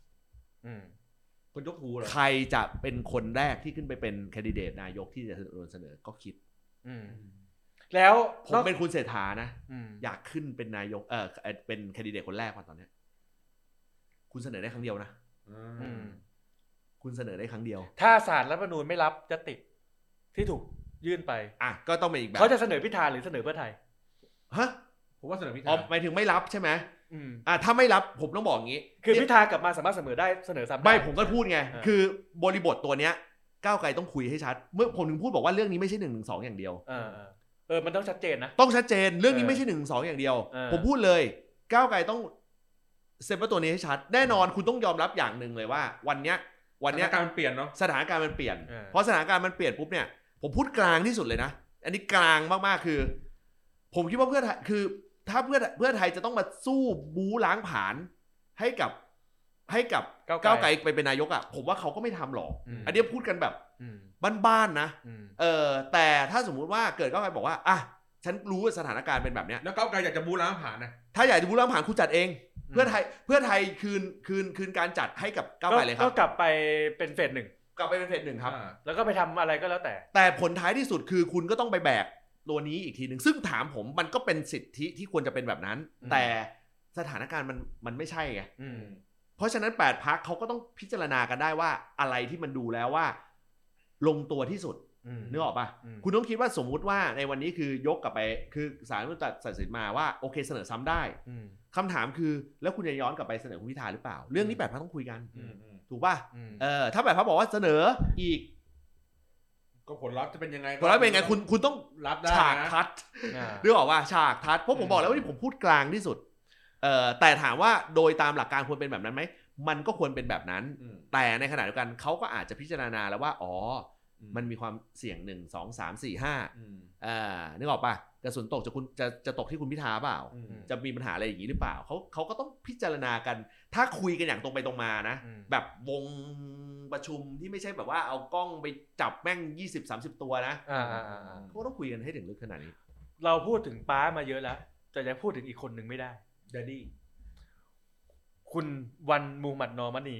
คนยกหูเหรอใครจะเป็นคนแรกที่ขึ้นไปเป็นแคนดิเดตนายกที่จะโดนเสนอก็คิดแล้วผมเป็นคุณเศรษฐานะอยากขึ้นเป็นนายกเออเป็นแคนดิเดตคนแรกมาตอนนี้คุณเสนอได้ครั้งเดียวนะคุณเสนอได้ครั้งเดียวถ้าศาลรัฐธรรมนูญไม่รับยติที่ถูกยื่นไปอ่ะก็ต้องเป็นอีกแบบเขาจะเสนอพิธาหรือเสนอเพื่อไทยฮะผมว่าเสนอพิธาอ๋อหมายถึงไม่รับใช่ไหมอ่าถ้าไม่รับผมต้องบอกอย่างนี้คือพิธากลับมาสามารถเสนอได้เสนอซ้ำได้ไม่ผมก็พูดไงคือบริบทตัวเนี้ยก้าวไกลต้องคุยให้ชัดเมื่อผมถึงพูดบอกว่าเรื่องนี้ไม่ใช่หนึ่งหนึ่งสองอย่างเดียวเออเออมันต้องชัดเจนนะต้องชัดเจนเรื่องนี้ไม่ใช่หนึ่งหนึ่งสองอย่างเดียวผมพูดเลยก้าวไกลต้องเซฟตัวนี้ให้ชัดแน่นอนคุณต้องยอมรับอย่างหนึ่งเลยว่าวันเนี้ยวันเนี้ยสถานการณ์มันเปลี่ยนเนาะสถานการณ์มันเปลี่ยนเพราะสถานการณ์มันเปลี่ยนปุ๊บเนี่ยผมพูดกลางที่สุดเลยนะอันนี้กลางมากๆคือผมคิดว่าเพื่อไทยคือถ้าเพื่อเพื่อไทยจะต้องมาสู้บู๊ล้างผลาญให้กับให้กับก้าวไกลไปเป็นนายกอ่ะผมว่าเขาก็ไม่ทำหรอกอันนี้พูดกันแบบบ้านๆนะเออแต่ถ้าสมมุติว่าเกิดก้าวไกลบอกว่าอ่ะฉันรู้ว่าสถานการณ์เป็นแบบเนี้ยแล้วก้าวไกลอยากจะบู๊ล้างผลาญนะถ้าอยากจะบู๊ล้างผลาญคุณจัดเองเพื่อไทยเพื่อไทยคืนคืนคืนการจัดให้กับก้าวไกลเลยครับก็กลับไปเป็นเฟสหนึ่งกลับไปเป็นเฟสหนึ่งครับแล้วก็ไปทำอะไรก็แล้วแต่แต่ผลท้ายที่สุดคือคุณก็ต้องไปแบกตัวนี้อีกทีหนึ่งซึ่งถามผมมันก็เป็นสิทธิที่ควรจะเป็นแบบนั้นแต่สถานการณ์มันมันไม่ใช่ไงเพราะฉะนั้นแปดพรรคเขาก็ต้องพิจารณากันได้ว่าอะไรที่มันดูแล้วว่าลงตัวที่สุดนึกออกป่ะคุณต้องคิดว่าสมมุติว่าในวันนี้คือยกกลับไปคือศาลรัฐธรรมนูญตัดสินมาว่าโอเคเสนอซ้ำได้คำถามคือแล้วคุณจะย้อนกลับไปเสนอคุณพิธาหรือเปล่าเรื่องนี้แปดพรรคต้องคุยกันถูกป่ะเออถ้าแปดพรรคบอกว่าเสนออีกก็ผลลัพธ์จะเป็นยังไงผลลัพธ์เป็นยังไงคุณคุณต้องรับได้ฉากทัดหรือบอกว่าฉากทัดเพราะผมบอกแล้วว่าที่ผมพูดกลางที่สุดเอ่อแต่ถามว่าโดยตามหลักการควรเป็นแบบนั้นไหมมันก็ควรเป็นแบบนั้นแต่ในขณะเดียวกันเขาก็อาจจะพิจารณาแล้วว่าอ๋อมันมีความเสี่ยงหนึ่งสองสามสี่ห้าอ่านึกออกป่ะกระสุนตกจะคุณจะจะตกที่คุณพิธาเปล่าจะมีปัญหาอะไรอย่างนี้หรือเปล่าเขาเขาก็ต้องพิจารณากันถ้าคุยกันอย่างตรงไปตรงมานะแบบวงประชุมที่ไม่ใช่แบบว่าเอากล้องไปจับแม่ง ยี่สิบสามสิบ ตัวนะเขาต้องคุยกันให้ถึงลึกขนาดนี้เราพูดถึงป้ามาเยอะแล้วแต่ยังพูดถึงอีกคนหนึ่งไม่ได้แดดดี้คุณวันมูฮัมหมัดนอมันี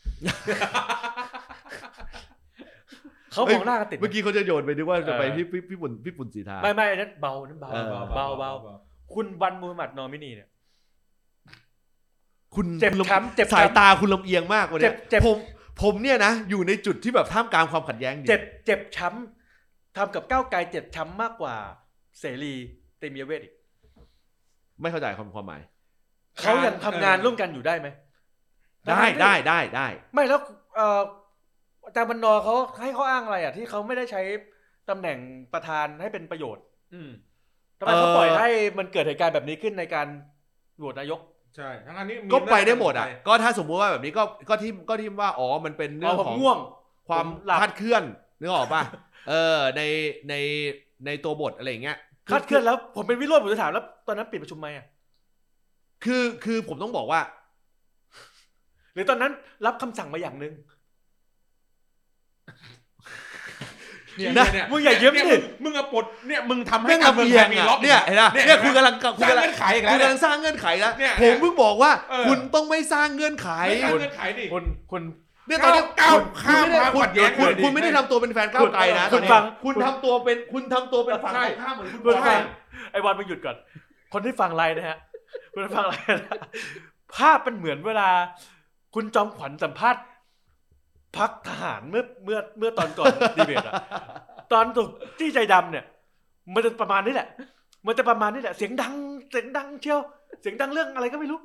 เขามองหน้ากันติดเมื่อกี้เขาจะโยนไปนึกว่าจะไปพี่พี่ปุ่นพี่ปุ่นสีทาไม่ไม่นั้นเบานั้นเบาเบาเบาคุณวันมูฮัมหมัดนอมินีเนี่ยคุณเจ็บช้ำเจ็บสายตาคุณลำเอียงมากวันนี้ผมผมเนี่ยนะอยู่ในจุดที่แบบท่ามกลางความขัดแย้งเจ็บเจ็บช้ำทำกับก้าวไกลเจ็บช้ำมากกว่าเสรีเตมียเวทอีกไม่เข้าใจความความหมายเขายังทำงานร่วมกันอยู่ได้ไหมได้ได้ได้ได้ไม่แล้วเอ่ออาจารย์บรรณเขาให้เขาอ้างอะไรอ่ะที่เขาไม่ได้ใช้ตำแหน่งประธานให้เป็นประโยชน์ทำไมเขาปล่อยให้มันเกิดเหตุการณ์แบบนี้ขึ้นในการโหวตนายกใช่ทั้งอันนี้ก็ไปได้หมดอ่ะก็ถ้าสมมติว่าแบบนี้ก็ก็ที่ก็ที่ว่าอ๋อมันเป็นเรื่องของความคลาดเคลื่อนนึกออกป่ะเออในในในตัวบทอะไรอย่างเงี้ยคลาดเคลื่อนแล้วผมเป็นวิโรจน์ผมจะถามแล้วตอนนั้นปิดประชุมไหมอ่ะคือคือผมต้องบอกว่าหรือตอนนั้นรับคำสั่งมาอย่างนึงเนี่ยเนี่ยมึงอย่าเยิ้มดิมึงอะปลดเนี่ยมึงทำให้การเมืองไทยมีล็อกเนี่ยเห็นป่ะเนี่ยคุณกำลังคุณกำลังขายอีกแล้วคุณกำลังสร้างเงื่อนไขแล้วผมเพิ่งบอกว่าคุณต้องไม่สร้างเงื่อนไขเงื่อนไขดิคุณคุณเนี่ยตอนนี้ก้าวข้ามมาขัดแย้งคุณคุณไม่ได้ทำตัวเป็นแฟนก้าวไกลนะคุณฟังคุณทำตัวเป็นคุณทำตัวเป็นฝั่งตรงข้ามเหมือนคุณฟังไอ้วันมึงหยุดก่อนคนที่ฟังไลน์นะฮะคุณฟังไลน์นะภาพเป็นเหมือนเวลาคุณจอมขวัญสัมภาษณ์พรรคทหารเมื่อเมื่อเมื่อตอนก่อนดีเบตอะตอนถูกที่ใจดำเนี่ยมันจะประมาณนี้แหละมันจะประมาณนี้แหละเสียงดังเสียงดังเชียวเสียงดังเรื่องอะไรก็ไม่รู้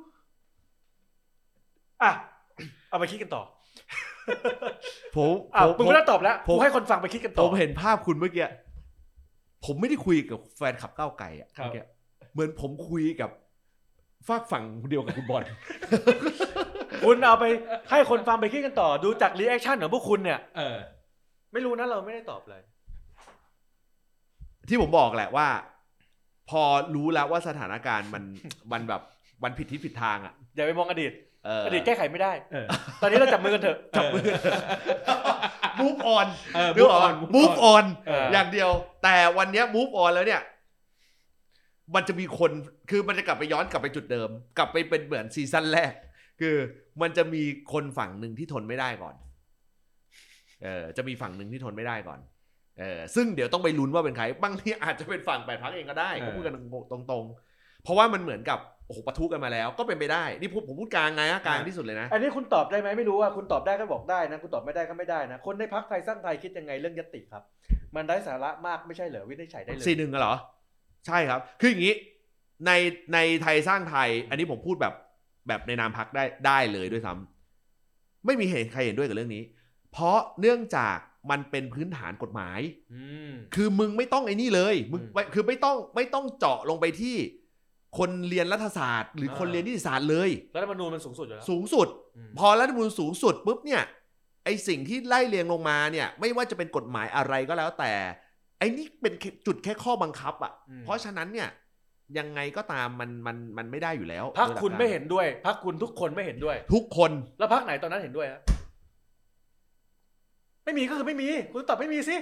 อ่ะเอาไปคิดกันต่อผมผมไม่ได้ตอบแล้วผมให้คนฟังไปคิดกันต่อผมเห็นภาพคุณเมื่อกี้ผมไม่ได้คุยกับแฟนขับก้าวไกลอ่ะเหมือนผมคุยกับฝากฝั่งเดียวกับคุณบอลคุณเอาไปให้คนฟังไปคิดกันต่อดูจากรีแอคชั่นของพวกคุณเนี่ยเออไม่รู้นะเราไม่ได้ตอบเลยที่ผมบอกแหละว่าพอรู้แล้วว่าสถานการณ์มันมันแบบมันผิดทิศผิดทางอ่ะอย่าไปมองอดีตอดีตแก้ไขไม่ได้ตอนนี้เราจับมือกันเถอะจับมือ move on move on move on อย่างเดียวแต่วันนี้ move on แล้วเนี่ยมันจะมีคนคือมันจะกลับไปย้อนกลับไปจุดเดิมกลับไปเป็นเหมือนซีซั่นแรกคือมันจะมีคนฝั่งหนึ่งที่ทนไม่ได้ก่อนเออจะมีฝั่งหนึ่งที่ทนไม่ได้ก่อนเออซึ่งเดี๋ยวต้องไปลุ้นว่าเป็นใครบางทีอาจจะเป็นฝั่งแปดพรรคเองก็ได้ก็พูดกันตรงๆเพราะว่ามันเหมือนกับโอ้โหปะทุกันมาแล้วก็เป็นไปได้นี่ผมผมพูดกลางไงนะกลางที่สุดเลยนะอันนี้คุณตอบได้ไหมไม่รู้ว่าคุณตอบได้ก็บอกได้นะคุณตอบไม่ได้ก็ไม่ได้นะคนในพรรคไทยสร้างไทยคิดยังไงเรื่องญัตติครับมันไร้สาระมากไม่ใช่เหรอวินิจฉัยได้เลยสี่หนึ่งเหรอใช่ครับคืออย่างนี้ในในไทยสร้างไทยอันนี้ผมพูดแบบแบบในนามพรรคได้ได้เลยด้วยซ้ำไม่มีเหตุใครเห็นด้วยกับเรื่องนี้เพราะเนื่องจากมันเป็นพื้นฐานกฎหมายคือมึงไม่ต้องไอ้นี่เลยมึงคือไม่ต้องไม่ต้องเจาะลงไปที่คนเรียนรัฐศาสตร์หรือคนเรียนนิติศาสตร์เลยรัฐธรรมนูญมันสูงสุดอยู่แล้วสูงสุดพอรัฐธรรมนูญสูงสุดปุ๊บเนี่ยไอ้สิ่งที่ไล่เรียงลงมาเนี่ยไม่ว่าจะเป็นกฎหมายอะไรก็แล้วแต่ไอ้นี่เป็นจุดแค่ข้อบังคับอ่ะเพราะฉะนั้นเนี่ยยังไงก็ตามมันมันมันไม่ได้อยู่แล้วพรรคคุณไม่เห็นด้วยพรรคคุณทุกคนไม่เห็นด้วยทุกคนแล้วพรรคไหนตอนนั้นเห็นด้วยฮะไม่มีก็คือไม่มีคุณตอบไม่มีสิ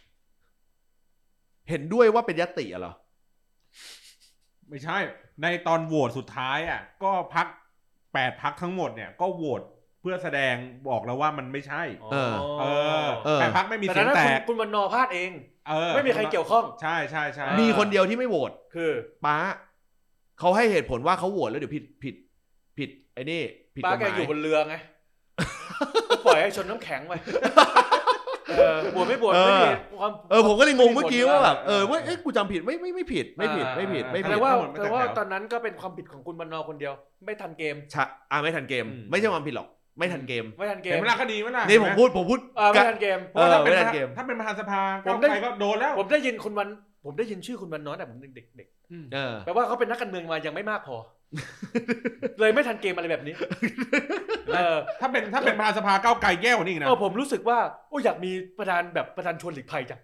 เห็นด้วยว่าเป็นญัตติเหรอไม่ใช่ในตอนโหวตสุดท้ายอ่ะก็พรรคแปดพรรคทั้งหมดเนี่ยก็โหวตเพื่อแสดงบอกแล้วว่ามันไม่ใช่เออเออแปดพรรคไม่มีเสียงแตกคุณวรรณพลาดเองไม่มีใครเกี่ยวข้องใช่ใช่ใช่มีคนเดียวที่ไม่โหวตคือป้าเขาให้เหตุผลว่าเขาโหวตแล้วเดี๋ยวผิดผิดผิดไอ้นี่ผิดกฎหมายป้าแกอยู่บนเรือไงปล่อยให้ชนน้ำแข็งไปเออบวชไม่บวชไม่มีความเออผมก็เลยงงเมื่อกี้ว่าแบบเออว่าเอ๊ะกูจำผิดไม่ไม่ไม่ผิดไม่ผิดไม่ผิดไม่ผิดแต่ว่าแต่ว่าตอนนั้นก็เป็นความผิดของคุณบรรณคนเดียวไม่ทันเกมใช่อ่าไม่ทันเกมไม่ใช่ความผิดหรอกไม่ทันเกมไม่ทันเกมเห็นเวลาคดีมั้ยล่ะนี่ผมพูดผมพูดไม่ทันเกมเพราะถ้าเป็นถ้าเป็นประธานสภาก้าวไกลก็โดนแล้วผมได้ยินคุณวันผมได้ยินชื่อคุณวันน้อยแต่ผมเด็กเด็กแปลว่าเขาเป็นนักการเมืองมายังไม่มากพอเลยไม่ทันเกมอะไรแบบนี้เออถ้าเป็นถ้าเป็นประธานสภาก้าวไกลแย่กว่านี้นะเออผมรู้สึกว่าโอ้อยากมีประธานแบบประธานชวนหลีกภัยจัง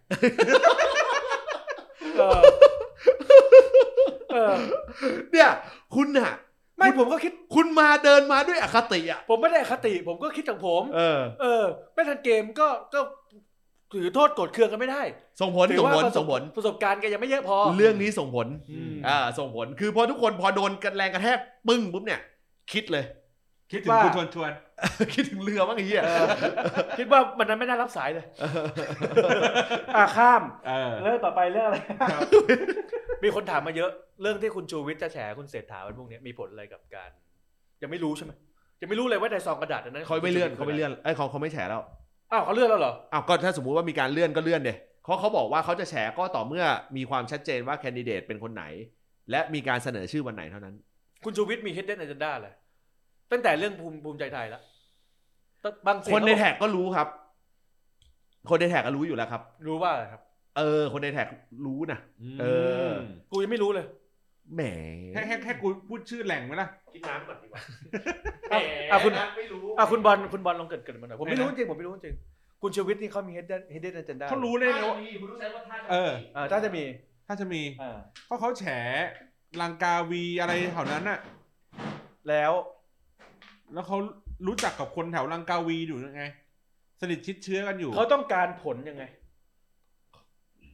เออเออเนี่ยคุณน่ะไม่ผมก็คิดคุณมาเดินมาด้วยอคติอ่ะผมไม่ได้อคติผมก็คิดของผมเออเออไม่ทันเกมก็ก็ถือโทษกดเคืองกันไม่ได้ส่งผลส่งผลส่งผลประสบการณ์แกยังไม่เยอะพอเรื่องนี้ส่งผลอ่าส่งผลคือพอทุกคนพอโดนกันแรงกระแทกปึ้งปุ๊บเนี่ยคิดเลยคิดถึงคุณชวนชวนคิดถึงเรือบ้างไอ้เหี้ยคิดว่ามันนั้นไม่น่ารับสายเลยอ่าข้ามเรื่องต่อไปเรื่องอะไรมีคนถามมาเยอะเรื่องที่คุณชูวิทย์จะแฉคุณเศรษฐาวันพวกนี้มีผลอะไรกับการยังไม่รู้ใช่ไหมยังไม่รู้เลยว่าในซองกระดาษนั้นเขาไม่เลื่อนเขาไม่เลื่อนไอ้เขาเขาไม่แฉแล้วอ้าวเขาเลื่อนแล้วเหรออ้าวก็ถ้าสมมุติว่ามีการเลื่อนก็เลื่อนเดะเขาเขาบอกว่าเขาจะแฉก็ต่อเมื่อมีความชัดเจนว่าแคนดิเดตเป็นคนไหนและมีการเสนอชื่อวันไหนเท่านั้นคุณชูวิทย์มี hidden agenda เลยตั้งแต่เรื่องภูมิภูมิใจไทยแล้วบางคนในแท็กก็รู้ครับคนในแท็กก็รู้อยู่แล้วครับรู้ว่าอะไรครับเออคนในแท็กรู้นะเออกูยังไม่รู้เลยแหมแค่แค่แค่กูพูดชื่อแหล่งไหมล่ะคิดน้ำก่อนดีกว่าอ่ะคุณไม่รู้อ่ะคุณบอลคุณบอลลองเกิดเกิดมาหน่อยผมไม่รู้จริงผมไม่รู้จริงคุณชูวิทย์นี่เขามี hidden hidden agenda เขารู้เลยว่าเออถ้าจะมีถ้าจะมีเพราะเขาแฉลังกาวีอะไรแถวนั้นน่ะแล้วแล้วเขารู้จักกับคนแถวลังกาวีอยู่ยังไงสนิทชิดเชื้อกันอยู่เขาต้องการผลยังไง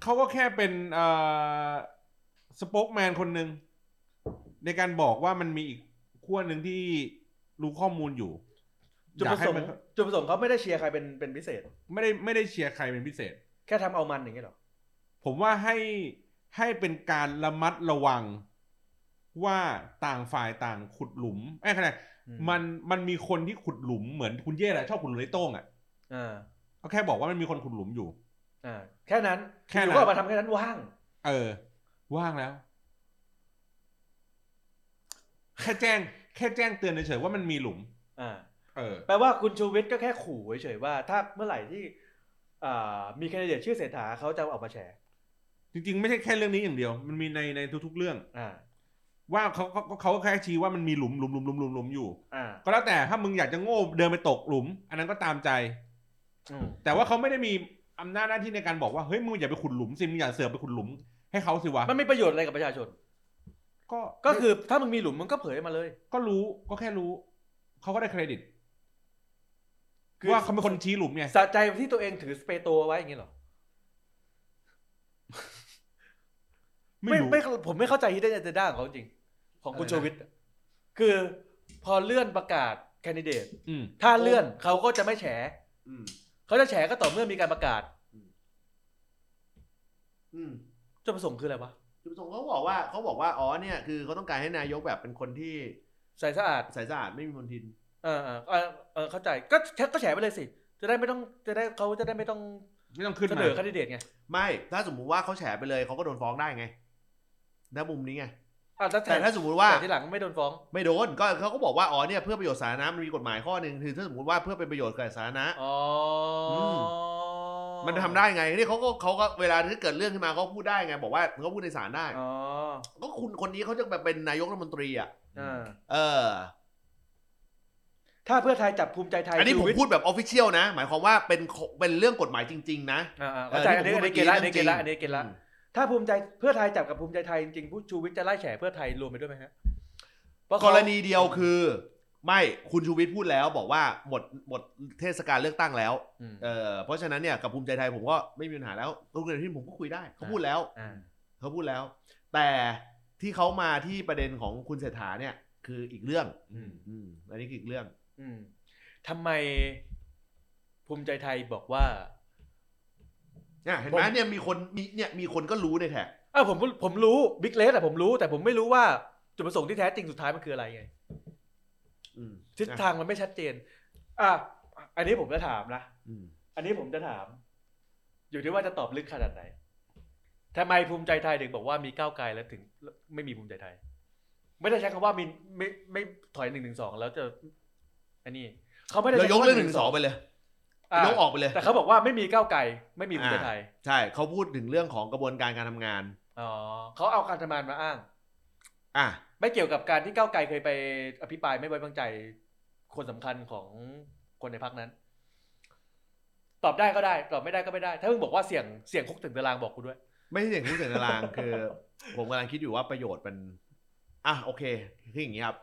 เขาก็แค่เป็นเอ่อสป็อกแมนคนหนึ่งในการบอกว่ามันมีอีกขั้วหนึ่งที่รู้ข้อมูลอยู่จุดประสงค์จุดประสงค์เขาไม่ได้เชียร์ใครเป็นเป็นพิเศษไม่ได้ไม่ได้เชียร์ใครเป็นพิเศษแค่ทำเอามันอย่างเงี้ยหรอผมว่าให้ให้เป็นการระมัดระวังว่าต่างฝ่ายต่างขุดหลุมไอ้ขนาดมันมันมีคนที่ขุดหลุมเหมือนคุณเย่แหละชอบขุดหลุมในโต้งอ่ะอ่าก็แค่บอกว่ามันมีคนขุดหลุมอยู่อ่าแค่นั้นแค่นั้นก็มาทำแค่นั้นว่างเออว่างแล้วแค่แจ้งแค่แจ้งเตือนเฉยๆว่ามันมีหลุมอ่าเออแปลว่าคุณชูวิทย์ก็แค่ขู่เฉยๆว่าถ้าเมื่อไหร่ที่อ่ามีแคนดิเดตชื่อเศรษฐาเขาจะออกมาแฉจริงๆไม่ใช่แค่เรื่องนี้อย่างเดียวมันมีในในทุกๆเรื่องอ่าว่าเขาเขาเขาแค่ชี้ว่ามันมีหลุมหลุมหลุมหลุมหลุมหลุมอยู่อ่าก็แล้วแต่ถ้ามึงอยากจะโง่เดินไปตกหลุมอันนั้นก็ตามใจแต่ว่าเขาไม่ได้มีอำนาจหน้าที่ในการบอกว่าเฮ้ยมึงอย่าไปขุดหลุมสิมึงอย่าเสือกไปขุดหลุมให้เขาสิวะมันมีประโยชน์อะไรกับประชาชนก็ก็คือถ้ามึงมีหลุมมึงก็เผยมาเลยก็รู้ก็แค่รู้เขาก็ได้เครดิตว่าเขาเป็นคนชี้หลุมเนี่ยสะใจที่ตัวเองถือสเปโตไว้อย่างงี้หรอไม่ไม่ผมไม่เข้าใจที่ได้จะด้าของเขาจริงของคุณชูวิทย์คือพอเลื่อนประกาศแคนดิเดตถ้าเลื่อนเขาก็จะไม่แฉเขาจะแฉก็ต่อเมื่อมีการประกาศจุดประสงค์คืออะไรวะจุดประสงค์เขาบอกว่าเขาบอกว่าอ๋อเนี่ยคือเขาต้องการให้นายกแบบเป็นคนที่ใสสะอาดใสสะอาดไม่มีมลทินเออเออเออเข้าใจก็ก็แฉไปเลยสิจะได้ไม่ต้องจะได้เขาจะได้ไม่ต้องไม่ต้องขึ้นเสนอแคนดิเดตไงไม่ถ้าสมมุติว่าเขาแฉไปเลยเขาก็โดนฟ้องได้ไงณมุมนี้ไงแต่ถ้าสมมุติว่าทีหลังไม่โดนฟ้องไม่โดนก็เขาก็บอกว่าอ๋อเนี่ยเพื่อประโยชน์สาธารณะมันมีกฎหมายข้อนึงคือถ้าสมมติว่าเพื่อเป็นประโยชน์แก่สาธารณะอ๋อมันทำได้ไงนี่เขาก็เขาก็เวลาที่เกิดเรื่องขึ้นมาเขาพูดได้ไงบอกว่าเขาพูดในศาลได้อ๋อก็คุณคนนี้เขาจะแบบเป็นนายกรัฐมนตรีอ่ะเออถ้าเพื่อไทยจับภูมิใจไทยอันนี้ผมพูดแบบออฟฟิเชียลนะหมายความว่าเป็นเป็นเรื่องกฎหมายจริงๆนะเข้าใจอันนี้อันนี้เกณฑ์ละอันนี้เกณฑ์ละอันนี้เกณฑ์ละถ้าภูมิใจเพื่อไทยจับกับภูมิใจไทยจริงๆผู้ชูวิทย์จะไล่แฉเพื่อไทยรวมไปด้วยไหมฮะกรณีเดียวคือไม่คุณชูวิทย์พูดแล้วบอกว่าหมดหมดเทศกาลเลือกตั้งแล้วเออเพราะฉะนั้นเนี่ยกับภูมิใจไทยผมก็ไม่มีปัญหาแล้วทุกเรื่องที่ผมก็คุยได้เขาพูดแล้วเขาพูดแล้วแต่ที่เขามาที่ประเด็นของคุณเศรษฐาเนี่ยคืออีกเรื่องอืมอันนี้คืออีกเรื่องทำไมภูมิใจไทยบอกว่าเนี่ยเห็นไหมเนี่ยมีคนมีเนี่ยมีคนก็รู้ในแท็กอ่ะผมผมรู้บิ๊กเลสอ่ะผมรู้แต่ผมไม่รู้ว่าจุดประสงค์ที่แท้จริงสุดท้ายมันคืออะไรไงทิศทางมันไม่ชัดเจนอ่ะอันนี้ผมจะถามนะอันนี้ผมจะถามอยู่ที่ว่าจะตอบลึกขนาดไหนทำไมภูมิใจไทยถึงบอกว่ามีก้าวไกลแล้วถึงไม่มีภูมิใจไทยไม่ได้ใช้คำว่ามีไม่ไม่ถอยหนึ่งหนึ่งสองแล้วจะอันนี้เขาไม่ได้เรายกเรื่องหนึ่งสองไปเลยยกออกไปเลยแต่เขาบอกว่าไม่มีก้าวไกลไม่มีภูมิใจไทยใช่เขาพูดถึงเรื่องของกระบวนการการทำงานอ๋อเขาเอาการทำงานมาอ้างอ่ะไม่เกี่ยวกับการที่ก้าวไกลเคยไปอภิปรายไม่ไว้วางใจคนสำคัญของคนในพรรคนั้นตอบได้ก็ได้ตอบไม่ได้ก็ไม่ได้ถ้ามึงบอกว่าเสี่ยงเสี่ยงคุกถึงตารางบอกกูด้วยไม่ใช่เสี่ยงคุกถึงตารางคือผมกำลังคิดอยู่ว่าประโยชน์มันอ่ะโอเคคืออย่างนี้ครับ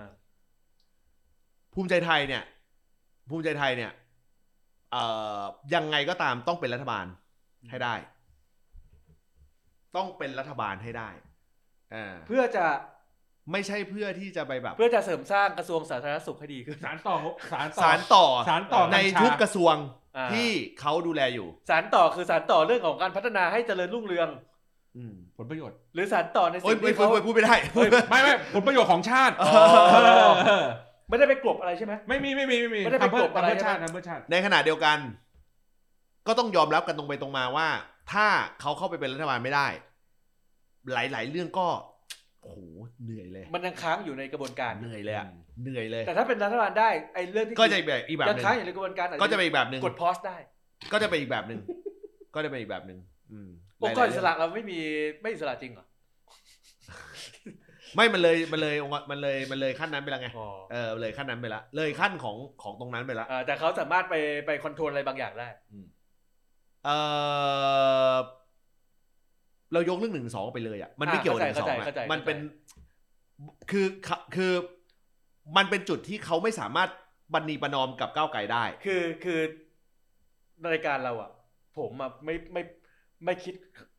ภูมิใจไทยเนี่ยภูมิใจไทยเนี่ยเอ่อยังไงก็ตามต้องเป็นรัฐบาลให้ได้ต้องเป็นรัฐบาลให้ได้เพื่อจะไม่ใช่เพื่อที่จะไปแบบเพื่อจะเสริมสร้างกระทรวงสาธารณสุขให้ดีขึ้นสารต่อสารต่อสารต่อสารต่อในทุกกระทรวงที่เขาดูแลอยู่สารต่อคือสารต่อเรื่องของการพัฒนาให้เจริญรุ่งเรืองผลประโยชน์หรือสารต่อในสิ่งที่เขาพูดไม่ได้ไม่ไม่ผลประโยชน์ของชาติไม่ได้ไปกลบอะไรใช่ไหมไม่มีไม่มีไม่มีไม่ได้ไปกลบอะไรชาตินะเพื่อชาติในขณะเดียวกันก็ต้องยอมรับกันตรงไปตรงมาว่าถ้าเขาเข้าไปเป็นรัฐบาลไม่ได้หลายๆเรื่องก็โอ้โหเหนื่อยเลยมันยังค้างอยู่ในกระบวนการเหนื่อยเลยอ่ะเหนื่อยเลยแต่ถ้าเป็นรัฐบาลได้ไอ้เรื่องที่ก็จะแบบอีกแบบนึงยังค้างอยู่ในกระบวนการก็จะเป็นอีกแบบนึงกดพอสได้ก็จะเป็นอีกแบบนึงก็จะเป็นอีกแบบนึงองค์กรอิสระเราไม่มีไม่อิสระจริงเหรอไม่มันเลยมันเลยมันเลยมันเลยขั้นนั้นไปแล้วไงเออเลยขั้นนั้นไปแล้วเลยขั้นของของตรงนั้นไปแล้วแต่เขาสามารถไปไปคอนโทรลอะไรบางอย่างได้เออเรายกเรื่องหนึ่งสองไปเลยอ่ะมันไม่เกี่ยวกับหนึ่งสองมันเป็นคือคือมันเป็นจุดที่เขาไม่สามารถบันนีประนอมกับก้าวไกลได้คือคือรายการเราอ่ะผมอ่ะไม่ไม่ไม่คิด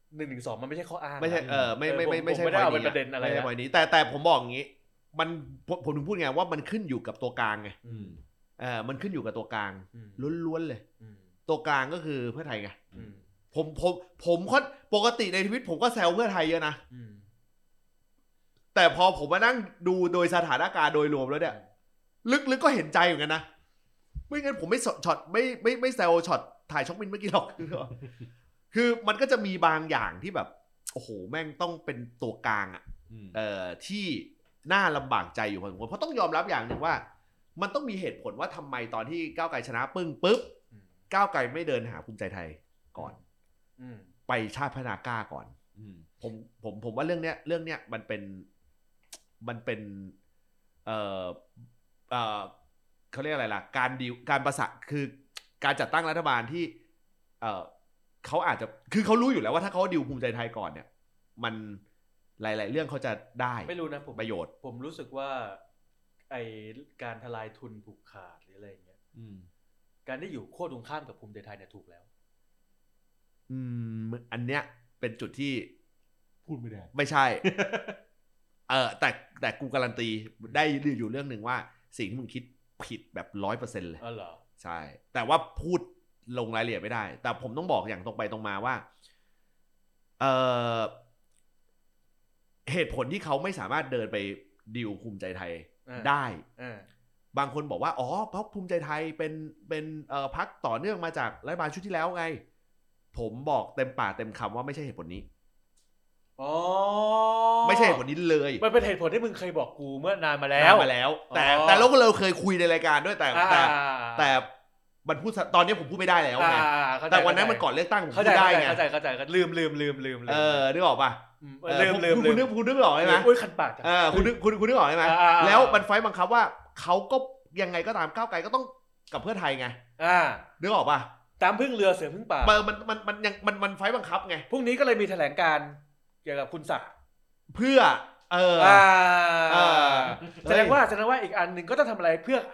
หนึ่งหนึ่งสองมันไม่ใช่ข้ออ้างไม่ใช่เออไม่ไม่ไม่ไม่ใช่ไม่ได้เอาเป็นประเด็นอะไรนะนี้แต่แต่ผมบอกอย่างนี้มันผมถึงพูดไงว่ามันขึ้นอยู่กับตัวกลางไงเออมันขึ้นอยู่กับตัวกลางล้วนๆเลยตัวกลางก็คือเพื่อไทยไงผมผมผมก็ปกติในชีวิตผมก็แซวเพื่อไทยเยอะนะแต่พอผมมานั่งดูโดยสถานการณ์โดยรวมแล้วเนี่ยลึกๆก็เห็นใจเหมือนกันนะไม่งั้นผมไม่ช็อตไม่ไม่ไม่แซวช็อตถ่ายช็อกมินเมื่อกี้หรอกคือมันก็จะมีบางอย่างที่แบบโอ้โหแม่งต้องเป็นตัวกลางอ่ะเอ่อที่น่าลำบากใจอยู่พอสมควรเพราะต้องยอมรับอย่างหนึ่งว่ามันต้องมีเหตุผลว่าทำไมตอนที่ก้าวไกลชนะปึ้งปุ๊บก้าวไกลไม่เดินหาภูมิใจไทยก่อนไปชาติพัฒนากล้าก่อนผมผมผมว่าเรื่องเนี้ยเรื่องเนี้ยมันเป็นมันเป็นเอ่อเอ่อเขาเรียกอะไรล่ะการดีลการประสานคือการจัดตั้งรัฐบาลที่เอ่อเขาอาจจะคือเขารู้อยู่แล้วว่าถ้าเขาดีลภูมิใจไทยก่อนเนี่ยมันหลายๆเรื่องเขาจะได้ไม่รู้นะผมประโยชน์ผมรู้สึกว่าไอการทลายทุนผูกขาดหรืออะไรอย่างเงี้ยการได้อยู่โค่นตรงข้ามกับภูมิใจไทยเนี่ยถูกแล้วอืมอันเนี้ยเป็นจุดที่พูดไม่ได้ไม่ใช่ เออแต่แต่กูการันตีได้อยู่เรื่องหนึ่งว่าสิ่งที่มึงคิดผิดแบบร้อยเปอร์เซ็นต์เลยอ๋อเหรอใช่แต่ว่าพูดลงรายละเอียดไม่ได้แต่ผมต้องบอกอย่างตรงไปตรงมาว่าเออเหตุผลที่เขาไม่สามารถเดินไปดีลภูมิใจไทยได้บางคนบอกว่าอ๋อเพราะภูมิใจไทยเป็นเป็นเอ่อพรรคต่อเนื่องมาจากรัฐบาลชุดที่แล้วไงผมบอกเต็มปากเต็มคำว่าไม่ใช่เหตุผลนี้อ๋อไม่ใช่เหตุผลนี้เลยมันเป็นเหตุผลที่มึงเคยบอกกูเมื่อนานมาแล้วนานมาแล้วแต่แต่เราก็เราเคยคุยในรายการด้วยแต่แต่แต่มันพูดตอนนี้ผมพูดไม่ได้แล้วไงแต่วันนั้นมันก่อนเลือกตั้งผมพูดได้ไงเข้าใจเข้าใจลืมลืมลืมลืมเออนึกออกป่ะลืมลืมคุณนึกคุณนึกออกใช่ไหมอุ้ยคันปากเออคุณนึกคุณคุณนึกออกใช่ไหมแล้วมันไฟบังคับว่าเขาก็ยังไงก็ตามก้าวไกลก็ต้องกับเพื่อไทยไงอ่านึกออกป่ะตามพึ่งเรือเสือพึ่งป่ามันมันมันยังมันมันไฟบังคับไงพรุ่งนี้ก็เลยมีแถลงการเกี่ยวกับคุณศักดิ์เพื่อเออแสดงว่าแสดงว่าอีกอันหนึ่งก็ต้องทำอะไรเพื่อ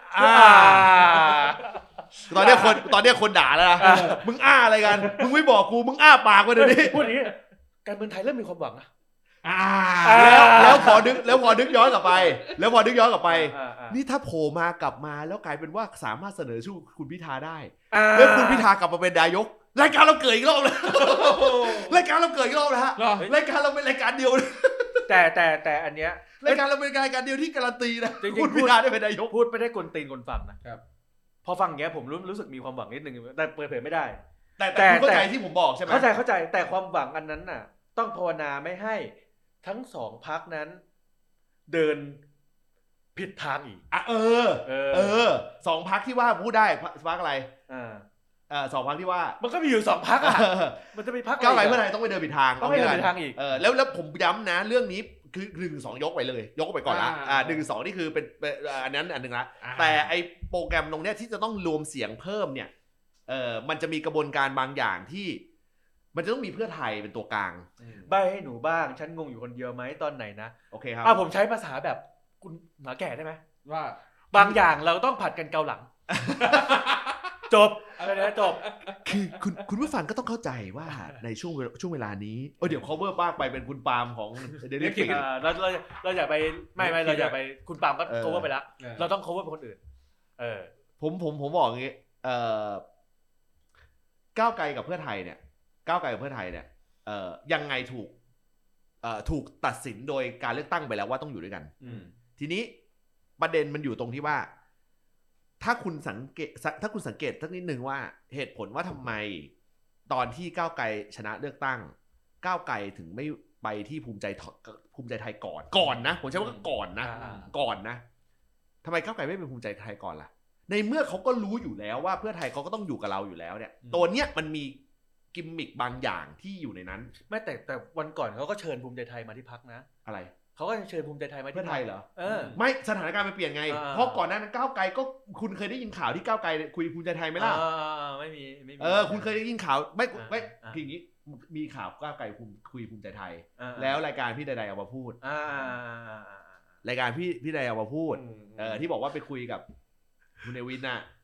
ตอนนี้คนตอนนี้คนด่าแล้วนะมึงอ้าอะไรกันมึงไม่บอกกูมึงอ้าปากมาเดี๋ยวนี้พูดอย่างนี้การเมืองไทยเริ่มมีความหวังนะแล้วแล้วพอนึกแล้วพอนึกย้อนกลับไปแล้วพอนึกย้อนกลับไปนี่ถ้าโผล่มากลับมาแล้วกลายเป็นว่าสามารถเสนอชื่อคุณพิธาได้แล้วคุณพิธากลับมาเป็นนายกรายการเราเกิดอีกรอบเลยรายการเราเกิดอีกรอบเลยฮะรายการเราเป็นรายการเดียวแต่แต่แต่อันเนี้ยรายการเราเป็นรายการเดียวที่การันตีนะคุณพิธาได้เป็นนายกพูดไม่ได้กลตีนกลฟังนะครับพอฟังอย่างเงี้ยผมรู้รู้สึกมีความหวังนิดนึงแต่เปิดเผยไม่ได้แต่แต่เข้าใจที่ผมบอกใช่ไหมเข้าใจเข้าใจแต่ความหวังอันนั้นน่ะต้องภาวนาไม่ให้ทั้งสองพรรคนั้นเดินผิดทางอีกอ่ะเออเออสองพรรคที่ว่าพูดได้พรรคอะไรอ่าเออสองพรรคที่ว่ามันก็มีอยู่สองพรรคอ่ะมันจะมีพรรคก้าวไกลเพื่อไทยต้องไปเดินผิดทางต้องไปเดินผิดทางอีกเออแล้วแล้วผมย้ำนะเรื่องนี้คือหนึ่งสองยกไปเลยยกไปก่อนละอ่าหนึ่งสองนี่คือเป็นอันนั้นอันหนึ่งละแต่ไอโปรแกรมตรงเนี้ยที่จะต้องรวมเสียงเพิ่มเนี่ยเออมันจะมีกระบวนการบางอย่างที่มันจะต้องมีเพื่อไทยเป็นตัวกลางใบให้หนูบ้างฉันงงอยู่คนเดียวไหมตอนไหนนะโอเคครับอ่ะผมใช้ภาษาแบบคุณหมาแก่ได้ไหมว่าบางอย่างเราต้องผัดกันเกาหลังจบอะไรนะจบคือคุณคุณผู้ฟังก็ต้องเข้าใจว่าในช่วงช่วงเวลานี้เออเดี๋ยว cover ป้าไปเป็นคุณปาล์มของเดลิฟิกเราเราเราอย่าไปไม่ไม่เราอย่าไปคุณปาล์มก็ cover ไปแล้วเราต้อง cover เป็นคนอื่นเออผมผมผมบอกอย่างงี้เอ่อก้าวไกลกับเพื่อไทยเนี่ยก้าวไกลกับเพื่อไทยเนี่ยเอ่อยังไงถูกเอ่อถูกตัดสินโดยการเลือกตั้งไปแล้วว่าต้องอยู่ด้วยกันทีนี้ประเด็นมันอยู่ตรงที่ว่าถ้าคุณสังเกตถ้าคุณสังเกตสักนิดนึงว่าเหตุผลว่าทำไมตอนที่ก้าวไกลชนะเลือกตั้งก้าวไกลถึงไม่ไปที่ภูมิใจภูมิใจไทยก่อนก่อนนะผมใช้ว่าก่อนนะก่อนนะทำไมก้าวไกลไม่เป็นภูมิใจไทยก่อนล่ะในเมื่อเขาก็รู้อยู่แล้วว่าเพื่อไทยเขาก็ต้องอยู่กับเราอยู่แล้วเนี่ยตัวเนี้ยมันมีกิมมิคบางอย่างที่อยู่ในนั้นไม่แต่แต่วันก่อนเขาก็เชิญภูมิใจไทยมาที่พักนะอะไรเขาก็เชิญภูมิใจไทยมาที่เพื่อไทยเหรอเออไม่สถานการณ์มันเปลี่ยนไงเพราะก่อนหน้านั้นก้าวไกลก็คุณเคยได้ยินข่าวที่ก้าวไกลคุยภูมิใจไทยไหมล่ะไม่มีไม่มีเออคุณเคยได้ยินข่าวไม่ไม่อย่างนี้มีข่าวก้าวไกลคุยภูมิใจไทยแล้วรายการพี่ใดๆเอามาพูดรายการพี่พี่ใดเอามาพูดเออที่บอกว่าไปคุยกับคุณเนวินน่ะ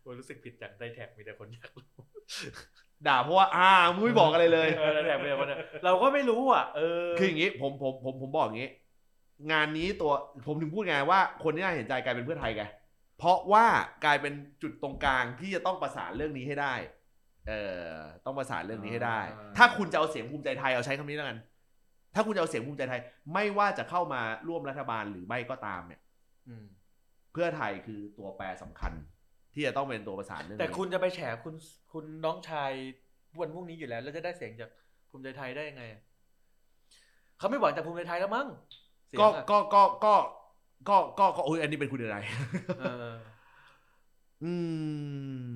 รู้สึกผิดจังได้แท็กมีแต่คนอยากรู้ด่าเพราะว่าอ่ามึงไม่บอกอะไรเลยเออได้แท็กมีแต่คนเราก็ไม่รู้อ่ะเออคืออย่างงี้ผมผมผมผมบอกอย่างงี้งานนี้ตัวผมถึงพูดไงว่าคนที่น่าเห็นใจกลายเป็นเพื่อไทยไงเพราะว่ากลายเป็นจุดตรงกลางที่จะต้องประสานเรื่องนี้ให้ได้เอ่อต้องประสานเรื่องนี้ให้ได้ถ้าคุณจะเอาเสียงภูมิใจไทยเอาใช้คำนี้แล้วกันถ้าคุณจะเอาเสียงภูมิใจไทยไม่ว่าจะเข้ามาร่วมรัฐบาลหรือไม่ก็ตามเนี่ยเพื่อไทยคือตัวแปรสำคัญที่จะต้องเป็นตัวประสานเรื่องนี้แต่คุณจะไปแฉคุณคุณน้องชายวันพวกนี้อยู่แล้วแล้วจะได้เสียงจากภูมิใจไทยได้ยังไงเขาไม่หวังจากภูมิใจไทยแล้วมั้งก็ก็ก็ก็ก็ก็ก็โอ้ยอันนี้เป็นคุณอะไรอืม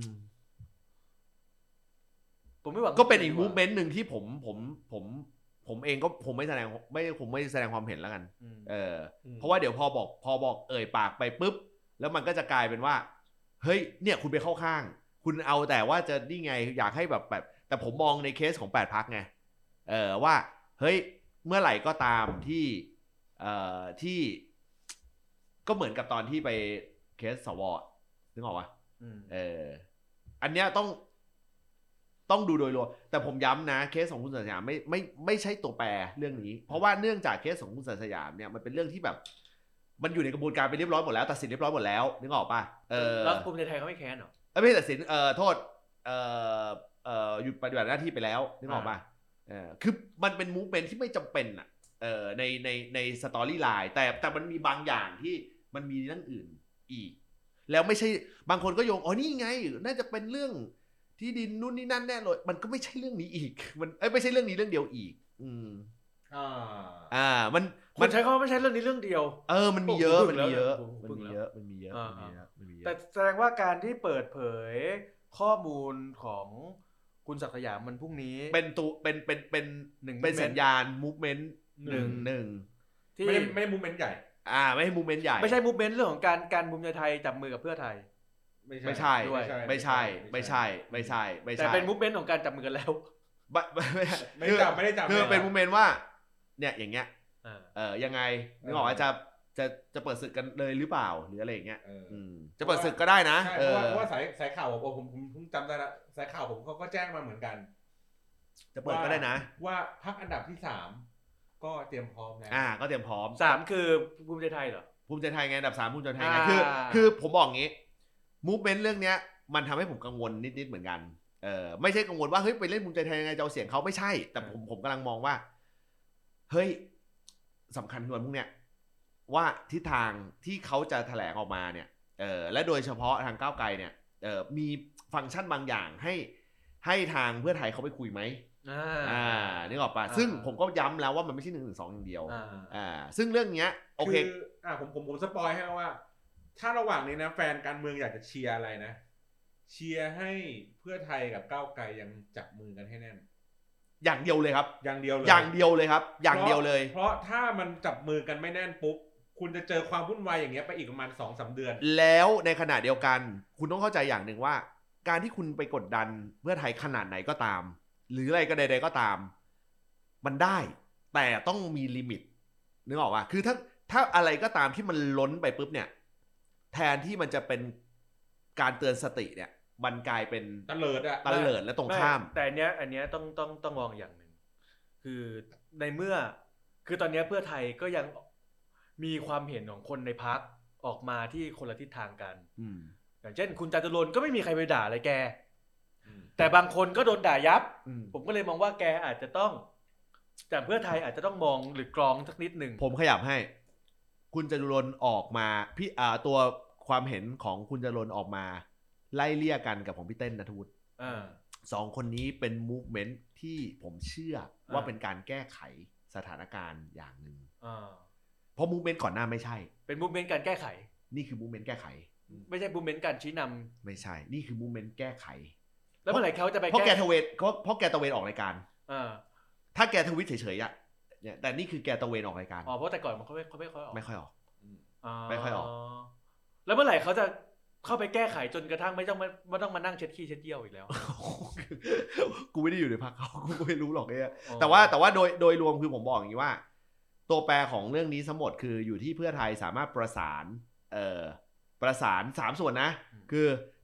ผมไม่หวังก็เป็นอีกมูฟเมนต์หนึ่งที่ผมผมผมผมเองก็ผมไม่แสดงไม่ผมไม่แสดงความเห็นแล้วกันเออเพราะว่าเดี๋ยวพอบอกพอบอกเอ่ยปากไปปุ๊บแล้วมันก็จะกลายเป็นว่าเฮ้ยเนี่ยคุณไปเข้าข้างคุณเอาแต่ว่าจะนี่ไงอยากให้แบบแบบแต่ผมมองในเคสของแปดพรรคไงเออว่าเฮ้ยเมื่อไหร่ก็ตามที่เอ่อที่ก็เหมือนกับตอนที่ไปเคสสวนึกออกปะเอออันเนี้ยต้องต้องดูโดยรวมแต่ผมย้ำนะเคสของคุณสยามไม่ไม่ไม่ใช่ตัวแปรเรื่องนี้เพราะว่าเนื่องจากเคสของคุณสยามเนี่ยมันเป็นเรื่องที่แบบมันอยู่ในกระบวนการไปเรียบร้อยหมดแล้วตัดสินเรียบร้อยหมดแล้วนึกออกปะเออแล้วภูมิใจไทยเขาไม่แค้นหรอเออไม่ตัดสินเอ่อโทษเอ่อเอ่อหยุดปฏิบัติหน้าที่ไปแล้วนึกออกปะเออคือมันเป็นมูฟเมนท์ที่ไม่จำเป็นอ่ะเอ่อในในในสตอรี่ไลน์แต่แต่มันมีบางอย่างที่มันมีเรื่องอื่นอีกแล้วไม่ใช่บางคนก็โยงอ๋อนี่ไงน่าจะเป็นเรื่องที่ดินนู่นนี่นั่นแน่เลยมันก็ไม่ใช่เรื่องนี้อีกมันเอ้ยไม่ใช่เรื่องนี้เรื่องเดียวอีกอืมอ่าอ่ามันมันใช้คำว่าไม่ใช่เรื่องนี้เรื่องเดียวเออมันมีเยอะมันมีเยอะมันมีเยอะมันมีเยอะมันมีเยอะมันมีเยอะแต่แสดงว่าการที่เปิดเผยข้อมูลของคุณศักดิ์สยามมันพรุ่งนี้เป็นตัวเป็นเป็นเป็นหนึ่งเป็นสัญญาณมูฟเมนต์หนึ่งหนึ่งที่ไม่ไม่มูฟเมนต์ใหญ่อ่าไม่ใช่มูฟเมนต์ใหญ่ไม่ใช่มูฟเมนต์เรื่องของการการภูมิใจไทยจับมือกับเพื่อไทยไม่ใช่ไม่ใช่ไม่ใช่ไม่ใช่ไม่ใช่แต่เป็นมูฟเมนต์ของการจับมือกันแล้วไม่จับไม่ได้จับคือเป็นมูฟเมนต์ว่าเนี่ยอย่างเงี้ยเออยังไงนึกออกว่าจะจะจะเปิดศึกกันเลยหรือเปล่าหรืออะไรอย่างเงี้ยจะเปิดศึกก็ได้นะเพราะว่าเพราะว่าสายสายข่าวผมผมผมจำได้ละสายข่าวผมเขาก็แจ้งมาเหมือนกันจะเปิดก็ได้นะว่าพรรคอันดับที่สามก็เตรียมพร้อมแล้วอ่าก็เตรียมพร้อมสามคือภูมิใจไทยเหรอภูมิใจไทยไงอันดับสามภูมิใจไทยไงคือคือผมบอกงี้มูฟเมนต์เรื่องเนี้ยมันทำให้ผมกังวลนิดๆเหมือนกันเออไม่ใช่กังวลว่าเฮ้ยไปเล่นภูมิใจไทยยังไงจะเอาเสียงเขาไม่ใช่แต่ผมผมกำลังมองว่าเฮ้ยสำคัญส่วนพวกเนี้ยว่าทิศทางที่เขาจะแถลงออกมาเนี่ยเออและโดยเฉพาะทางก้าวไกลเนี่ยเออมีฟังก์ชันบางอย่างให้ให้ทางเพื่อไทยเขาไปคุยไหมอ่านึกออกป่ะซึ่งผมก็ย้ำแล้วว่ามันไม่ใช่หนึ่งหนึ่งสองอย่างเดียวอ่าซึ่งเรื่องเนี้ยโอเคอ่าผมผมผมสปอยให้ว่าถ้าระหว่างนี้นะแฟนการเมืองอยากจะเชียร์อะไรนะเชียร์ให้เพื่อไทยกับก้าวไกลยังจับมือกันให้แน่นอย่างเดียวเลยครับอย่างเดียวเลยอย่างเดียวเลยครับอย่างเดียวเลยเพราะถ้ามันจับมือกันไม่แน่นปุ๊บคุณจะเจอความวุ่นวายอย่างเงี้ยไปอีกประมาณ สองถึงสาม เดือนแล้วในขณะเดียวกันคุณต้องเข้าใจอย่างหนึ่งว่าการที่คุณไปกดดันเพื่อไทยขนาดไหนก็ตามหรืออะไรก็ใดๆก็ตามมันได้แต่ต้องมีลิมิตนึกออกป่ะคือถ้าถ้าอะไรก็ตามที่มันล้นไปปุ๊บเนี่ยแทนที่มันจะเป็นการเตือนสติเนี่ยมันกลายเป็นตะเลิดอะตะเลิดและตรงข้ามแต่อันเนี้ยอันเนี้ยต้องต้องต้องมองอย่างหนึ่งคือในเมื่อคือตอนนี้เพื่อไทยก็ยังมีความเห็นของคนในพรรคออกมาที่คนละทิศทางกันอย่างเช่นคุณจตุรนต์ก็ไม่มีใครไปด่าอะไรแกแต่บางคนก็โดนด่ายับผมก็เลยมองว่าแกอาจจะต้องแต่เพื่อไทยอาจจะต้องมองหรือกรองสักนิดหนึ่งผมขยับให้คุณจตุรนต์ออกมาพี่อ่าตัวความเห็นของคุณจตุรนต์ออกมาไล่เลี่ยกันกับของพี่เต้นณัฐวุฒิสองคนนี้เป็นมูฟเมนท์ที่ผมเชื่อว่าเป็นการแก้ไขสถานการณ์อย่างหนึ่งเพราะมูฟเมนต์ก่อนหน้าไม่ใช่เป็นมูฟเมนต์การแก้ไขนี่คือมูฟเมนต์แก้ไขไม่ใช่มูฟเมนต์การชี้นำไม่ใช่นี่คือมูฟเมนต์แก้ไขแล้วเมื่อไหร่เขาจะไปเพราะแกทเวทเพราะแกตะเวนออกรายการถ้าแกทวิตเฉยๆอะเนี่ยแต่นี่คือแกตะเวนออกรายการอ๋อเพราะแต่ก่อนมันเขาไม่เขาไม่ค่อยออกไม่ค่อยออกไม่ค่อยออกแล้วเมื่อไหร่เขาจะเข้าไปแก้ไขจนกระทั่งไม่ต้องไม่ต้องมานั่งเช็ดขี้เช็ดเยี่ยวอีกแล้วกูไม่ได้อยู่ในพรรคเขากูไม่รู้หรอกเนี่ยแต่ว่าแต่ว่าโดยโดยรวมคือผมบอกอย่างนี้ว่าตัวแปรของเรื่องนี้ทั้งหมดคืออยู่ที่เพื่อไทยสามารถประสานเอ่อประสานสามส่วนนะคือ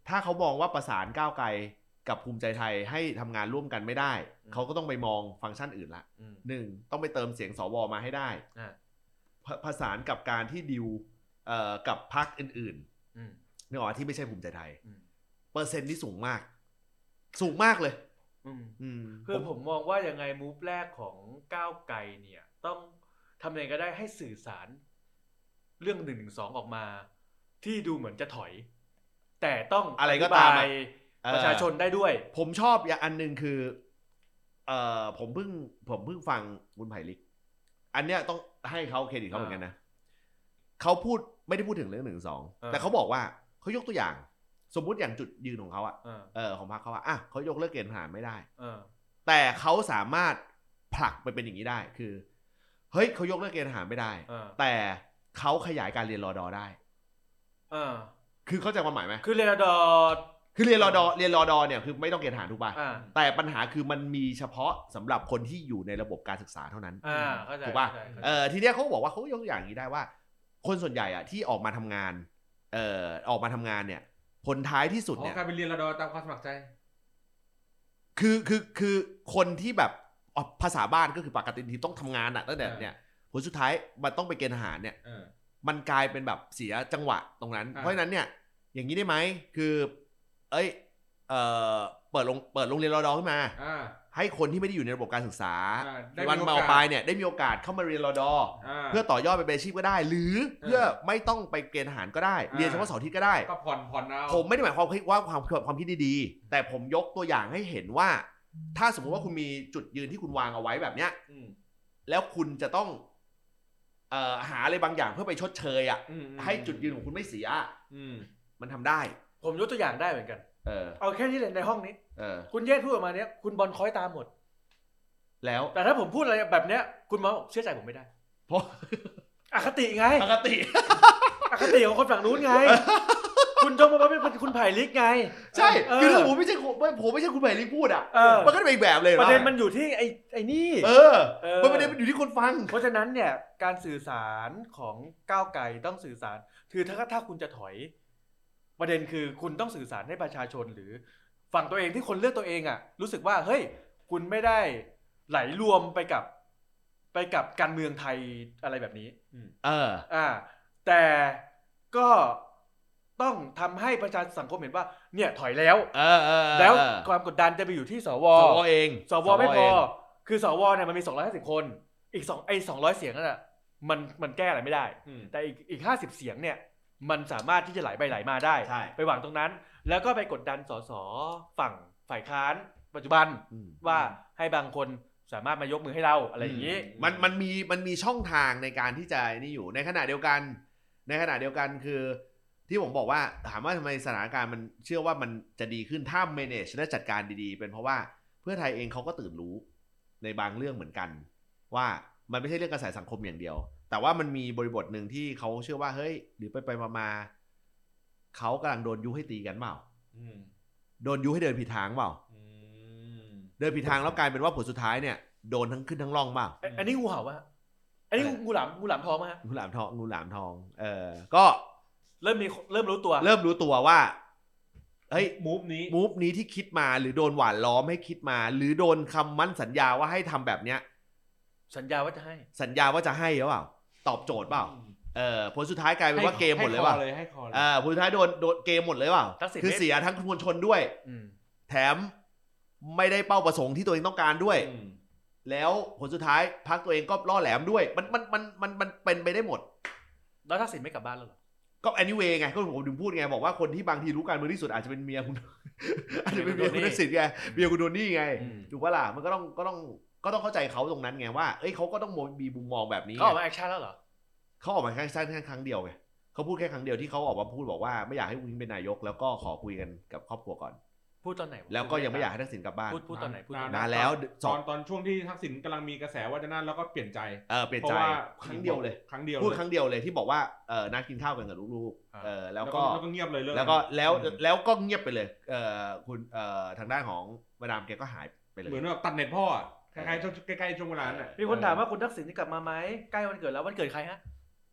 ถ้าเขามองว่าประสานก้าวไกลกับภูมิใจไทยให้ทำงานร่วมกันไม่ได้เขาก็ต้องไปมองฟังก์ชันอื่นละหนึ่งต้องไปเติมเสียงสวมาให้ได้ผสานกับการที่ดิวกับพรรคอื่นๆนึกออกที่ไม่ใช่ภูมิใจไทยเปอร์เซ็นต์ที่สูงมากสูงมากเลยคือผมมองว่ายังไงมูฟแรกของก้าวไกลเนี่ยต้องทำยังไงก็ได้ให้สื่อสารเรื่องหนึ่งหนึ่งสองออกมาที่ดูเหมือนจะถอยแต่ต้องอะไรก็ตามประชาชนได้ด้วยผมชอบอย่างอันนึงคือเอ่อผมเพิ่งผมเพิ่งฟังคุณไผ่ลิกอันเนี้ยต้องให้เขาเครดิตเขาเหมือนกันนะเขาพูดไม่ได้พูดถึงเรื่องหนึ่งสองแต่เขาบอกว่าเขายกตัวอย่างสมมุติอย่างจุดยืนของเขาอ่ะเออของพรรคเขาว่าอ่ะเขายกเลิกเกณฑ์ทหารไม่ได้แต่เขาสามารถผลักไปเป็นอย่างนี้ได้คือเฮ้ยเขายกเลิกเกณฑ์ทหารไม่ได้แต่เขาขยายการเรียนรอดอได้คือเข้าใจความหมายไหมคือเรียนรอดอคือเรียนรอดอเรียนรอดอเนี่ยคือไม่ต้องเกณฑ์ทหารถูกป่ะแต่ปัญหาคือมันมีเฉพาะสำหรับคนที่อยู่ในระบบการศึกษาเท่านั้นถูกป่ะเออทีเนี้ยเขาบอกว่าเขายกตัวอย่างนี้ได้ว่าคนส่วนใหญ่อ่ะที่ออกมาทำงานเอ่อออกมาทำงานเนี่ยผลท้ายที่สุดเนี่ยการไปเรียนรอดอตามความสมัครใจคือคือคือคนที่แบบภาษาบ้านก็คือปกติที่ต้องทำงานอ่ะตั้งแต่เนี่ยผลสุดท้ายมันต้องไปเกณฑ์ทหารเนี่ยมันกลายเป็นแบบเสียจังหวะตรงนั้นเพราะฉะนั้นเนี่ยอย่างนี้ได้ไหมคือเอ้ยเอ่อเปิดโรงเปิดโรงเรียนรอดอขึ้นมาให้คนที่ไม่ได้อยู่ในระบบการศึกษาวันม.ปลายเนี่ยได้มีโอกาสเข้ามาเรียนรอดอเพื่อต่อยอดไปเป็นอาชีพก็ได้หรือเพื่อไม่ต้องไปเกณฑ์ทหารก็ได้เรียนเฉพาะเสาร์อาทิตย์ก็ได้ก็ผ่อนผ่อนเอาผมไม่ได้หมายความว่าความความคิดดีๆแต่ผมยกตัวอย่างให้เห็นว่าถ้าสมมติว่าคุณมีจุดยืนที่คุณวางเอาไว้แบบเนี้ยแล้วคุณจะต้องเอ่อหาอะไรบางอย่างเพื่อไปชดเชยอ่ะให้จุดยืนของคุณไม่เสียมันทำได้ผมยกตัวอย่างได้เหมือนกันเออเอาแค่นี้เลยในห้องนี้เออคุณเยศพูดออกมาเนี้ยคุณบอลคอยตามหมดแล้วแต่ถ้าผมพูดอะไรแบบเนี้ยคุณมาเชื่อใจผมไม่ได้เพราะอคติไงอคติอคติของคนฝั่งนู้นไงคุณจงมาเป็นคุณไผ่ลิกไงใช่คือถ้าผมไม่ใช่ผมไม่ใช่คุณไผ่ลิกพูดอ่ะมันก็เป็นอีกแบบเลยประเด็นมันอยู่ที่ไอ้ไอ้นี่เออประเด็นมันอยู่ที่คนฟังเพราะฉะนั้นเนี่ยการสื่อสารของก้าวไกลต้องสื่อสารคือถ้าถ้าคุณจะถอยประเด็นคือคุณต้องสื่อสารให้ประชาชนหรือฝั่งตัวเองที่คนเลือกตัวเองอ่ะรู้สึกว่าเฮ้ยคุณไม่ได้ไหลรวมไปกับไปกับการเมืองไทยอะไรแบบนี้เอออ่าแต่ก็ต้องทำให้ประชาสังคมเห็นว่าเนี่ยถอยแล้วเออเออแล้วความกดดันจะไปอยู่ที่สวสวเองสวไม่พอคือสวเนี่ยมันมีสองร้อยห้าสิบคนอีกสองไอ้สองร้อยเสียงนั่นน่ะมันมันแก้อะไรไม่ได้แต่อีกอีกห้าสิบเสียงเนี่ยมันสามารถที่จะไหลไปไหลมาได้ไปหวังตรงนั้นแล้วก็ไปกดดันสสฝั่งฝ่ายค้านปัจจุบันว่าให้บางคนสามารถมายกมือให้เราอะไรอย่างนี้มันมันมีมันมีช่องทางในการที่จะนี่อยู่ในขณะเดียวกันในขณะเดียวกันคือที่ผมบอกว่าถามว่าทำไมสถานการณ์มันเชื่อว่ามันจะดีขึ้นถ้า manage และจัดการดีๆเป็นเพราะว่าเพื่อไทยเองเขาก็ตื่นรู้ในบางเรื่องเหมือนกันว่ามันไม่ใช่เรื่องกระแสสังคมอย่างเดียวแต่ว่ามันมีบริบทหนึ่งที่เขาเชื่อว่าเฮ้ยหรือไปไปมาๆเขากำลังโดนยุให้ตีกันเปล่าโดนยุให้เดินผิดทางเปล่าเดินผิดทางแล้วกลายเป็นว่าผลสุดท้ายเนี่ยโดนทั้งขึ้นทั้งล่องเปล่าอันนี้งูเห่าป่ะอันนี้งูหลามงูหลามทองป่ะงูหลามทองงูหลามทองเออก็เริ่มมีเริ่มรู้ตัวเริ่มรู้ตัวว่าเฮ้ยมูฟนี้มูฟนี้ที่คิดมาหรือโดนหวานล้อมให้คิดมาหรือโดนคำมั่นสัญญาว่าให้ทำแบบเนี้ยสัญญาว่าจะให้สัญญาว่าจะให้หรือเปล่าตอบโจทย์เปล่าเออผลสุดท้ายกลายเป็นว่าเกมหมดเลยว่ะเออผลสุดท้ายโดนโดนเกมหมดเลยเปล่าคือเสียทั้งมวลชนด้วยแถมไม่ได้เป้าประสงค์ที่ตัวเองต้องการด้วยแล้วผลสุดท้ายพรรคตัวเองก็ล่อแหลมด้วยมันมันมันมันมันเป็นไปได้หมดแล้วทักษิณไม่กลับบ้านแล้วหรอก็ anyway ไงก็ผมถึงพูดไงบอกว่าคนที่บางทีรู้การเมืองที่สุดอาจจะเป็นเมียคุณอาจจะเป็นเมียคุณทักษิณไงเมียคุณโดนี่ไงถูกป่ะล่ะมันก็ต้องก็ต้องก็ต้องเข้าใจเขาตรงนั้นไงว่าเอ้ยเขาก็ต้องมีมุมมองแบบนี้เขาออกมาแอคชั่นแล้วเหรอเขาออกมาแค่แค่ครั้งเดียวไงเขาพูดแค่ครั้งเดียวที่เขาออกมาพูดบอกว่าไม่อยากให้คุณเป็นนายกแล้วก็ขอคุยกันกับครอบครัวก่อนพูดตอนไหนแล้วก็ยังไม่อยากให้ทักษิณกลับบ้านพูดพูดตอนไหนพูดนานแล้วตอนตอนช่วงที่ทักษิณกำลังมีกระแสว่าจะนั่นแล้วก็เปลี่ยนใจเออเปลี่ยนใจครั้งเดียวเลยครั้งเดียวพูดครั้งเดียวเลยที่บอกว่าเออนัดกินข้าวกันกับลูกๆเออแล้วก็แล้วก็เงียบเลยแล้วก็แล้วแล้วก็เงียบไปเลยเออคุณเอ่อทางด้านของมาดามแกก็หายไปเลยเหมือนแบบตัดเน็ตพ่อคล้ายๆใกล้ๆช่วงเวลานั้นมีคนถามว่าคุณทักษิณจะกลับมาไหมใกล้วันเกิดแล้ววันเกิดใครฮะ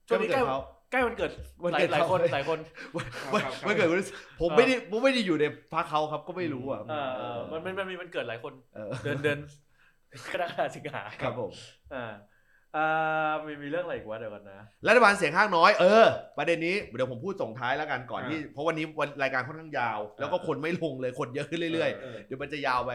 ช่วงนี้ใกล้ใกล้วันเกิดหลายหลายคนหลายคนวันเกิดผมไม่ได้ผมไม่ได้อยู่ในพรรคเขาครับก็ไม่รู้อ่ะเออมันมันมันมีมันเกิดหลายคนเดินเดินกรกฎาคมสิงหาครับผมอ่าอ่ามีมีเรื่องอะไรอีกวะเดี๋ยวก่อนนะรัฐบาลเสียงข้างน้อยเออประเด็นนี้เดี๋ยวผมพูดส่งท้ายแล้วกันก่อนที่เพราะวันนี้วันรายการค่อนข้างยาวแล้วก็คนไม่ลงเลยคนเยอะขึ้นเรื่อยๆเดี๋ยวมันจะยาวไป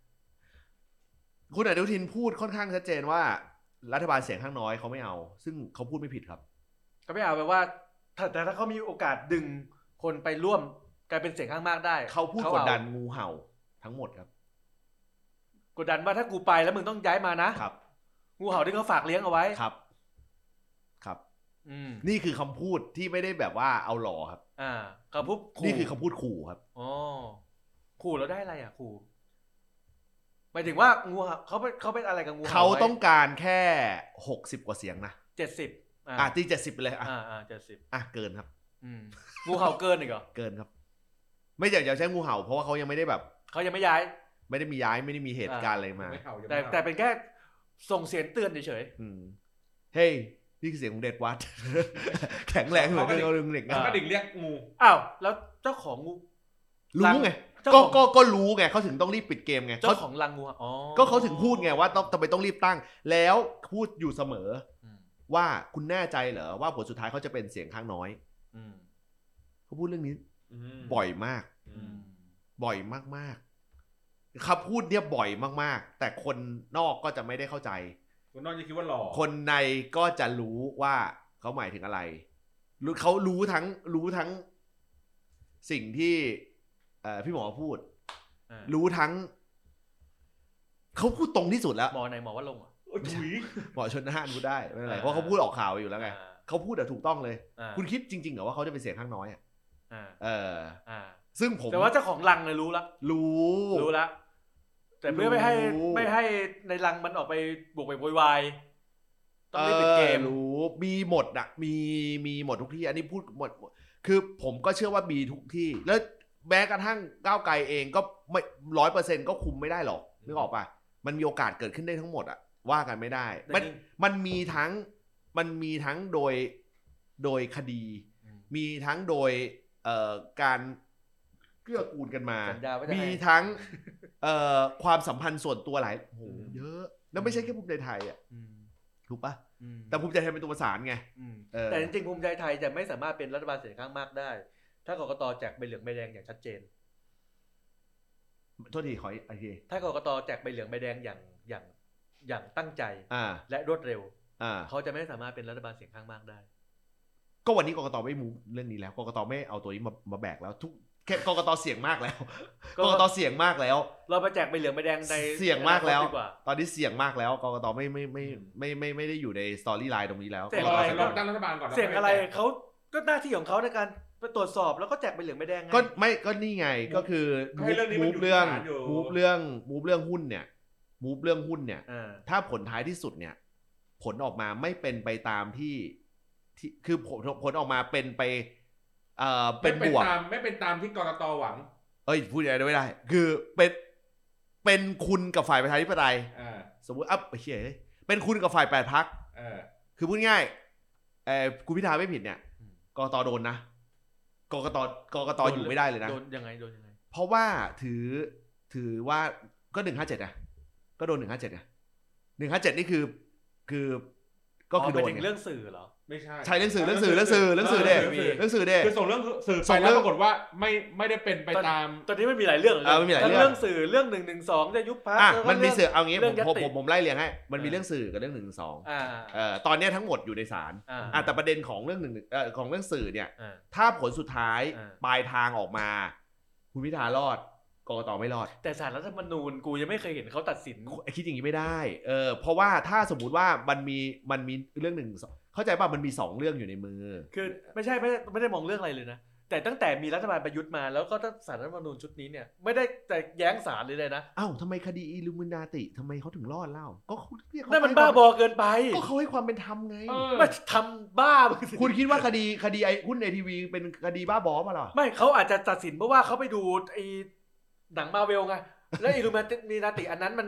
คุณอนุทินพูดค่อนข้างชัดเจนว่ารัฐบาลเสียงข้างน้อยเขาไม่เอาซึ่งเขาพูดไม่ผิดครับก็ไม่เอาแปลว่าแต่ถ้าเขามีโอกาสดึงคนไปร่วมกลายเป็นเสียงข้างมากได้เขาพูดกดดันงูเห่าทั้งหมดครับกดดันว่าถ้ากูไปแล้วมึงต้องย้ายมานะครับงูเห่าที่เขาฝากเลี้ยงเอาไว้ครับครับนี่คือคำพูดที่ไม่ได้แบบว่าเอาหล่อครับอ่าคำพูดนี่คือคำพูดขู่ครับอ๋อขู่แล้วได้อะไรอ่ะขู่หมายถึงว่างูเห่าเขาเป็นเขาเป็นอะไรกับงูเห่าเขาต้องการแค่หกสิบกว่าเสียงนะเจ็ดสิบอ่ะตีเจ็ดสิบไปเลยอ่ะอ่าเจ็ดสิบอ่ะเกินครับงูเห่าเกินอีกเหรอเกินครับไม่อยากจะใช้งูเห่าเพราะว่าเขายังไม่ได้แบบเขายังไม่ย้ายไม่ได้มีย้ายไม่ได้มีเหตุการณ์อะไรมาแต่แต่เป็นแค่ส่งเสียงเตือนเฉยๆเฮ้ยนี่คือเสียงของเด็ดวัดแข็งแรงเหมือนเขาดึงเด็กก็ดิ่งเรียกงูอ้าวแล้วเจ้าของงูรู้ไงก็ก็ก็รู้ไงเขาถึงต้องรีบปิดเกมไงเจ้าของรังงูอ๋อก็เขาถึงพูดไงว่าต้องทำไมต้องรีบตั้งแล้วพูดอยู่เสมอว่าคุณแน่ใจเหรอว่าผลสุดท้ายเขาจะเป็นเสียงข้างน้อยเขาพูดเรื่องนี้บ่อยมากบ่อยมากๆคำพูดเนี่ยบ่อยมากๆแต่คนนอกก็จะไม่ได้เข้าใจคนนอกจะคิดว่าหล่อคนในก็จะรู้ว่าเขาหมายถึงอะไรเขารู้ทั้งรู้ทั้งสิ่งที่พี่หมอพูดรู้ทั้งเขาพูดตรงที่สุดแล้วหมอไหนหมอว่าลงอ่ะหมอชนน่านพูดได้ไม่เป็นไรเพราะเขาพูดออกข่าวอยู่แล้วไงเขาพูดแต่ถูกต้องเลยคุณคิดจริงๆเหรอว่าเขาจะเป็นเสียงข้างน้อยอ่ะเออซึ่งผมแต่ว่าเจ้าของรังเลยรู้ละรู้รู้ละแต่เพื่อไม่ให้ไม่ให้ในรังมันออกไปบุกไปโวยวายต้องเล่นเป็นเกมรู้มีหมดอ่ะมีมีหมดทุกที่อันนี้พูดหมดคือผมก็เชื่อว่ามีทุกที่แล้วแม้กระทั่งก้าวไกลเองก็ไม่ร้อยเปอร์เซ็นต์ก็คุมไม่ได้หรอกนึกออกป่ะมันมีโอกาสเกิดขึ้นได้ทั้งหมดอ่ะว่ากันไม่ได้มันมันมีทั้งมันมีทั้งโดยโดยคดีมีทั้งโดยเอ่อการเกื้อกูลกันมามีทั้งเอ่อความสัมพันธ์ส่วนตัวหลายโหเยอะแล้วไม่ใช่แค่ภูมิใจไทยอ่ะถูกป่ะแต่ภูมิใจไทยเป็นตัวประสานไงแต่จริงๆภูมิใจไทยจะไม่สามารถเป็นรัฐบาลเสียงข้างมากได้ถ้ากกต.แจกใบเหลืองใบแดงอย่างชัดเจนโทษทีขออีกทีถ้ากกต.แจกใบเหลืองใบแดงอย่างอย่างอย่างตั้งใจและรวดเร็วเขาจะไม่สามารถเป็นรัฐบาลเสียงข้างมากได้ก็วันนี้กกต.ไม่มูฟเรื่องนี้แล้วกกต.ไม่เอาตัวนี้มามาแบกแล้วทุกแค่กกต.เสี่ยงมากแล้วกกต.เสี่ยงมากแล้วเราไปแจกใบเหลืองใบแดงในเสี่ยงมากแล้วตอนนี้เสี่ยงมากแล้วกกต.ไม่ไม่ไม่ไม่ไม่ไม่ได้อยู่ในสตอรี่ไลน์ตรงนี้แล้วเสี่ยงอะไรเราตั้งรัฐบาลก่อนเสี่ยงอะไรเขาก็หน้าที่ของเขาในการไปตรวจสอบแล้วก็แจกใบเหลืองใบแดงไงก็ไม่ก็นี่ไงก็คือมูฟเรื่องมูฟเรื่องมูฟเรื่องหุ้นเนี่ยมูฟเรื่องหุ้นเนี่ยถ้าผลท้ายที่สุดเนี่ยผลออกมาไม่เป็นไปตามที่ที่คือผลผลออกมาเป็นไปเอ่อเป็นบวกไม่เป็นตามที่กกต.หวังเอ้ยพูดอย่างนี้ไม่ได้คือเป็นเป็นคุณกับฝ่ายประชาธิปไตยสมมุติอ่ะเฮ้ยเป็นคุณกับฝ่ายแปดพรรคคือพูดง่ายเอ่อคุณพิธาไม่ผิดเนี่ยกกต.โดนนะกกต.กกต.อยู่ไม่ได้เลยนะโดนยังไงโดนยังไงเพราะว่าถือถือว่าก็หนึ่งห้าเจ็ดอ่ะก็โดนหนึ่งห้าเจ็ดอ่ะหนึ่งห้าเจ็ดนี่คือคือก็คือโดนเรื่องสื่อเหรอไม่ใช่ใช่เรื่องสื่อเรื่องสื่อเรื่องสื่อเรื่องสื่อเด้เรื่องสื่อเด้คือส่งเรื่องสื่อไปแล้วปรากฏว่าไม่ไม่ได้เป็นไปตามตอนนี้ไม่มีหลายเรื่องเลยทั้งเรื่องสื่อเรื่องหนึ่งหนึ่งสองจะยุบพรรคมันมีสื่อเอางี้ผมผมผมไล่เรียงให้มันมีเรื่องสื่อกับเรื่องหนึ่งหนึ่งสองตอนนี้ทั้งหมดอยู่ในศาลแต่ประเด็นของเรื่องหนึ่งของเรื่องสื่อเนี่ยถ้าผลสุดท้ายปลายทางออกมาคุณพิธารอดกกต.ไม่รอดแต่ศาลรัฐธรรมนูญกูยังไม่เคยเห็นเขาตัดสินคิดอย่างนี้ไม่ได้เออเพราะว่าถ้าสมมุติว่ามันมีมันมีเรื่องหนึ่งเข้าใจป่ะมันมีสองเรื่องอยู่ในมือคือไม่ใช่ไม่ไม่ได้มองเรื่องอะไรเลยนะแต่ตั้งแต่มีรัฐบาลประยุทธ์มาแล้วก็ตั้งศาลรัฐธรรมนูญชุดนี้เนี่ยไม่ได้แต่แย้งศาลเลยเลยนะอ้าวทำไมคดีอิลูมินาติทำไมเขาถึงรอดเล่าก็นั่นมันบ้าบอเกินไปก็เขาให้ความเป็นธรรมไงไม่ทำบ้าคุณคิดว่าคดีคดีไอ้หุ้นไอทีวีเป็นคดีบ้าบอป่ะล่ะไม่เขาอาจจะตัดสินเพราะว่าเขาไปดูไอ้หนังมาเวลไงแล้วอิลูมินาติอันนั้นมัน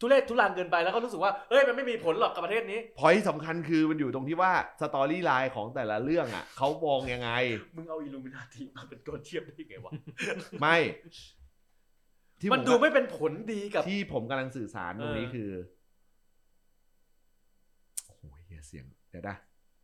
ทุเรศทุรังเกินไปแล้วก็รู้สึกว่าเอ้ยมันไม่มีผลหรอกกับประเทศนี้พอยต์สำคัญคือมันอยู่ตรงที่ว่าสตอรี่ไลน์ของแต่ละเรื่องอ่ะเขามองยังไงมึงเอาอิลูมินาติมาเป็นตัวเทียบได้ไงวะไม่มันดูไม่เป็นผลดีกับที่ผมกำลังสื่อสารตรงนี้คือโอ้ยเสียงเดี๋ยวนะ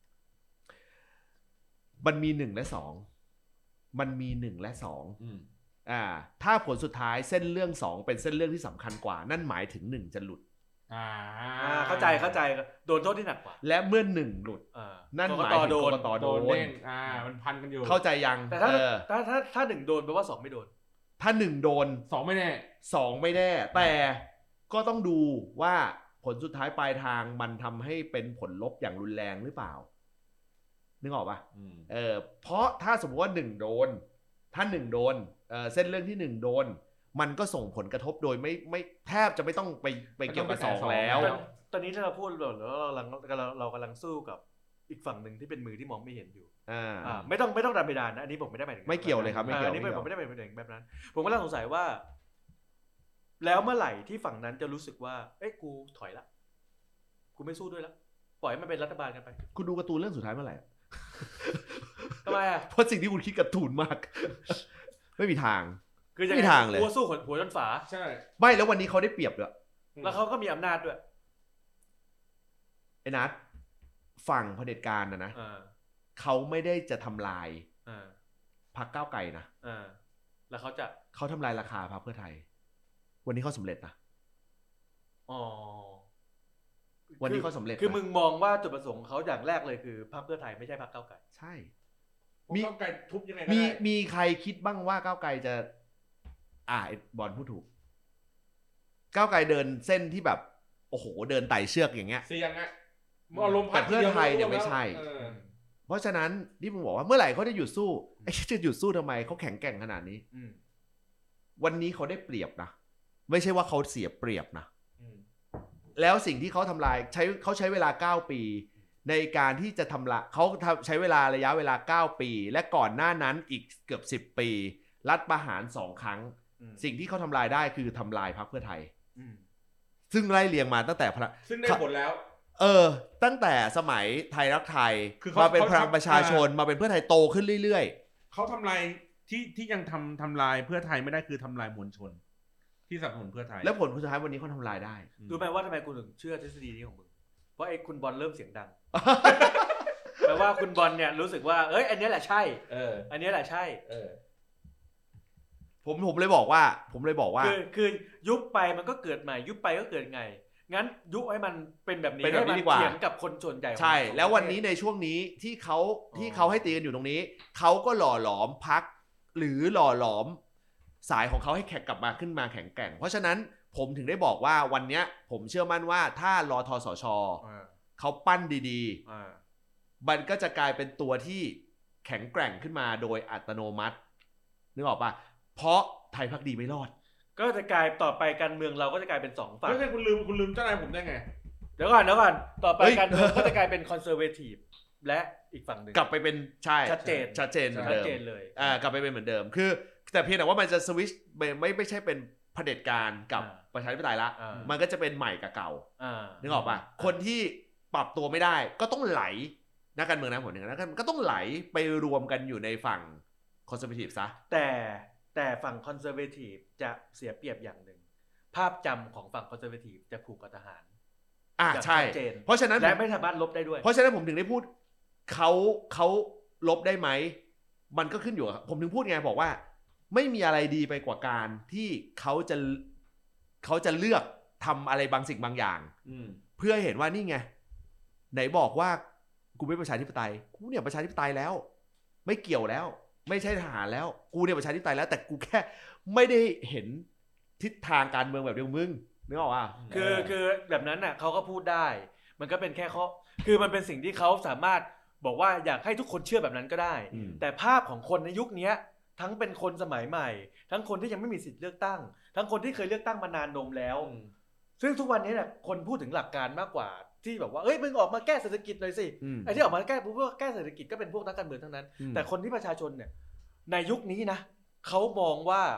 มันมีหนึ่งและสองมันมีหนึ่งและสองอ่าถ้าผลสุดท้ายเส้นเรื่องสองเป็นเส้นเรื่องที่สำคัญกว่านั่นหมายถึงหนึ่งจะหลุดอ่าเข้าใจเข้าใจโดนโทษที่หนักกว่าและเมื่อหนึ่งหลุดนั่นหมายถึงกกตโดนอ่ามันพันกันอยู่เข้าใจยังแต่ถ้าถ้าถ้าถ้าหนึ่งโดนแปลว่าสองไม่โดนถ้าหนึ่งโดนสองไม่แน่สองไม่แน่แต่ก็ต้องดูว่าผลสุดท้ายปลายทางมันทำให้เป็นผลลบอย่างรุนแรงหรือเปล่านึกออกป่ะเออเพราะถ้าสมมติว่าหนึ่งโดนถ้าหนึ่งโดนเออเส้นเรื่องที่หนึ่งโดนมันก็ส่งผลกระทบโดยไม่ไม่แทบจะไม่ต้องไปไปเกี่ยวกับสองแล้วตอนนี้ถ้าเราพูดแบบแล้วเรากำลังเรากำลังสู้กับอีกฝั่งหนึ่งที่เป็นมือที่มองไม่เห็นอยู่อ่าไม่ต้องไม่ต้องดันไปดานนะอันนี้ผมไม่ได้หมายถึงไม่เกี่ยวเลยครับไม่เกี่ยวอันนี้ผมไม่ได้หมายถึงแบบนั้นผมก็ลังสงสัยว่าแล้วเมื่อไหร่ที่ฝั่งนั้นจะรู้สึกว่าเอ้ยกูถอยละกูไม่สู้ด้วยแล้วปล่อยให้มันเป็นรัฐบาลกันไปคุณดูการ์ตูนเรื่องสุดท้ายเมื่อไหร่ทำไมอ่ะเพราะสิ่งที่คุณคิดการ์ตูนมากไม่มีทางคือไม่มีทางเลยกูสู้หัวจนฝาใช่ไม่แล้ววันนี้เขาได้เปรียบด้วยแล้วเขาก็มีอำนาจด้วยไอ้นัทฝั่งเผด็จการนะนะเขาไม่ได้จะทำลายพรรคก้าวไกลนะแล้วเขาจะเขาทำลายราคาพรรคเพื่อไทยวันนี้เขาสำเร็จนะอ๋อวันนี้เขาสำเร็จคือมึงมองว่าจุดประสงค์เขาอย่างแรกเลยคือพรรคเพื่อไทยไม่ใช่พรรคก้าวไกลใช่มีก้าวไกลทุบยังไงมีมีใครคิดบ้างว่าก้าวไกลจะอ่าบอลพูดถูกก้าวไกลเดินเส้นที่แบบโอ้โหเดินไต่เชือกอย่างเงี้ยเสียงอะแต่เพื่อไทยเนี่ยไม่ใช่เพราะฉะนั้นที่ผมบอกว่าเมื่อไหร่เขาจะหยุดสู้ไอ้จะหยุดสู้ทำไมเขาแข็งแกร่งขนาดนี้วันนี้เขาได้เปรียบนะไม่ใช่ว่าเขาเสียเปรียบนะแล้วสิ่งที่เขาทำลายใช้เขาใช้เวลาเก้าปีในการที่จะทำลายเขาใช้เวลาระยะเวลาเก้าปีและก่อนหน้านั้นอีกเกือบสิบปีรัฐประหารสองครั้งสิ่งที่เขาทำลายได้คือทำลายพรรคเพื่อไทยซึ่งไล่เรียงมาตั้งแต่ซึ่งได้ผลแล้วเออตั้งแต่สมัยไทยรักไทยมาเป็นพลังประชาชนมาเป็นเพื่อไทยโตขึ้นเรื่อยๆเขาทำลายที่ที่ยังทำทำลายเพื่อไทยไม่ได้คือทำลายมวลชนที่สนับสนุนเพื่อไทยแล้วผลสุดท้ายวันนี้เขาทำลายได้ดูไหมว่าทำไมกูถึงเชื่อทฤษฎีนี้ของมึงเพราะไอ้คุณบอลเริ่มเสียงดังแปลว่าคุณบอลเนี่ยรู้สึกว่าเอ้ยอันนี้แหละใช่เอออันนี้แหละใช่เออผมผมเลยบอกว่าผมเลยบอกว่าคือคือยุบไปมันก็เกิดใหม่ยุบไปก็เกิดไงงั้นยุให้มันเป็นแบบนี้ให้มันเถียงกับคนส่วนใหญ่ใช่แล้ววันนี้ในช่วงนี้ที่เขาที่เขาให้ตีกันอยู่ตรงนี้เขาก็หล่อหลอมพรรคหรือหล่อหลอมสายของเขาให้แข็งกลับมาขึ้นมาแข็งแกร่งเพราะฉะนั้นผมถึงได้บอกว่าวันนี้ผมเชื่อมั่นว่าถ้ารอทสชเขาปั้นดีๆมันก็จะกลายเป็นตัวที่แข็งแกร่งขึ้นมาโดยอัตโนมัตินึกออกป่ะเพราะไทยพักดีไม่รอดก็จะกลายต่อไปการเมืองเราก็จะกลายเป็นสองฝั่งไม่ใช่คุณลืมคุณลืมเจ้านายผมได้ไงเดี๋ยวก่อนเดี๋ยวก่อนต่อไปการเมืองก็จะกลายเป็นคอนเซอร์เวทีฟและอีกฝั่งหนึ่งกลับไปเป็นใช่ชัดเจนชัดเจนเหมือนเดิมชัดเจนเลยอ่ากลับไปเป็นเหมือนเดิมคือแต่เพียงแต่ว่ามันจะสวิตช์ไม่ไม่ใช่เป็นเผด็จการกับประชาธิปไตยละมันก็จะเป็นใหม่กับเก่านึกออกป่ะคนที่ปรับตัวไม่ได้ก็ต้องไหลนักการเมืองนะผมอย่างนั้นก็ต้องไหลไปรวมกันอยู่ในฝั่งคอนเซอร์เวทีฟซะแต่แต่ฝั่งคอนเซอร์เวทีฟจะเสียเปรียบอย่างหนึ่งภาพจำของฝั่งคอนเซอร์เวทีฟจะผูกกับทหารอ่าใช่เพราะฉะนั้นและไม่สามารถลบได้ด้วยเพราะฉะนั้นผมถึงได้พูดเขาเขาลบได้ไหมมันก็ขึ้นอยู่ผมถึงพูดไงบอกว่าไม่มีอะไรดีไปกว่าการที่เขาจะเขาจะเลือกทำอะไรบางสิ่งบางอย่างเพื่อเห็นว่านี่ไงไหนบอกว่ากูไม่ประชาธิปไตยกูเนี่ยประชาธิปไตยแล้วไม่เกี่ยวแล้วไม่ใช่ทหารแล้วกูเนี่ยประชาธิปไตยแล้วแต่กูแค่ไม่ได้เห็นทิศทางการเมืองแบบเดียวมึงนึกออกป่ะคือคือแบบนั้นน่ะเขาก็พูดได้มันก็เป็นแค่ข้อคือมันเป็นสิ่งที่เขาสามารถบอกว่าอยากให้ทุกคนเชื่อแบบนั้นก็ได้แต่ภาพของคนในยุคนี้ทั้งเป็นคนสมัยใหม่ทั้งคนที่ยังไม่มีสิทธิ์เลือกตั้งทั้งคนที่เคยเลือกตั้งมานานนมแล้วซึ่งทุกวันนี้เนี่ยคนพูดถึงหลักการมากกว่าที่แบบว่าเอ้ยมึงออกมาแก้เศรษฐกิจหน่อยสิไอ้ที่ออกมาแก้พวกแก้เศรษฐกิจก็เป็นพวกนักการเมืองทั้งนั้นแต่คนที่ประชาชนเนี่ยในยุคนี้นะเขามองว่า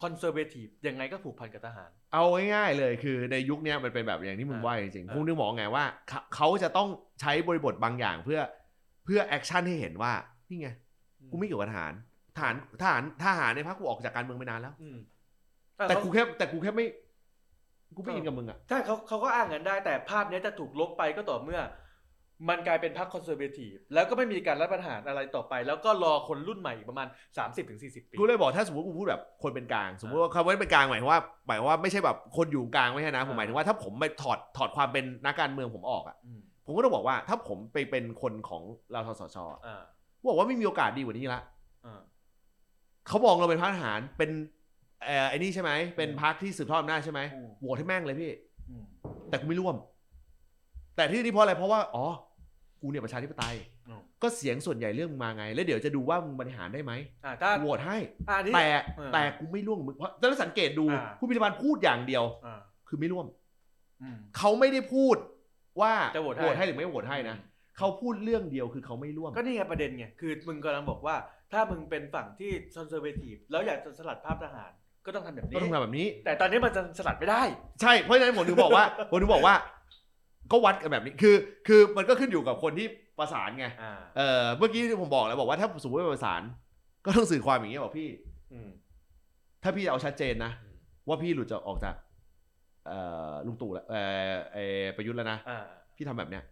คอนเซอร์เวทีฟยังไงก็ผูกพันกับทหารเอาง่ายๆเลยคือในยุคนี้มันเป็นแบบอย่างที่มึงว่าจริงๆคุณนึกมองไงว่าเขาจะต้องใช้บริบทบางอย่างเพื่อเพื่อแอคชั่นให้เห็นว่านี่ไงกูไม่เกี่ยวกับทหารทหารทหารทหารในพรรคกูออกจากการเมืองไปนานแล้วแต่กูแค่แต่กูแค่ไม่กูไม่อินกับมึงอ่ะใช่เขาเขาก็อ้างกันได้แต่ภาพนี้จะถูกลบไปก็ต่อเมื่อมันกลายเป็นพรรคคอนเซอร์เวทีฟแล้วก็ไม่มีการรัฐประหารอะไรต่อไปแล้วก็รอคนรุ่นใหม่อีกประมาณ สามสิบถึงสี่สิบ ปีกูเลยบอกถ้าสมมติกูพูดแบบคนเป็นกลางสมมติว่าคำว่าเป็นกลางหมายถึงว่าหมายว่าไม่ใช่แบบคนอยู่กลางไม่ใช่นะผมหมายถึงว่าถ้าผมไปถอดถอดความเป็นนักการเมืองผมออกอ่ะผมก็ต้องบอกว่าถ้าผมไปเป็นคนของเราทสชบอกว่าไม่มีโอกาสดีกว่านี้ละเขามองเราเป็นพรรคทหารเป็นเอ่อไอ้นี่ใช่ไหมเป็นพรรคที่สืบทอดอำนาจใช่ไหมโหวตให้แม่งเลยพี่แต่กูไม่ร่วมแต่ที่นี่เพราะอะไรเพราะว่าอ๋อกูเนี่ยประชาธิปไตยก็เสียงส่วนใหญ่เรื่องมึงมาไงแล้วเดี๋ยวจะดูว่ามึงบริหารได้ไหมโหวตให้แต่แต่กูไม่ร่วมมึงเพราะจะสังเกตดูผู้พิพากษาพูดอย่างเดียวคือไม่ร่วมเขาไม่ได้พูดว่าโหวตให้หรือไม่โหวตให้นะเขาพูดเรื่องเดียวคือเขาไม่ร่วมก็นี่ไงประเด็นไงคือมึงกำลังบอกว่าถ้ามึงเป็นฝั่งที่คอนเซอร์เวทีฟแล้วอยากจะสลัดภาพทหารก็ต้องทำแบบนี้ก็ต้องทำแบบนี้แต่ตอนนี้มันจะสลัดไม่ได้ใช่เพราะฉะนั้นผมถึงบอกว่าผมถึงบอกว่าก็วัดกันแบบนี้คือคือมันก็ขึ้นอยู่กับคนที่ประสานไงเออเมื่อกี้ที่ผมบอกแล้วบอกว่าถ้าสมมติว่าประสานก็ต้องสื่อความอย่างนี้บอกพี่ถ้าพี่เอาชัดเจนนะว่าพี่หลุดจะออกจากลุงตู่แล้วเออประยุทธ์แล้วนะพี่ทำแบบเนี้ย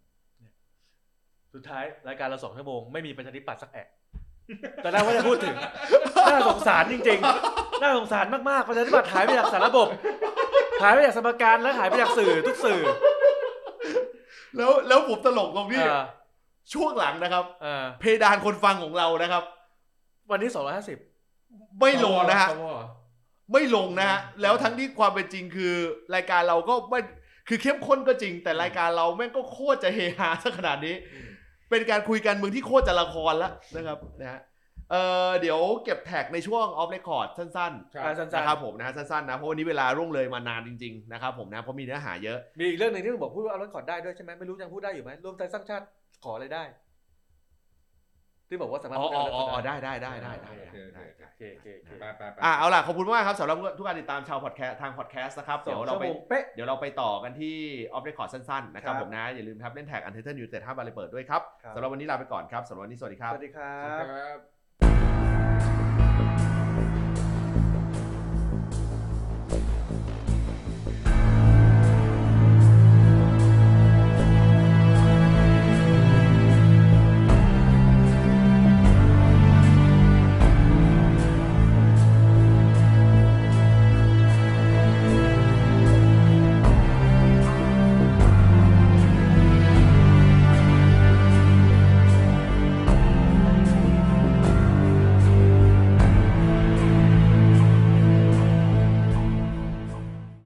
สุดท้ายรายการเราสองชั่วโมงไม่มีประชาธิปัตย์สักแอะตอนแรกว่าจะพูดถึงน่าสงสารจริงๆน่าสงสารมากๆประชาธิปัตย์หายไปจากสารระบบหายไปจากสมการและหายไปจากสื่อทุกสื่อแล้วแล้วผมตลกตรงที่ช่วงหลังนะครับเพดานคนฟังของเรานะครับวันนี้สองร้อยห้าสิบไม่ลงนะฮะไม่ลงนะฮะแล้วทั้งที่ความเป็นจริงคือรายการเราก็ไม่คือเข้มข้นก็จริงแต่รายการเราแม่งก็โคตรจะเฮฮาซะขนาดนี้เป็นการคุยกันเมืองที่โคตรจะละครแล้วนะครับนะฮะเอ่อเดี๋ยวเก็บแท็กในช่วงออฟเรคคอร์ดสั้นๆนะครับผมนะสั้นๆนะเพราะวันนี้เวลาร่วงเลยมานานจริงๆนะครับผมนะเพราะมีเนื้อหาเยอะมีอีกเรื่องนึงที่มึงบอกพูดว่าเอาเรคคอร์ดได้ด้วยใช่ไหมไม่รู้ยังพูดได้อยู่ไหมรวมไทยสร้างชาติขออะไรได้ที่บอกว่าสามารถอ๋ออ๋อได้ได้ได้ได้ได้โอเคโอเคอ่ะเอาล่ะขอบคุณมากครับสำหรับทุกการติดตามชาวพอดแคสต์ทางพอดแคสต์นะครับเดี๋ยวเราไปเดี๋ยวเราไปต่อกันที่ออฟเรคคอร์ดสั้นๆนะครับผมนะอย่าลืมครับเล่นแท็กอันเทอร์เทนยูเต็ดห้าบาร์เลยเปิดด้วยครับสำหรับวันนี้ลาไปก่อนครับสำหรับวันนี้สวัสดีครับสวัสดีครับ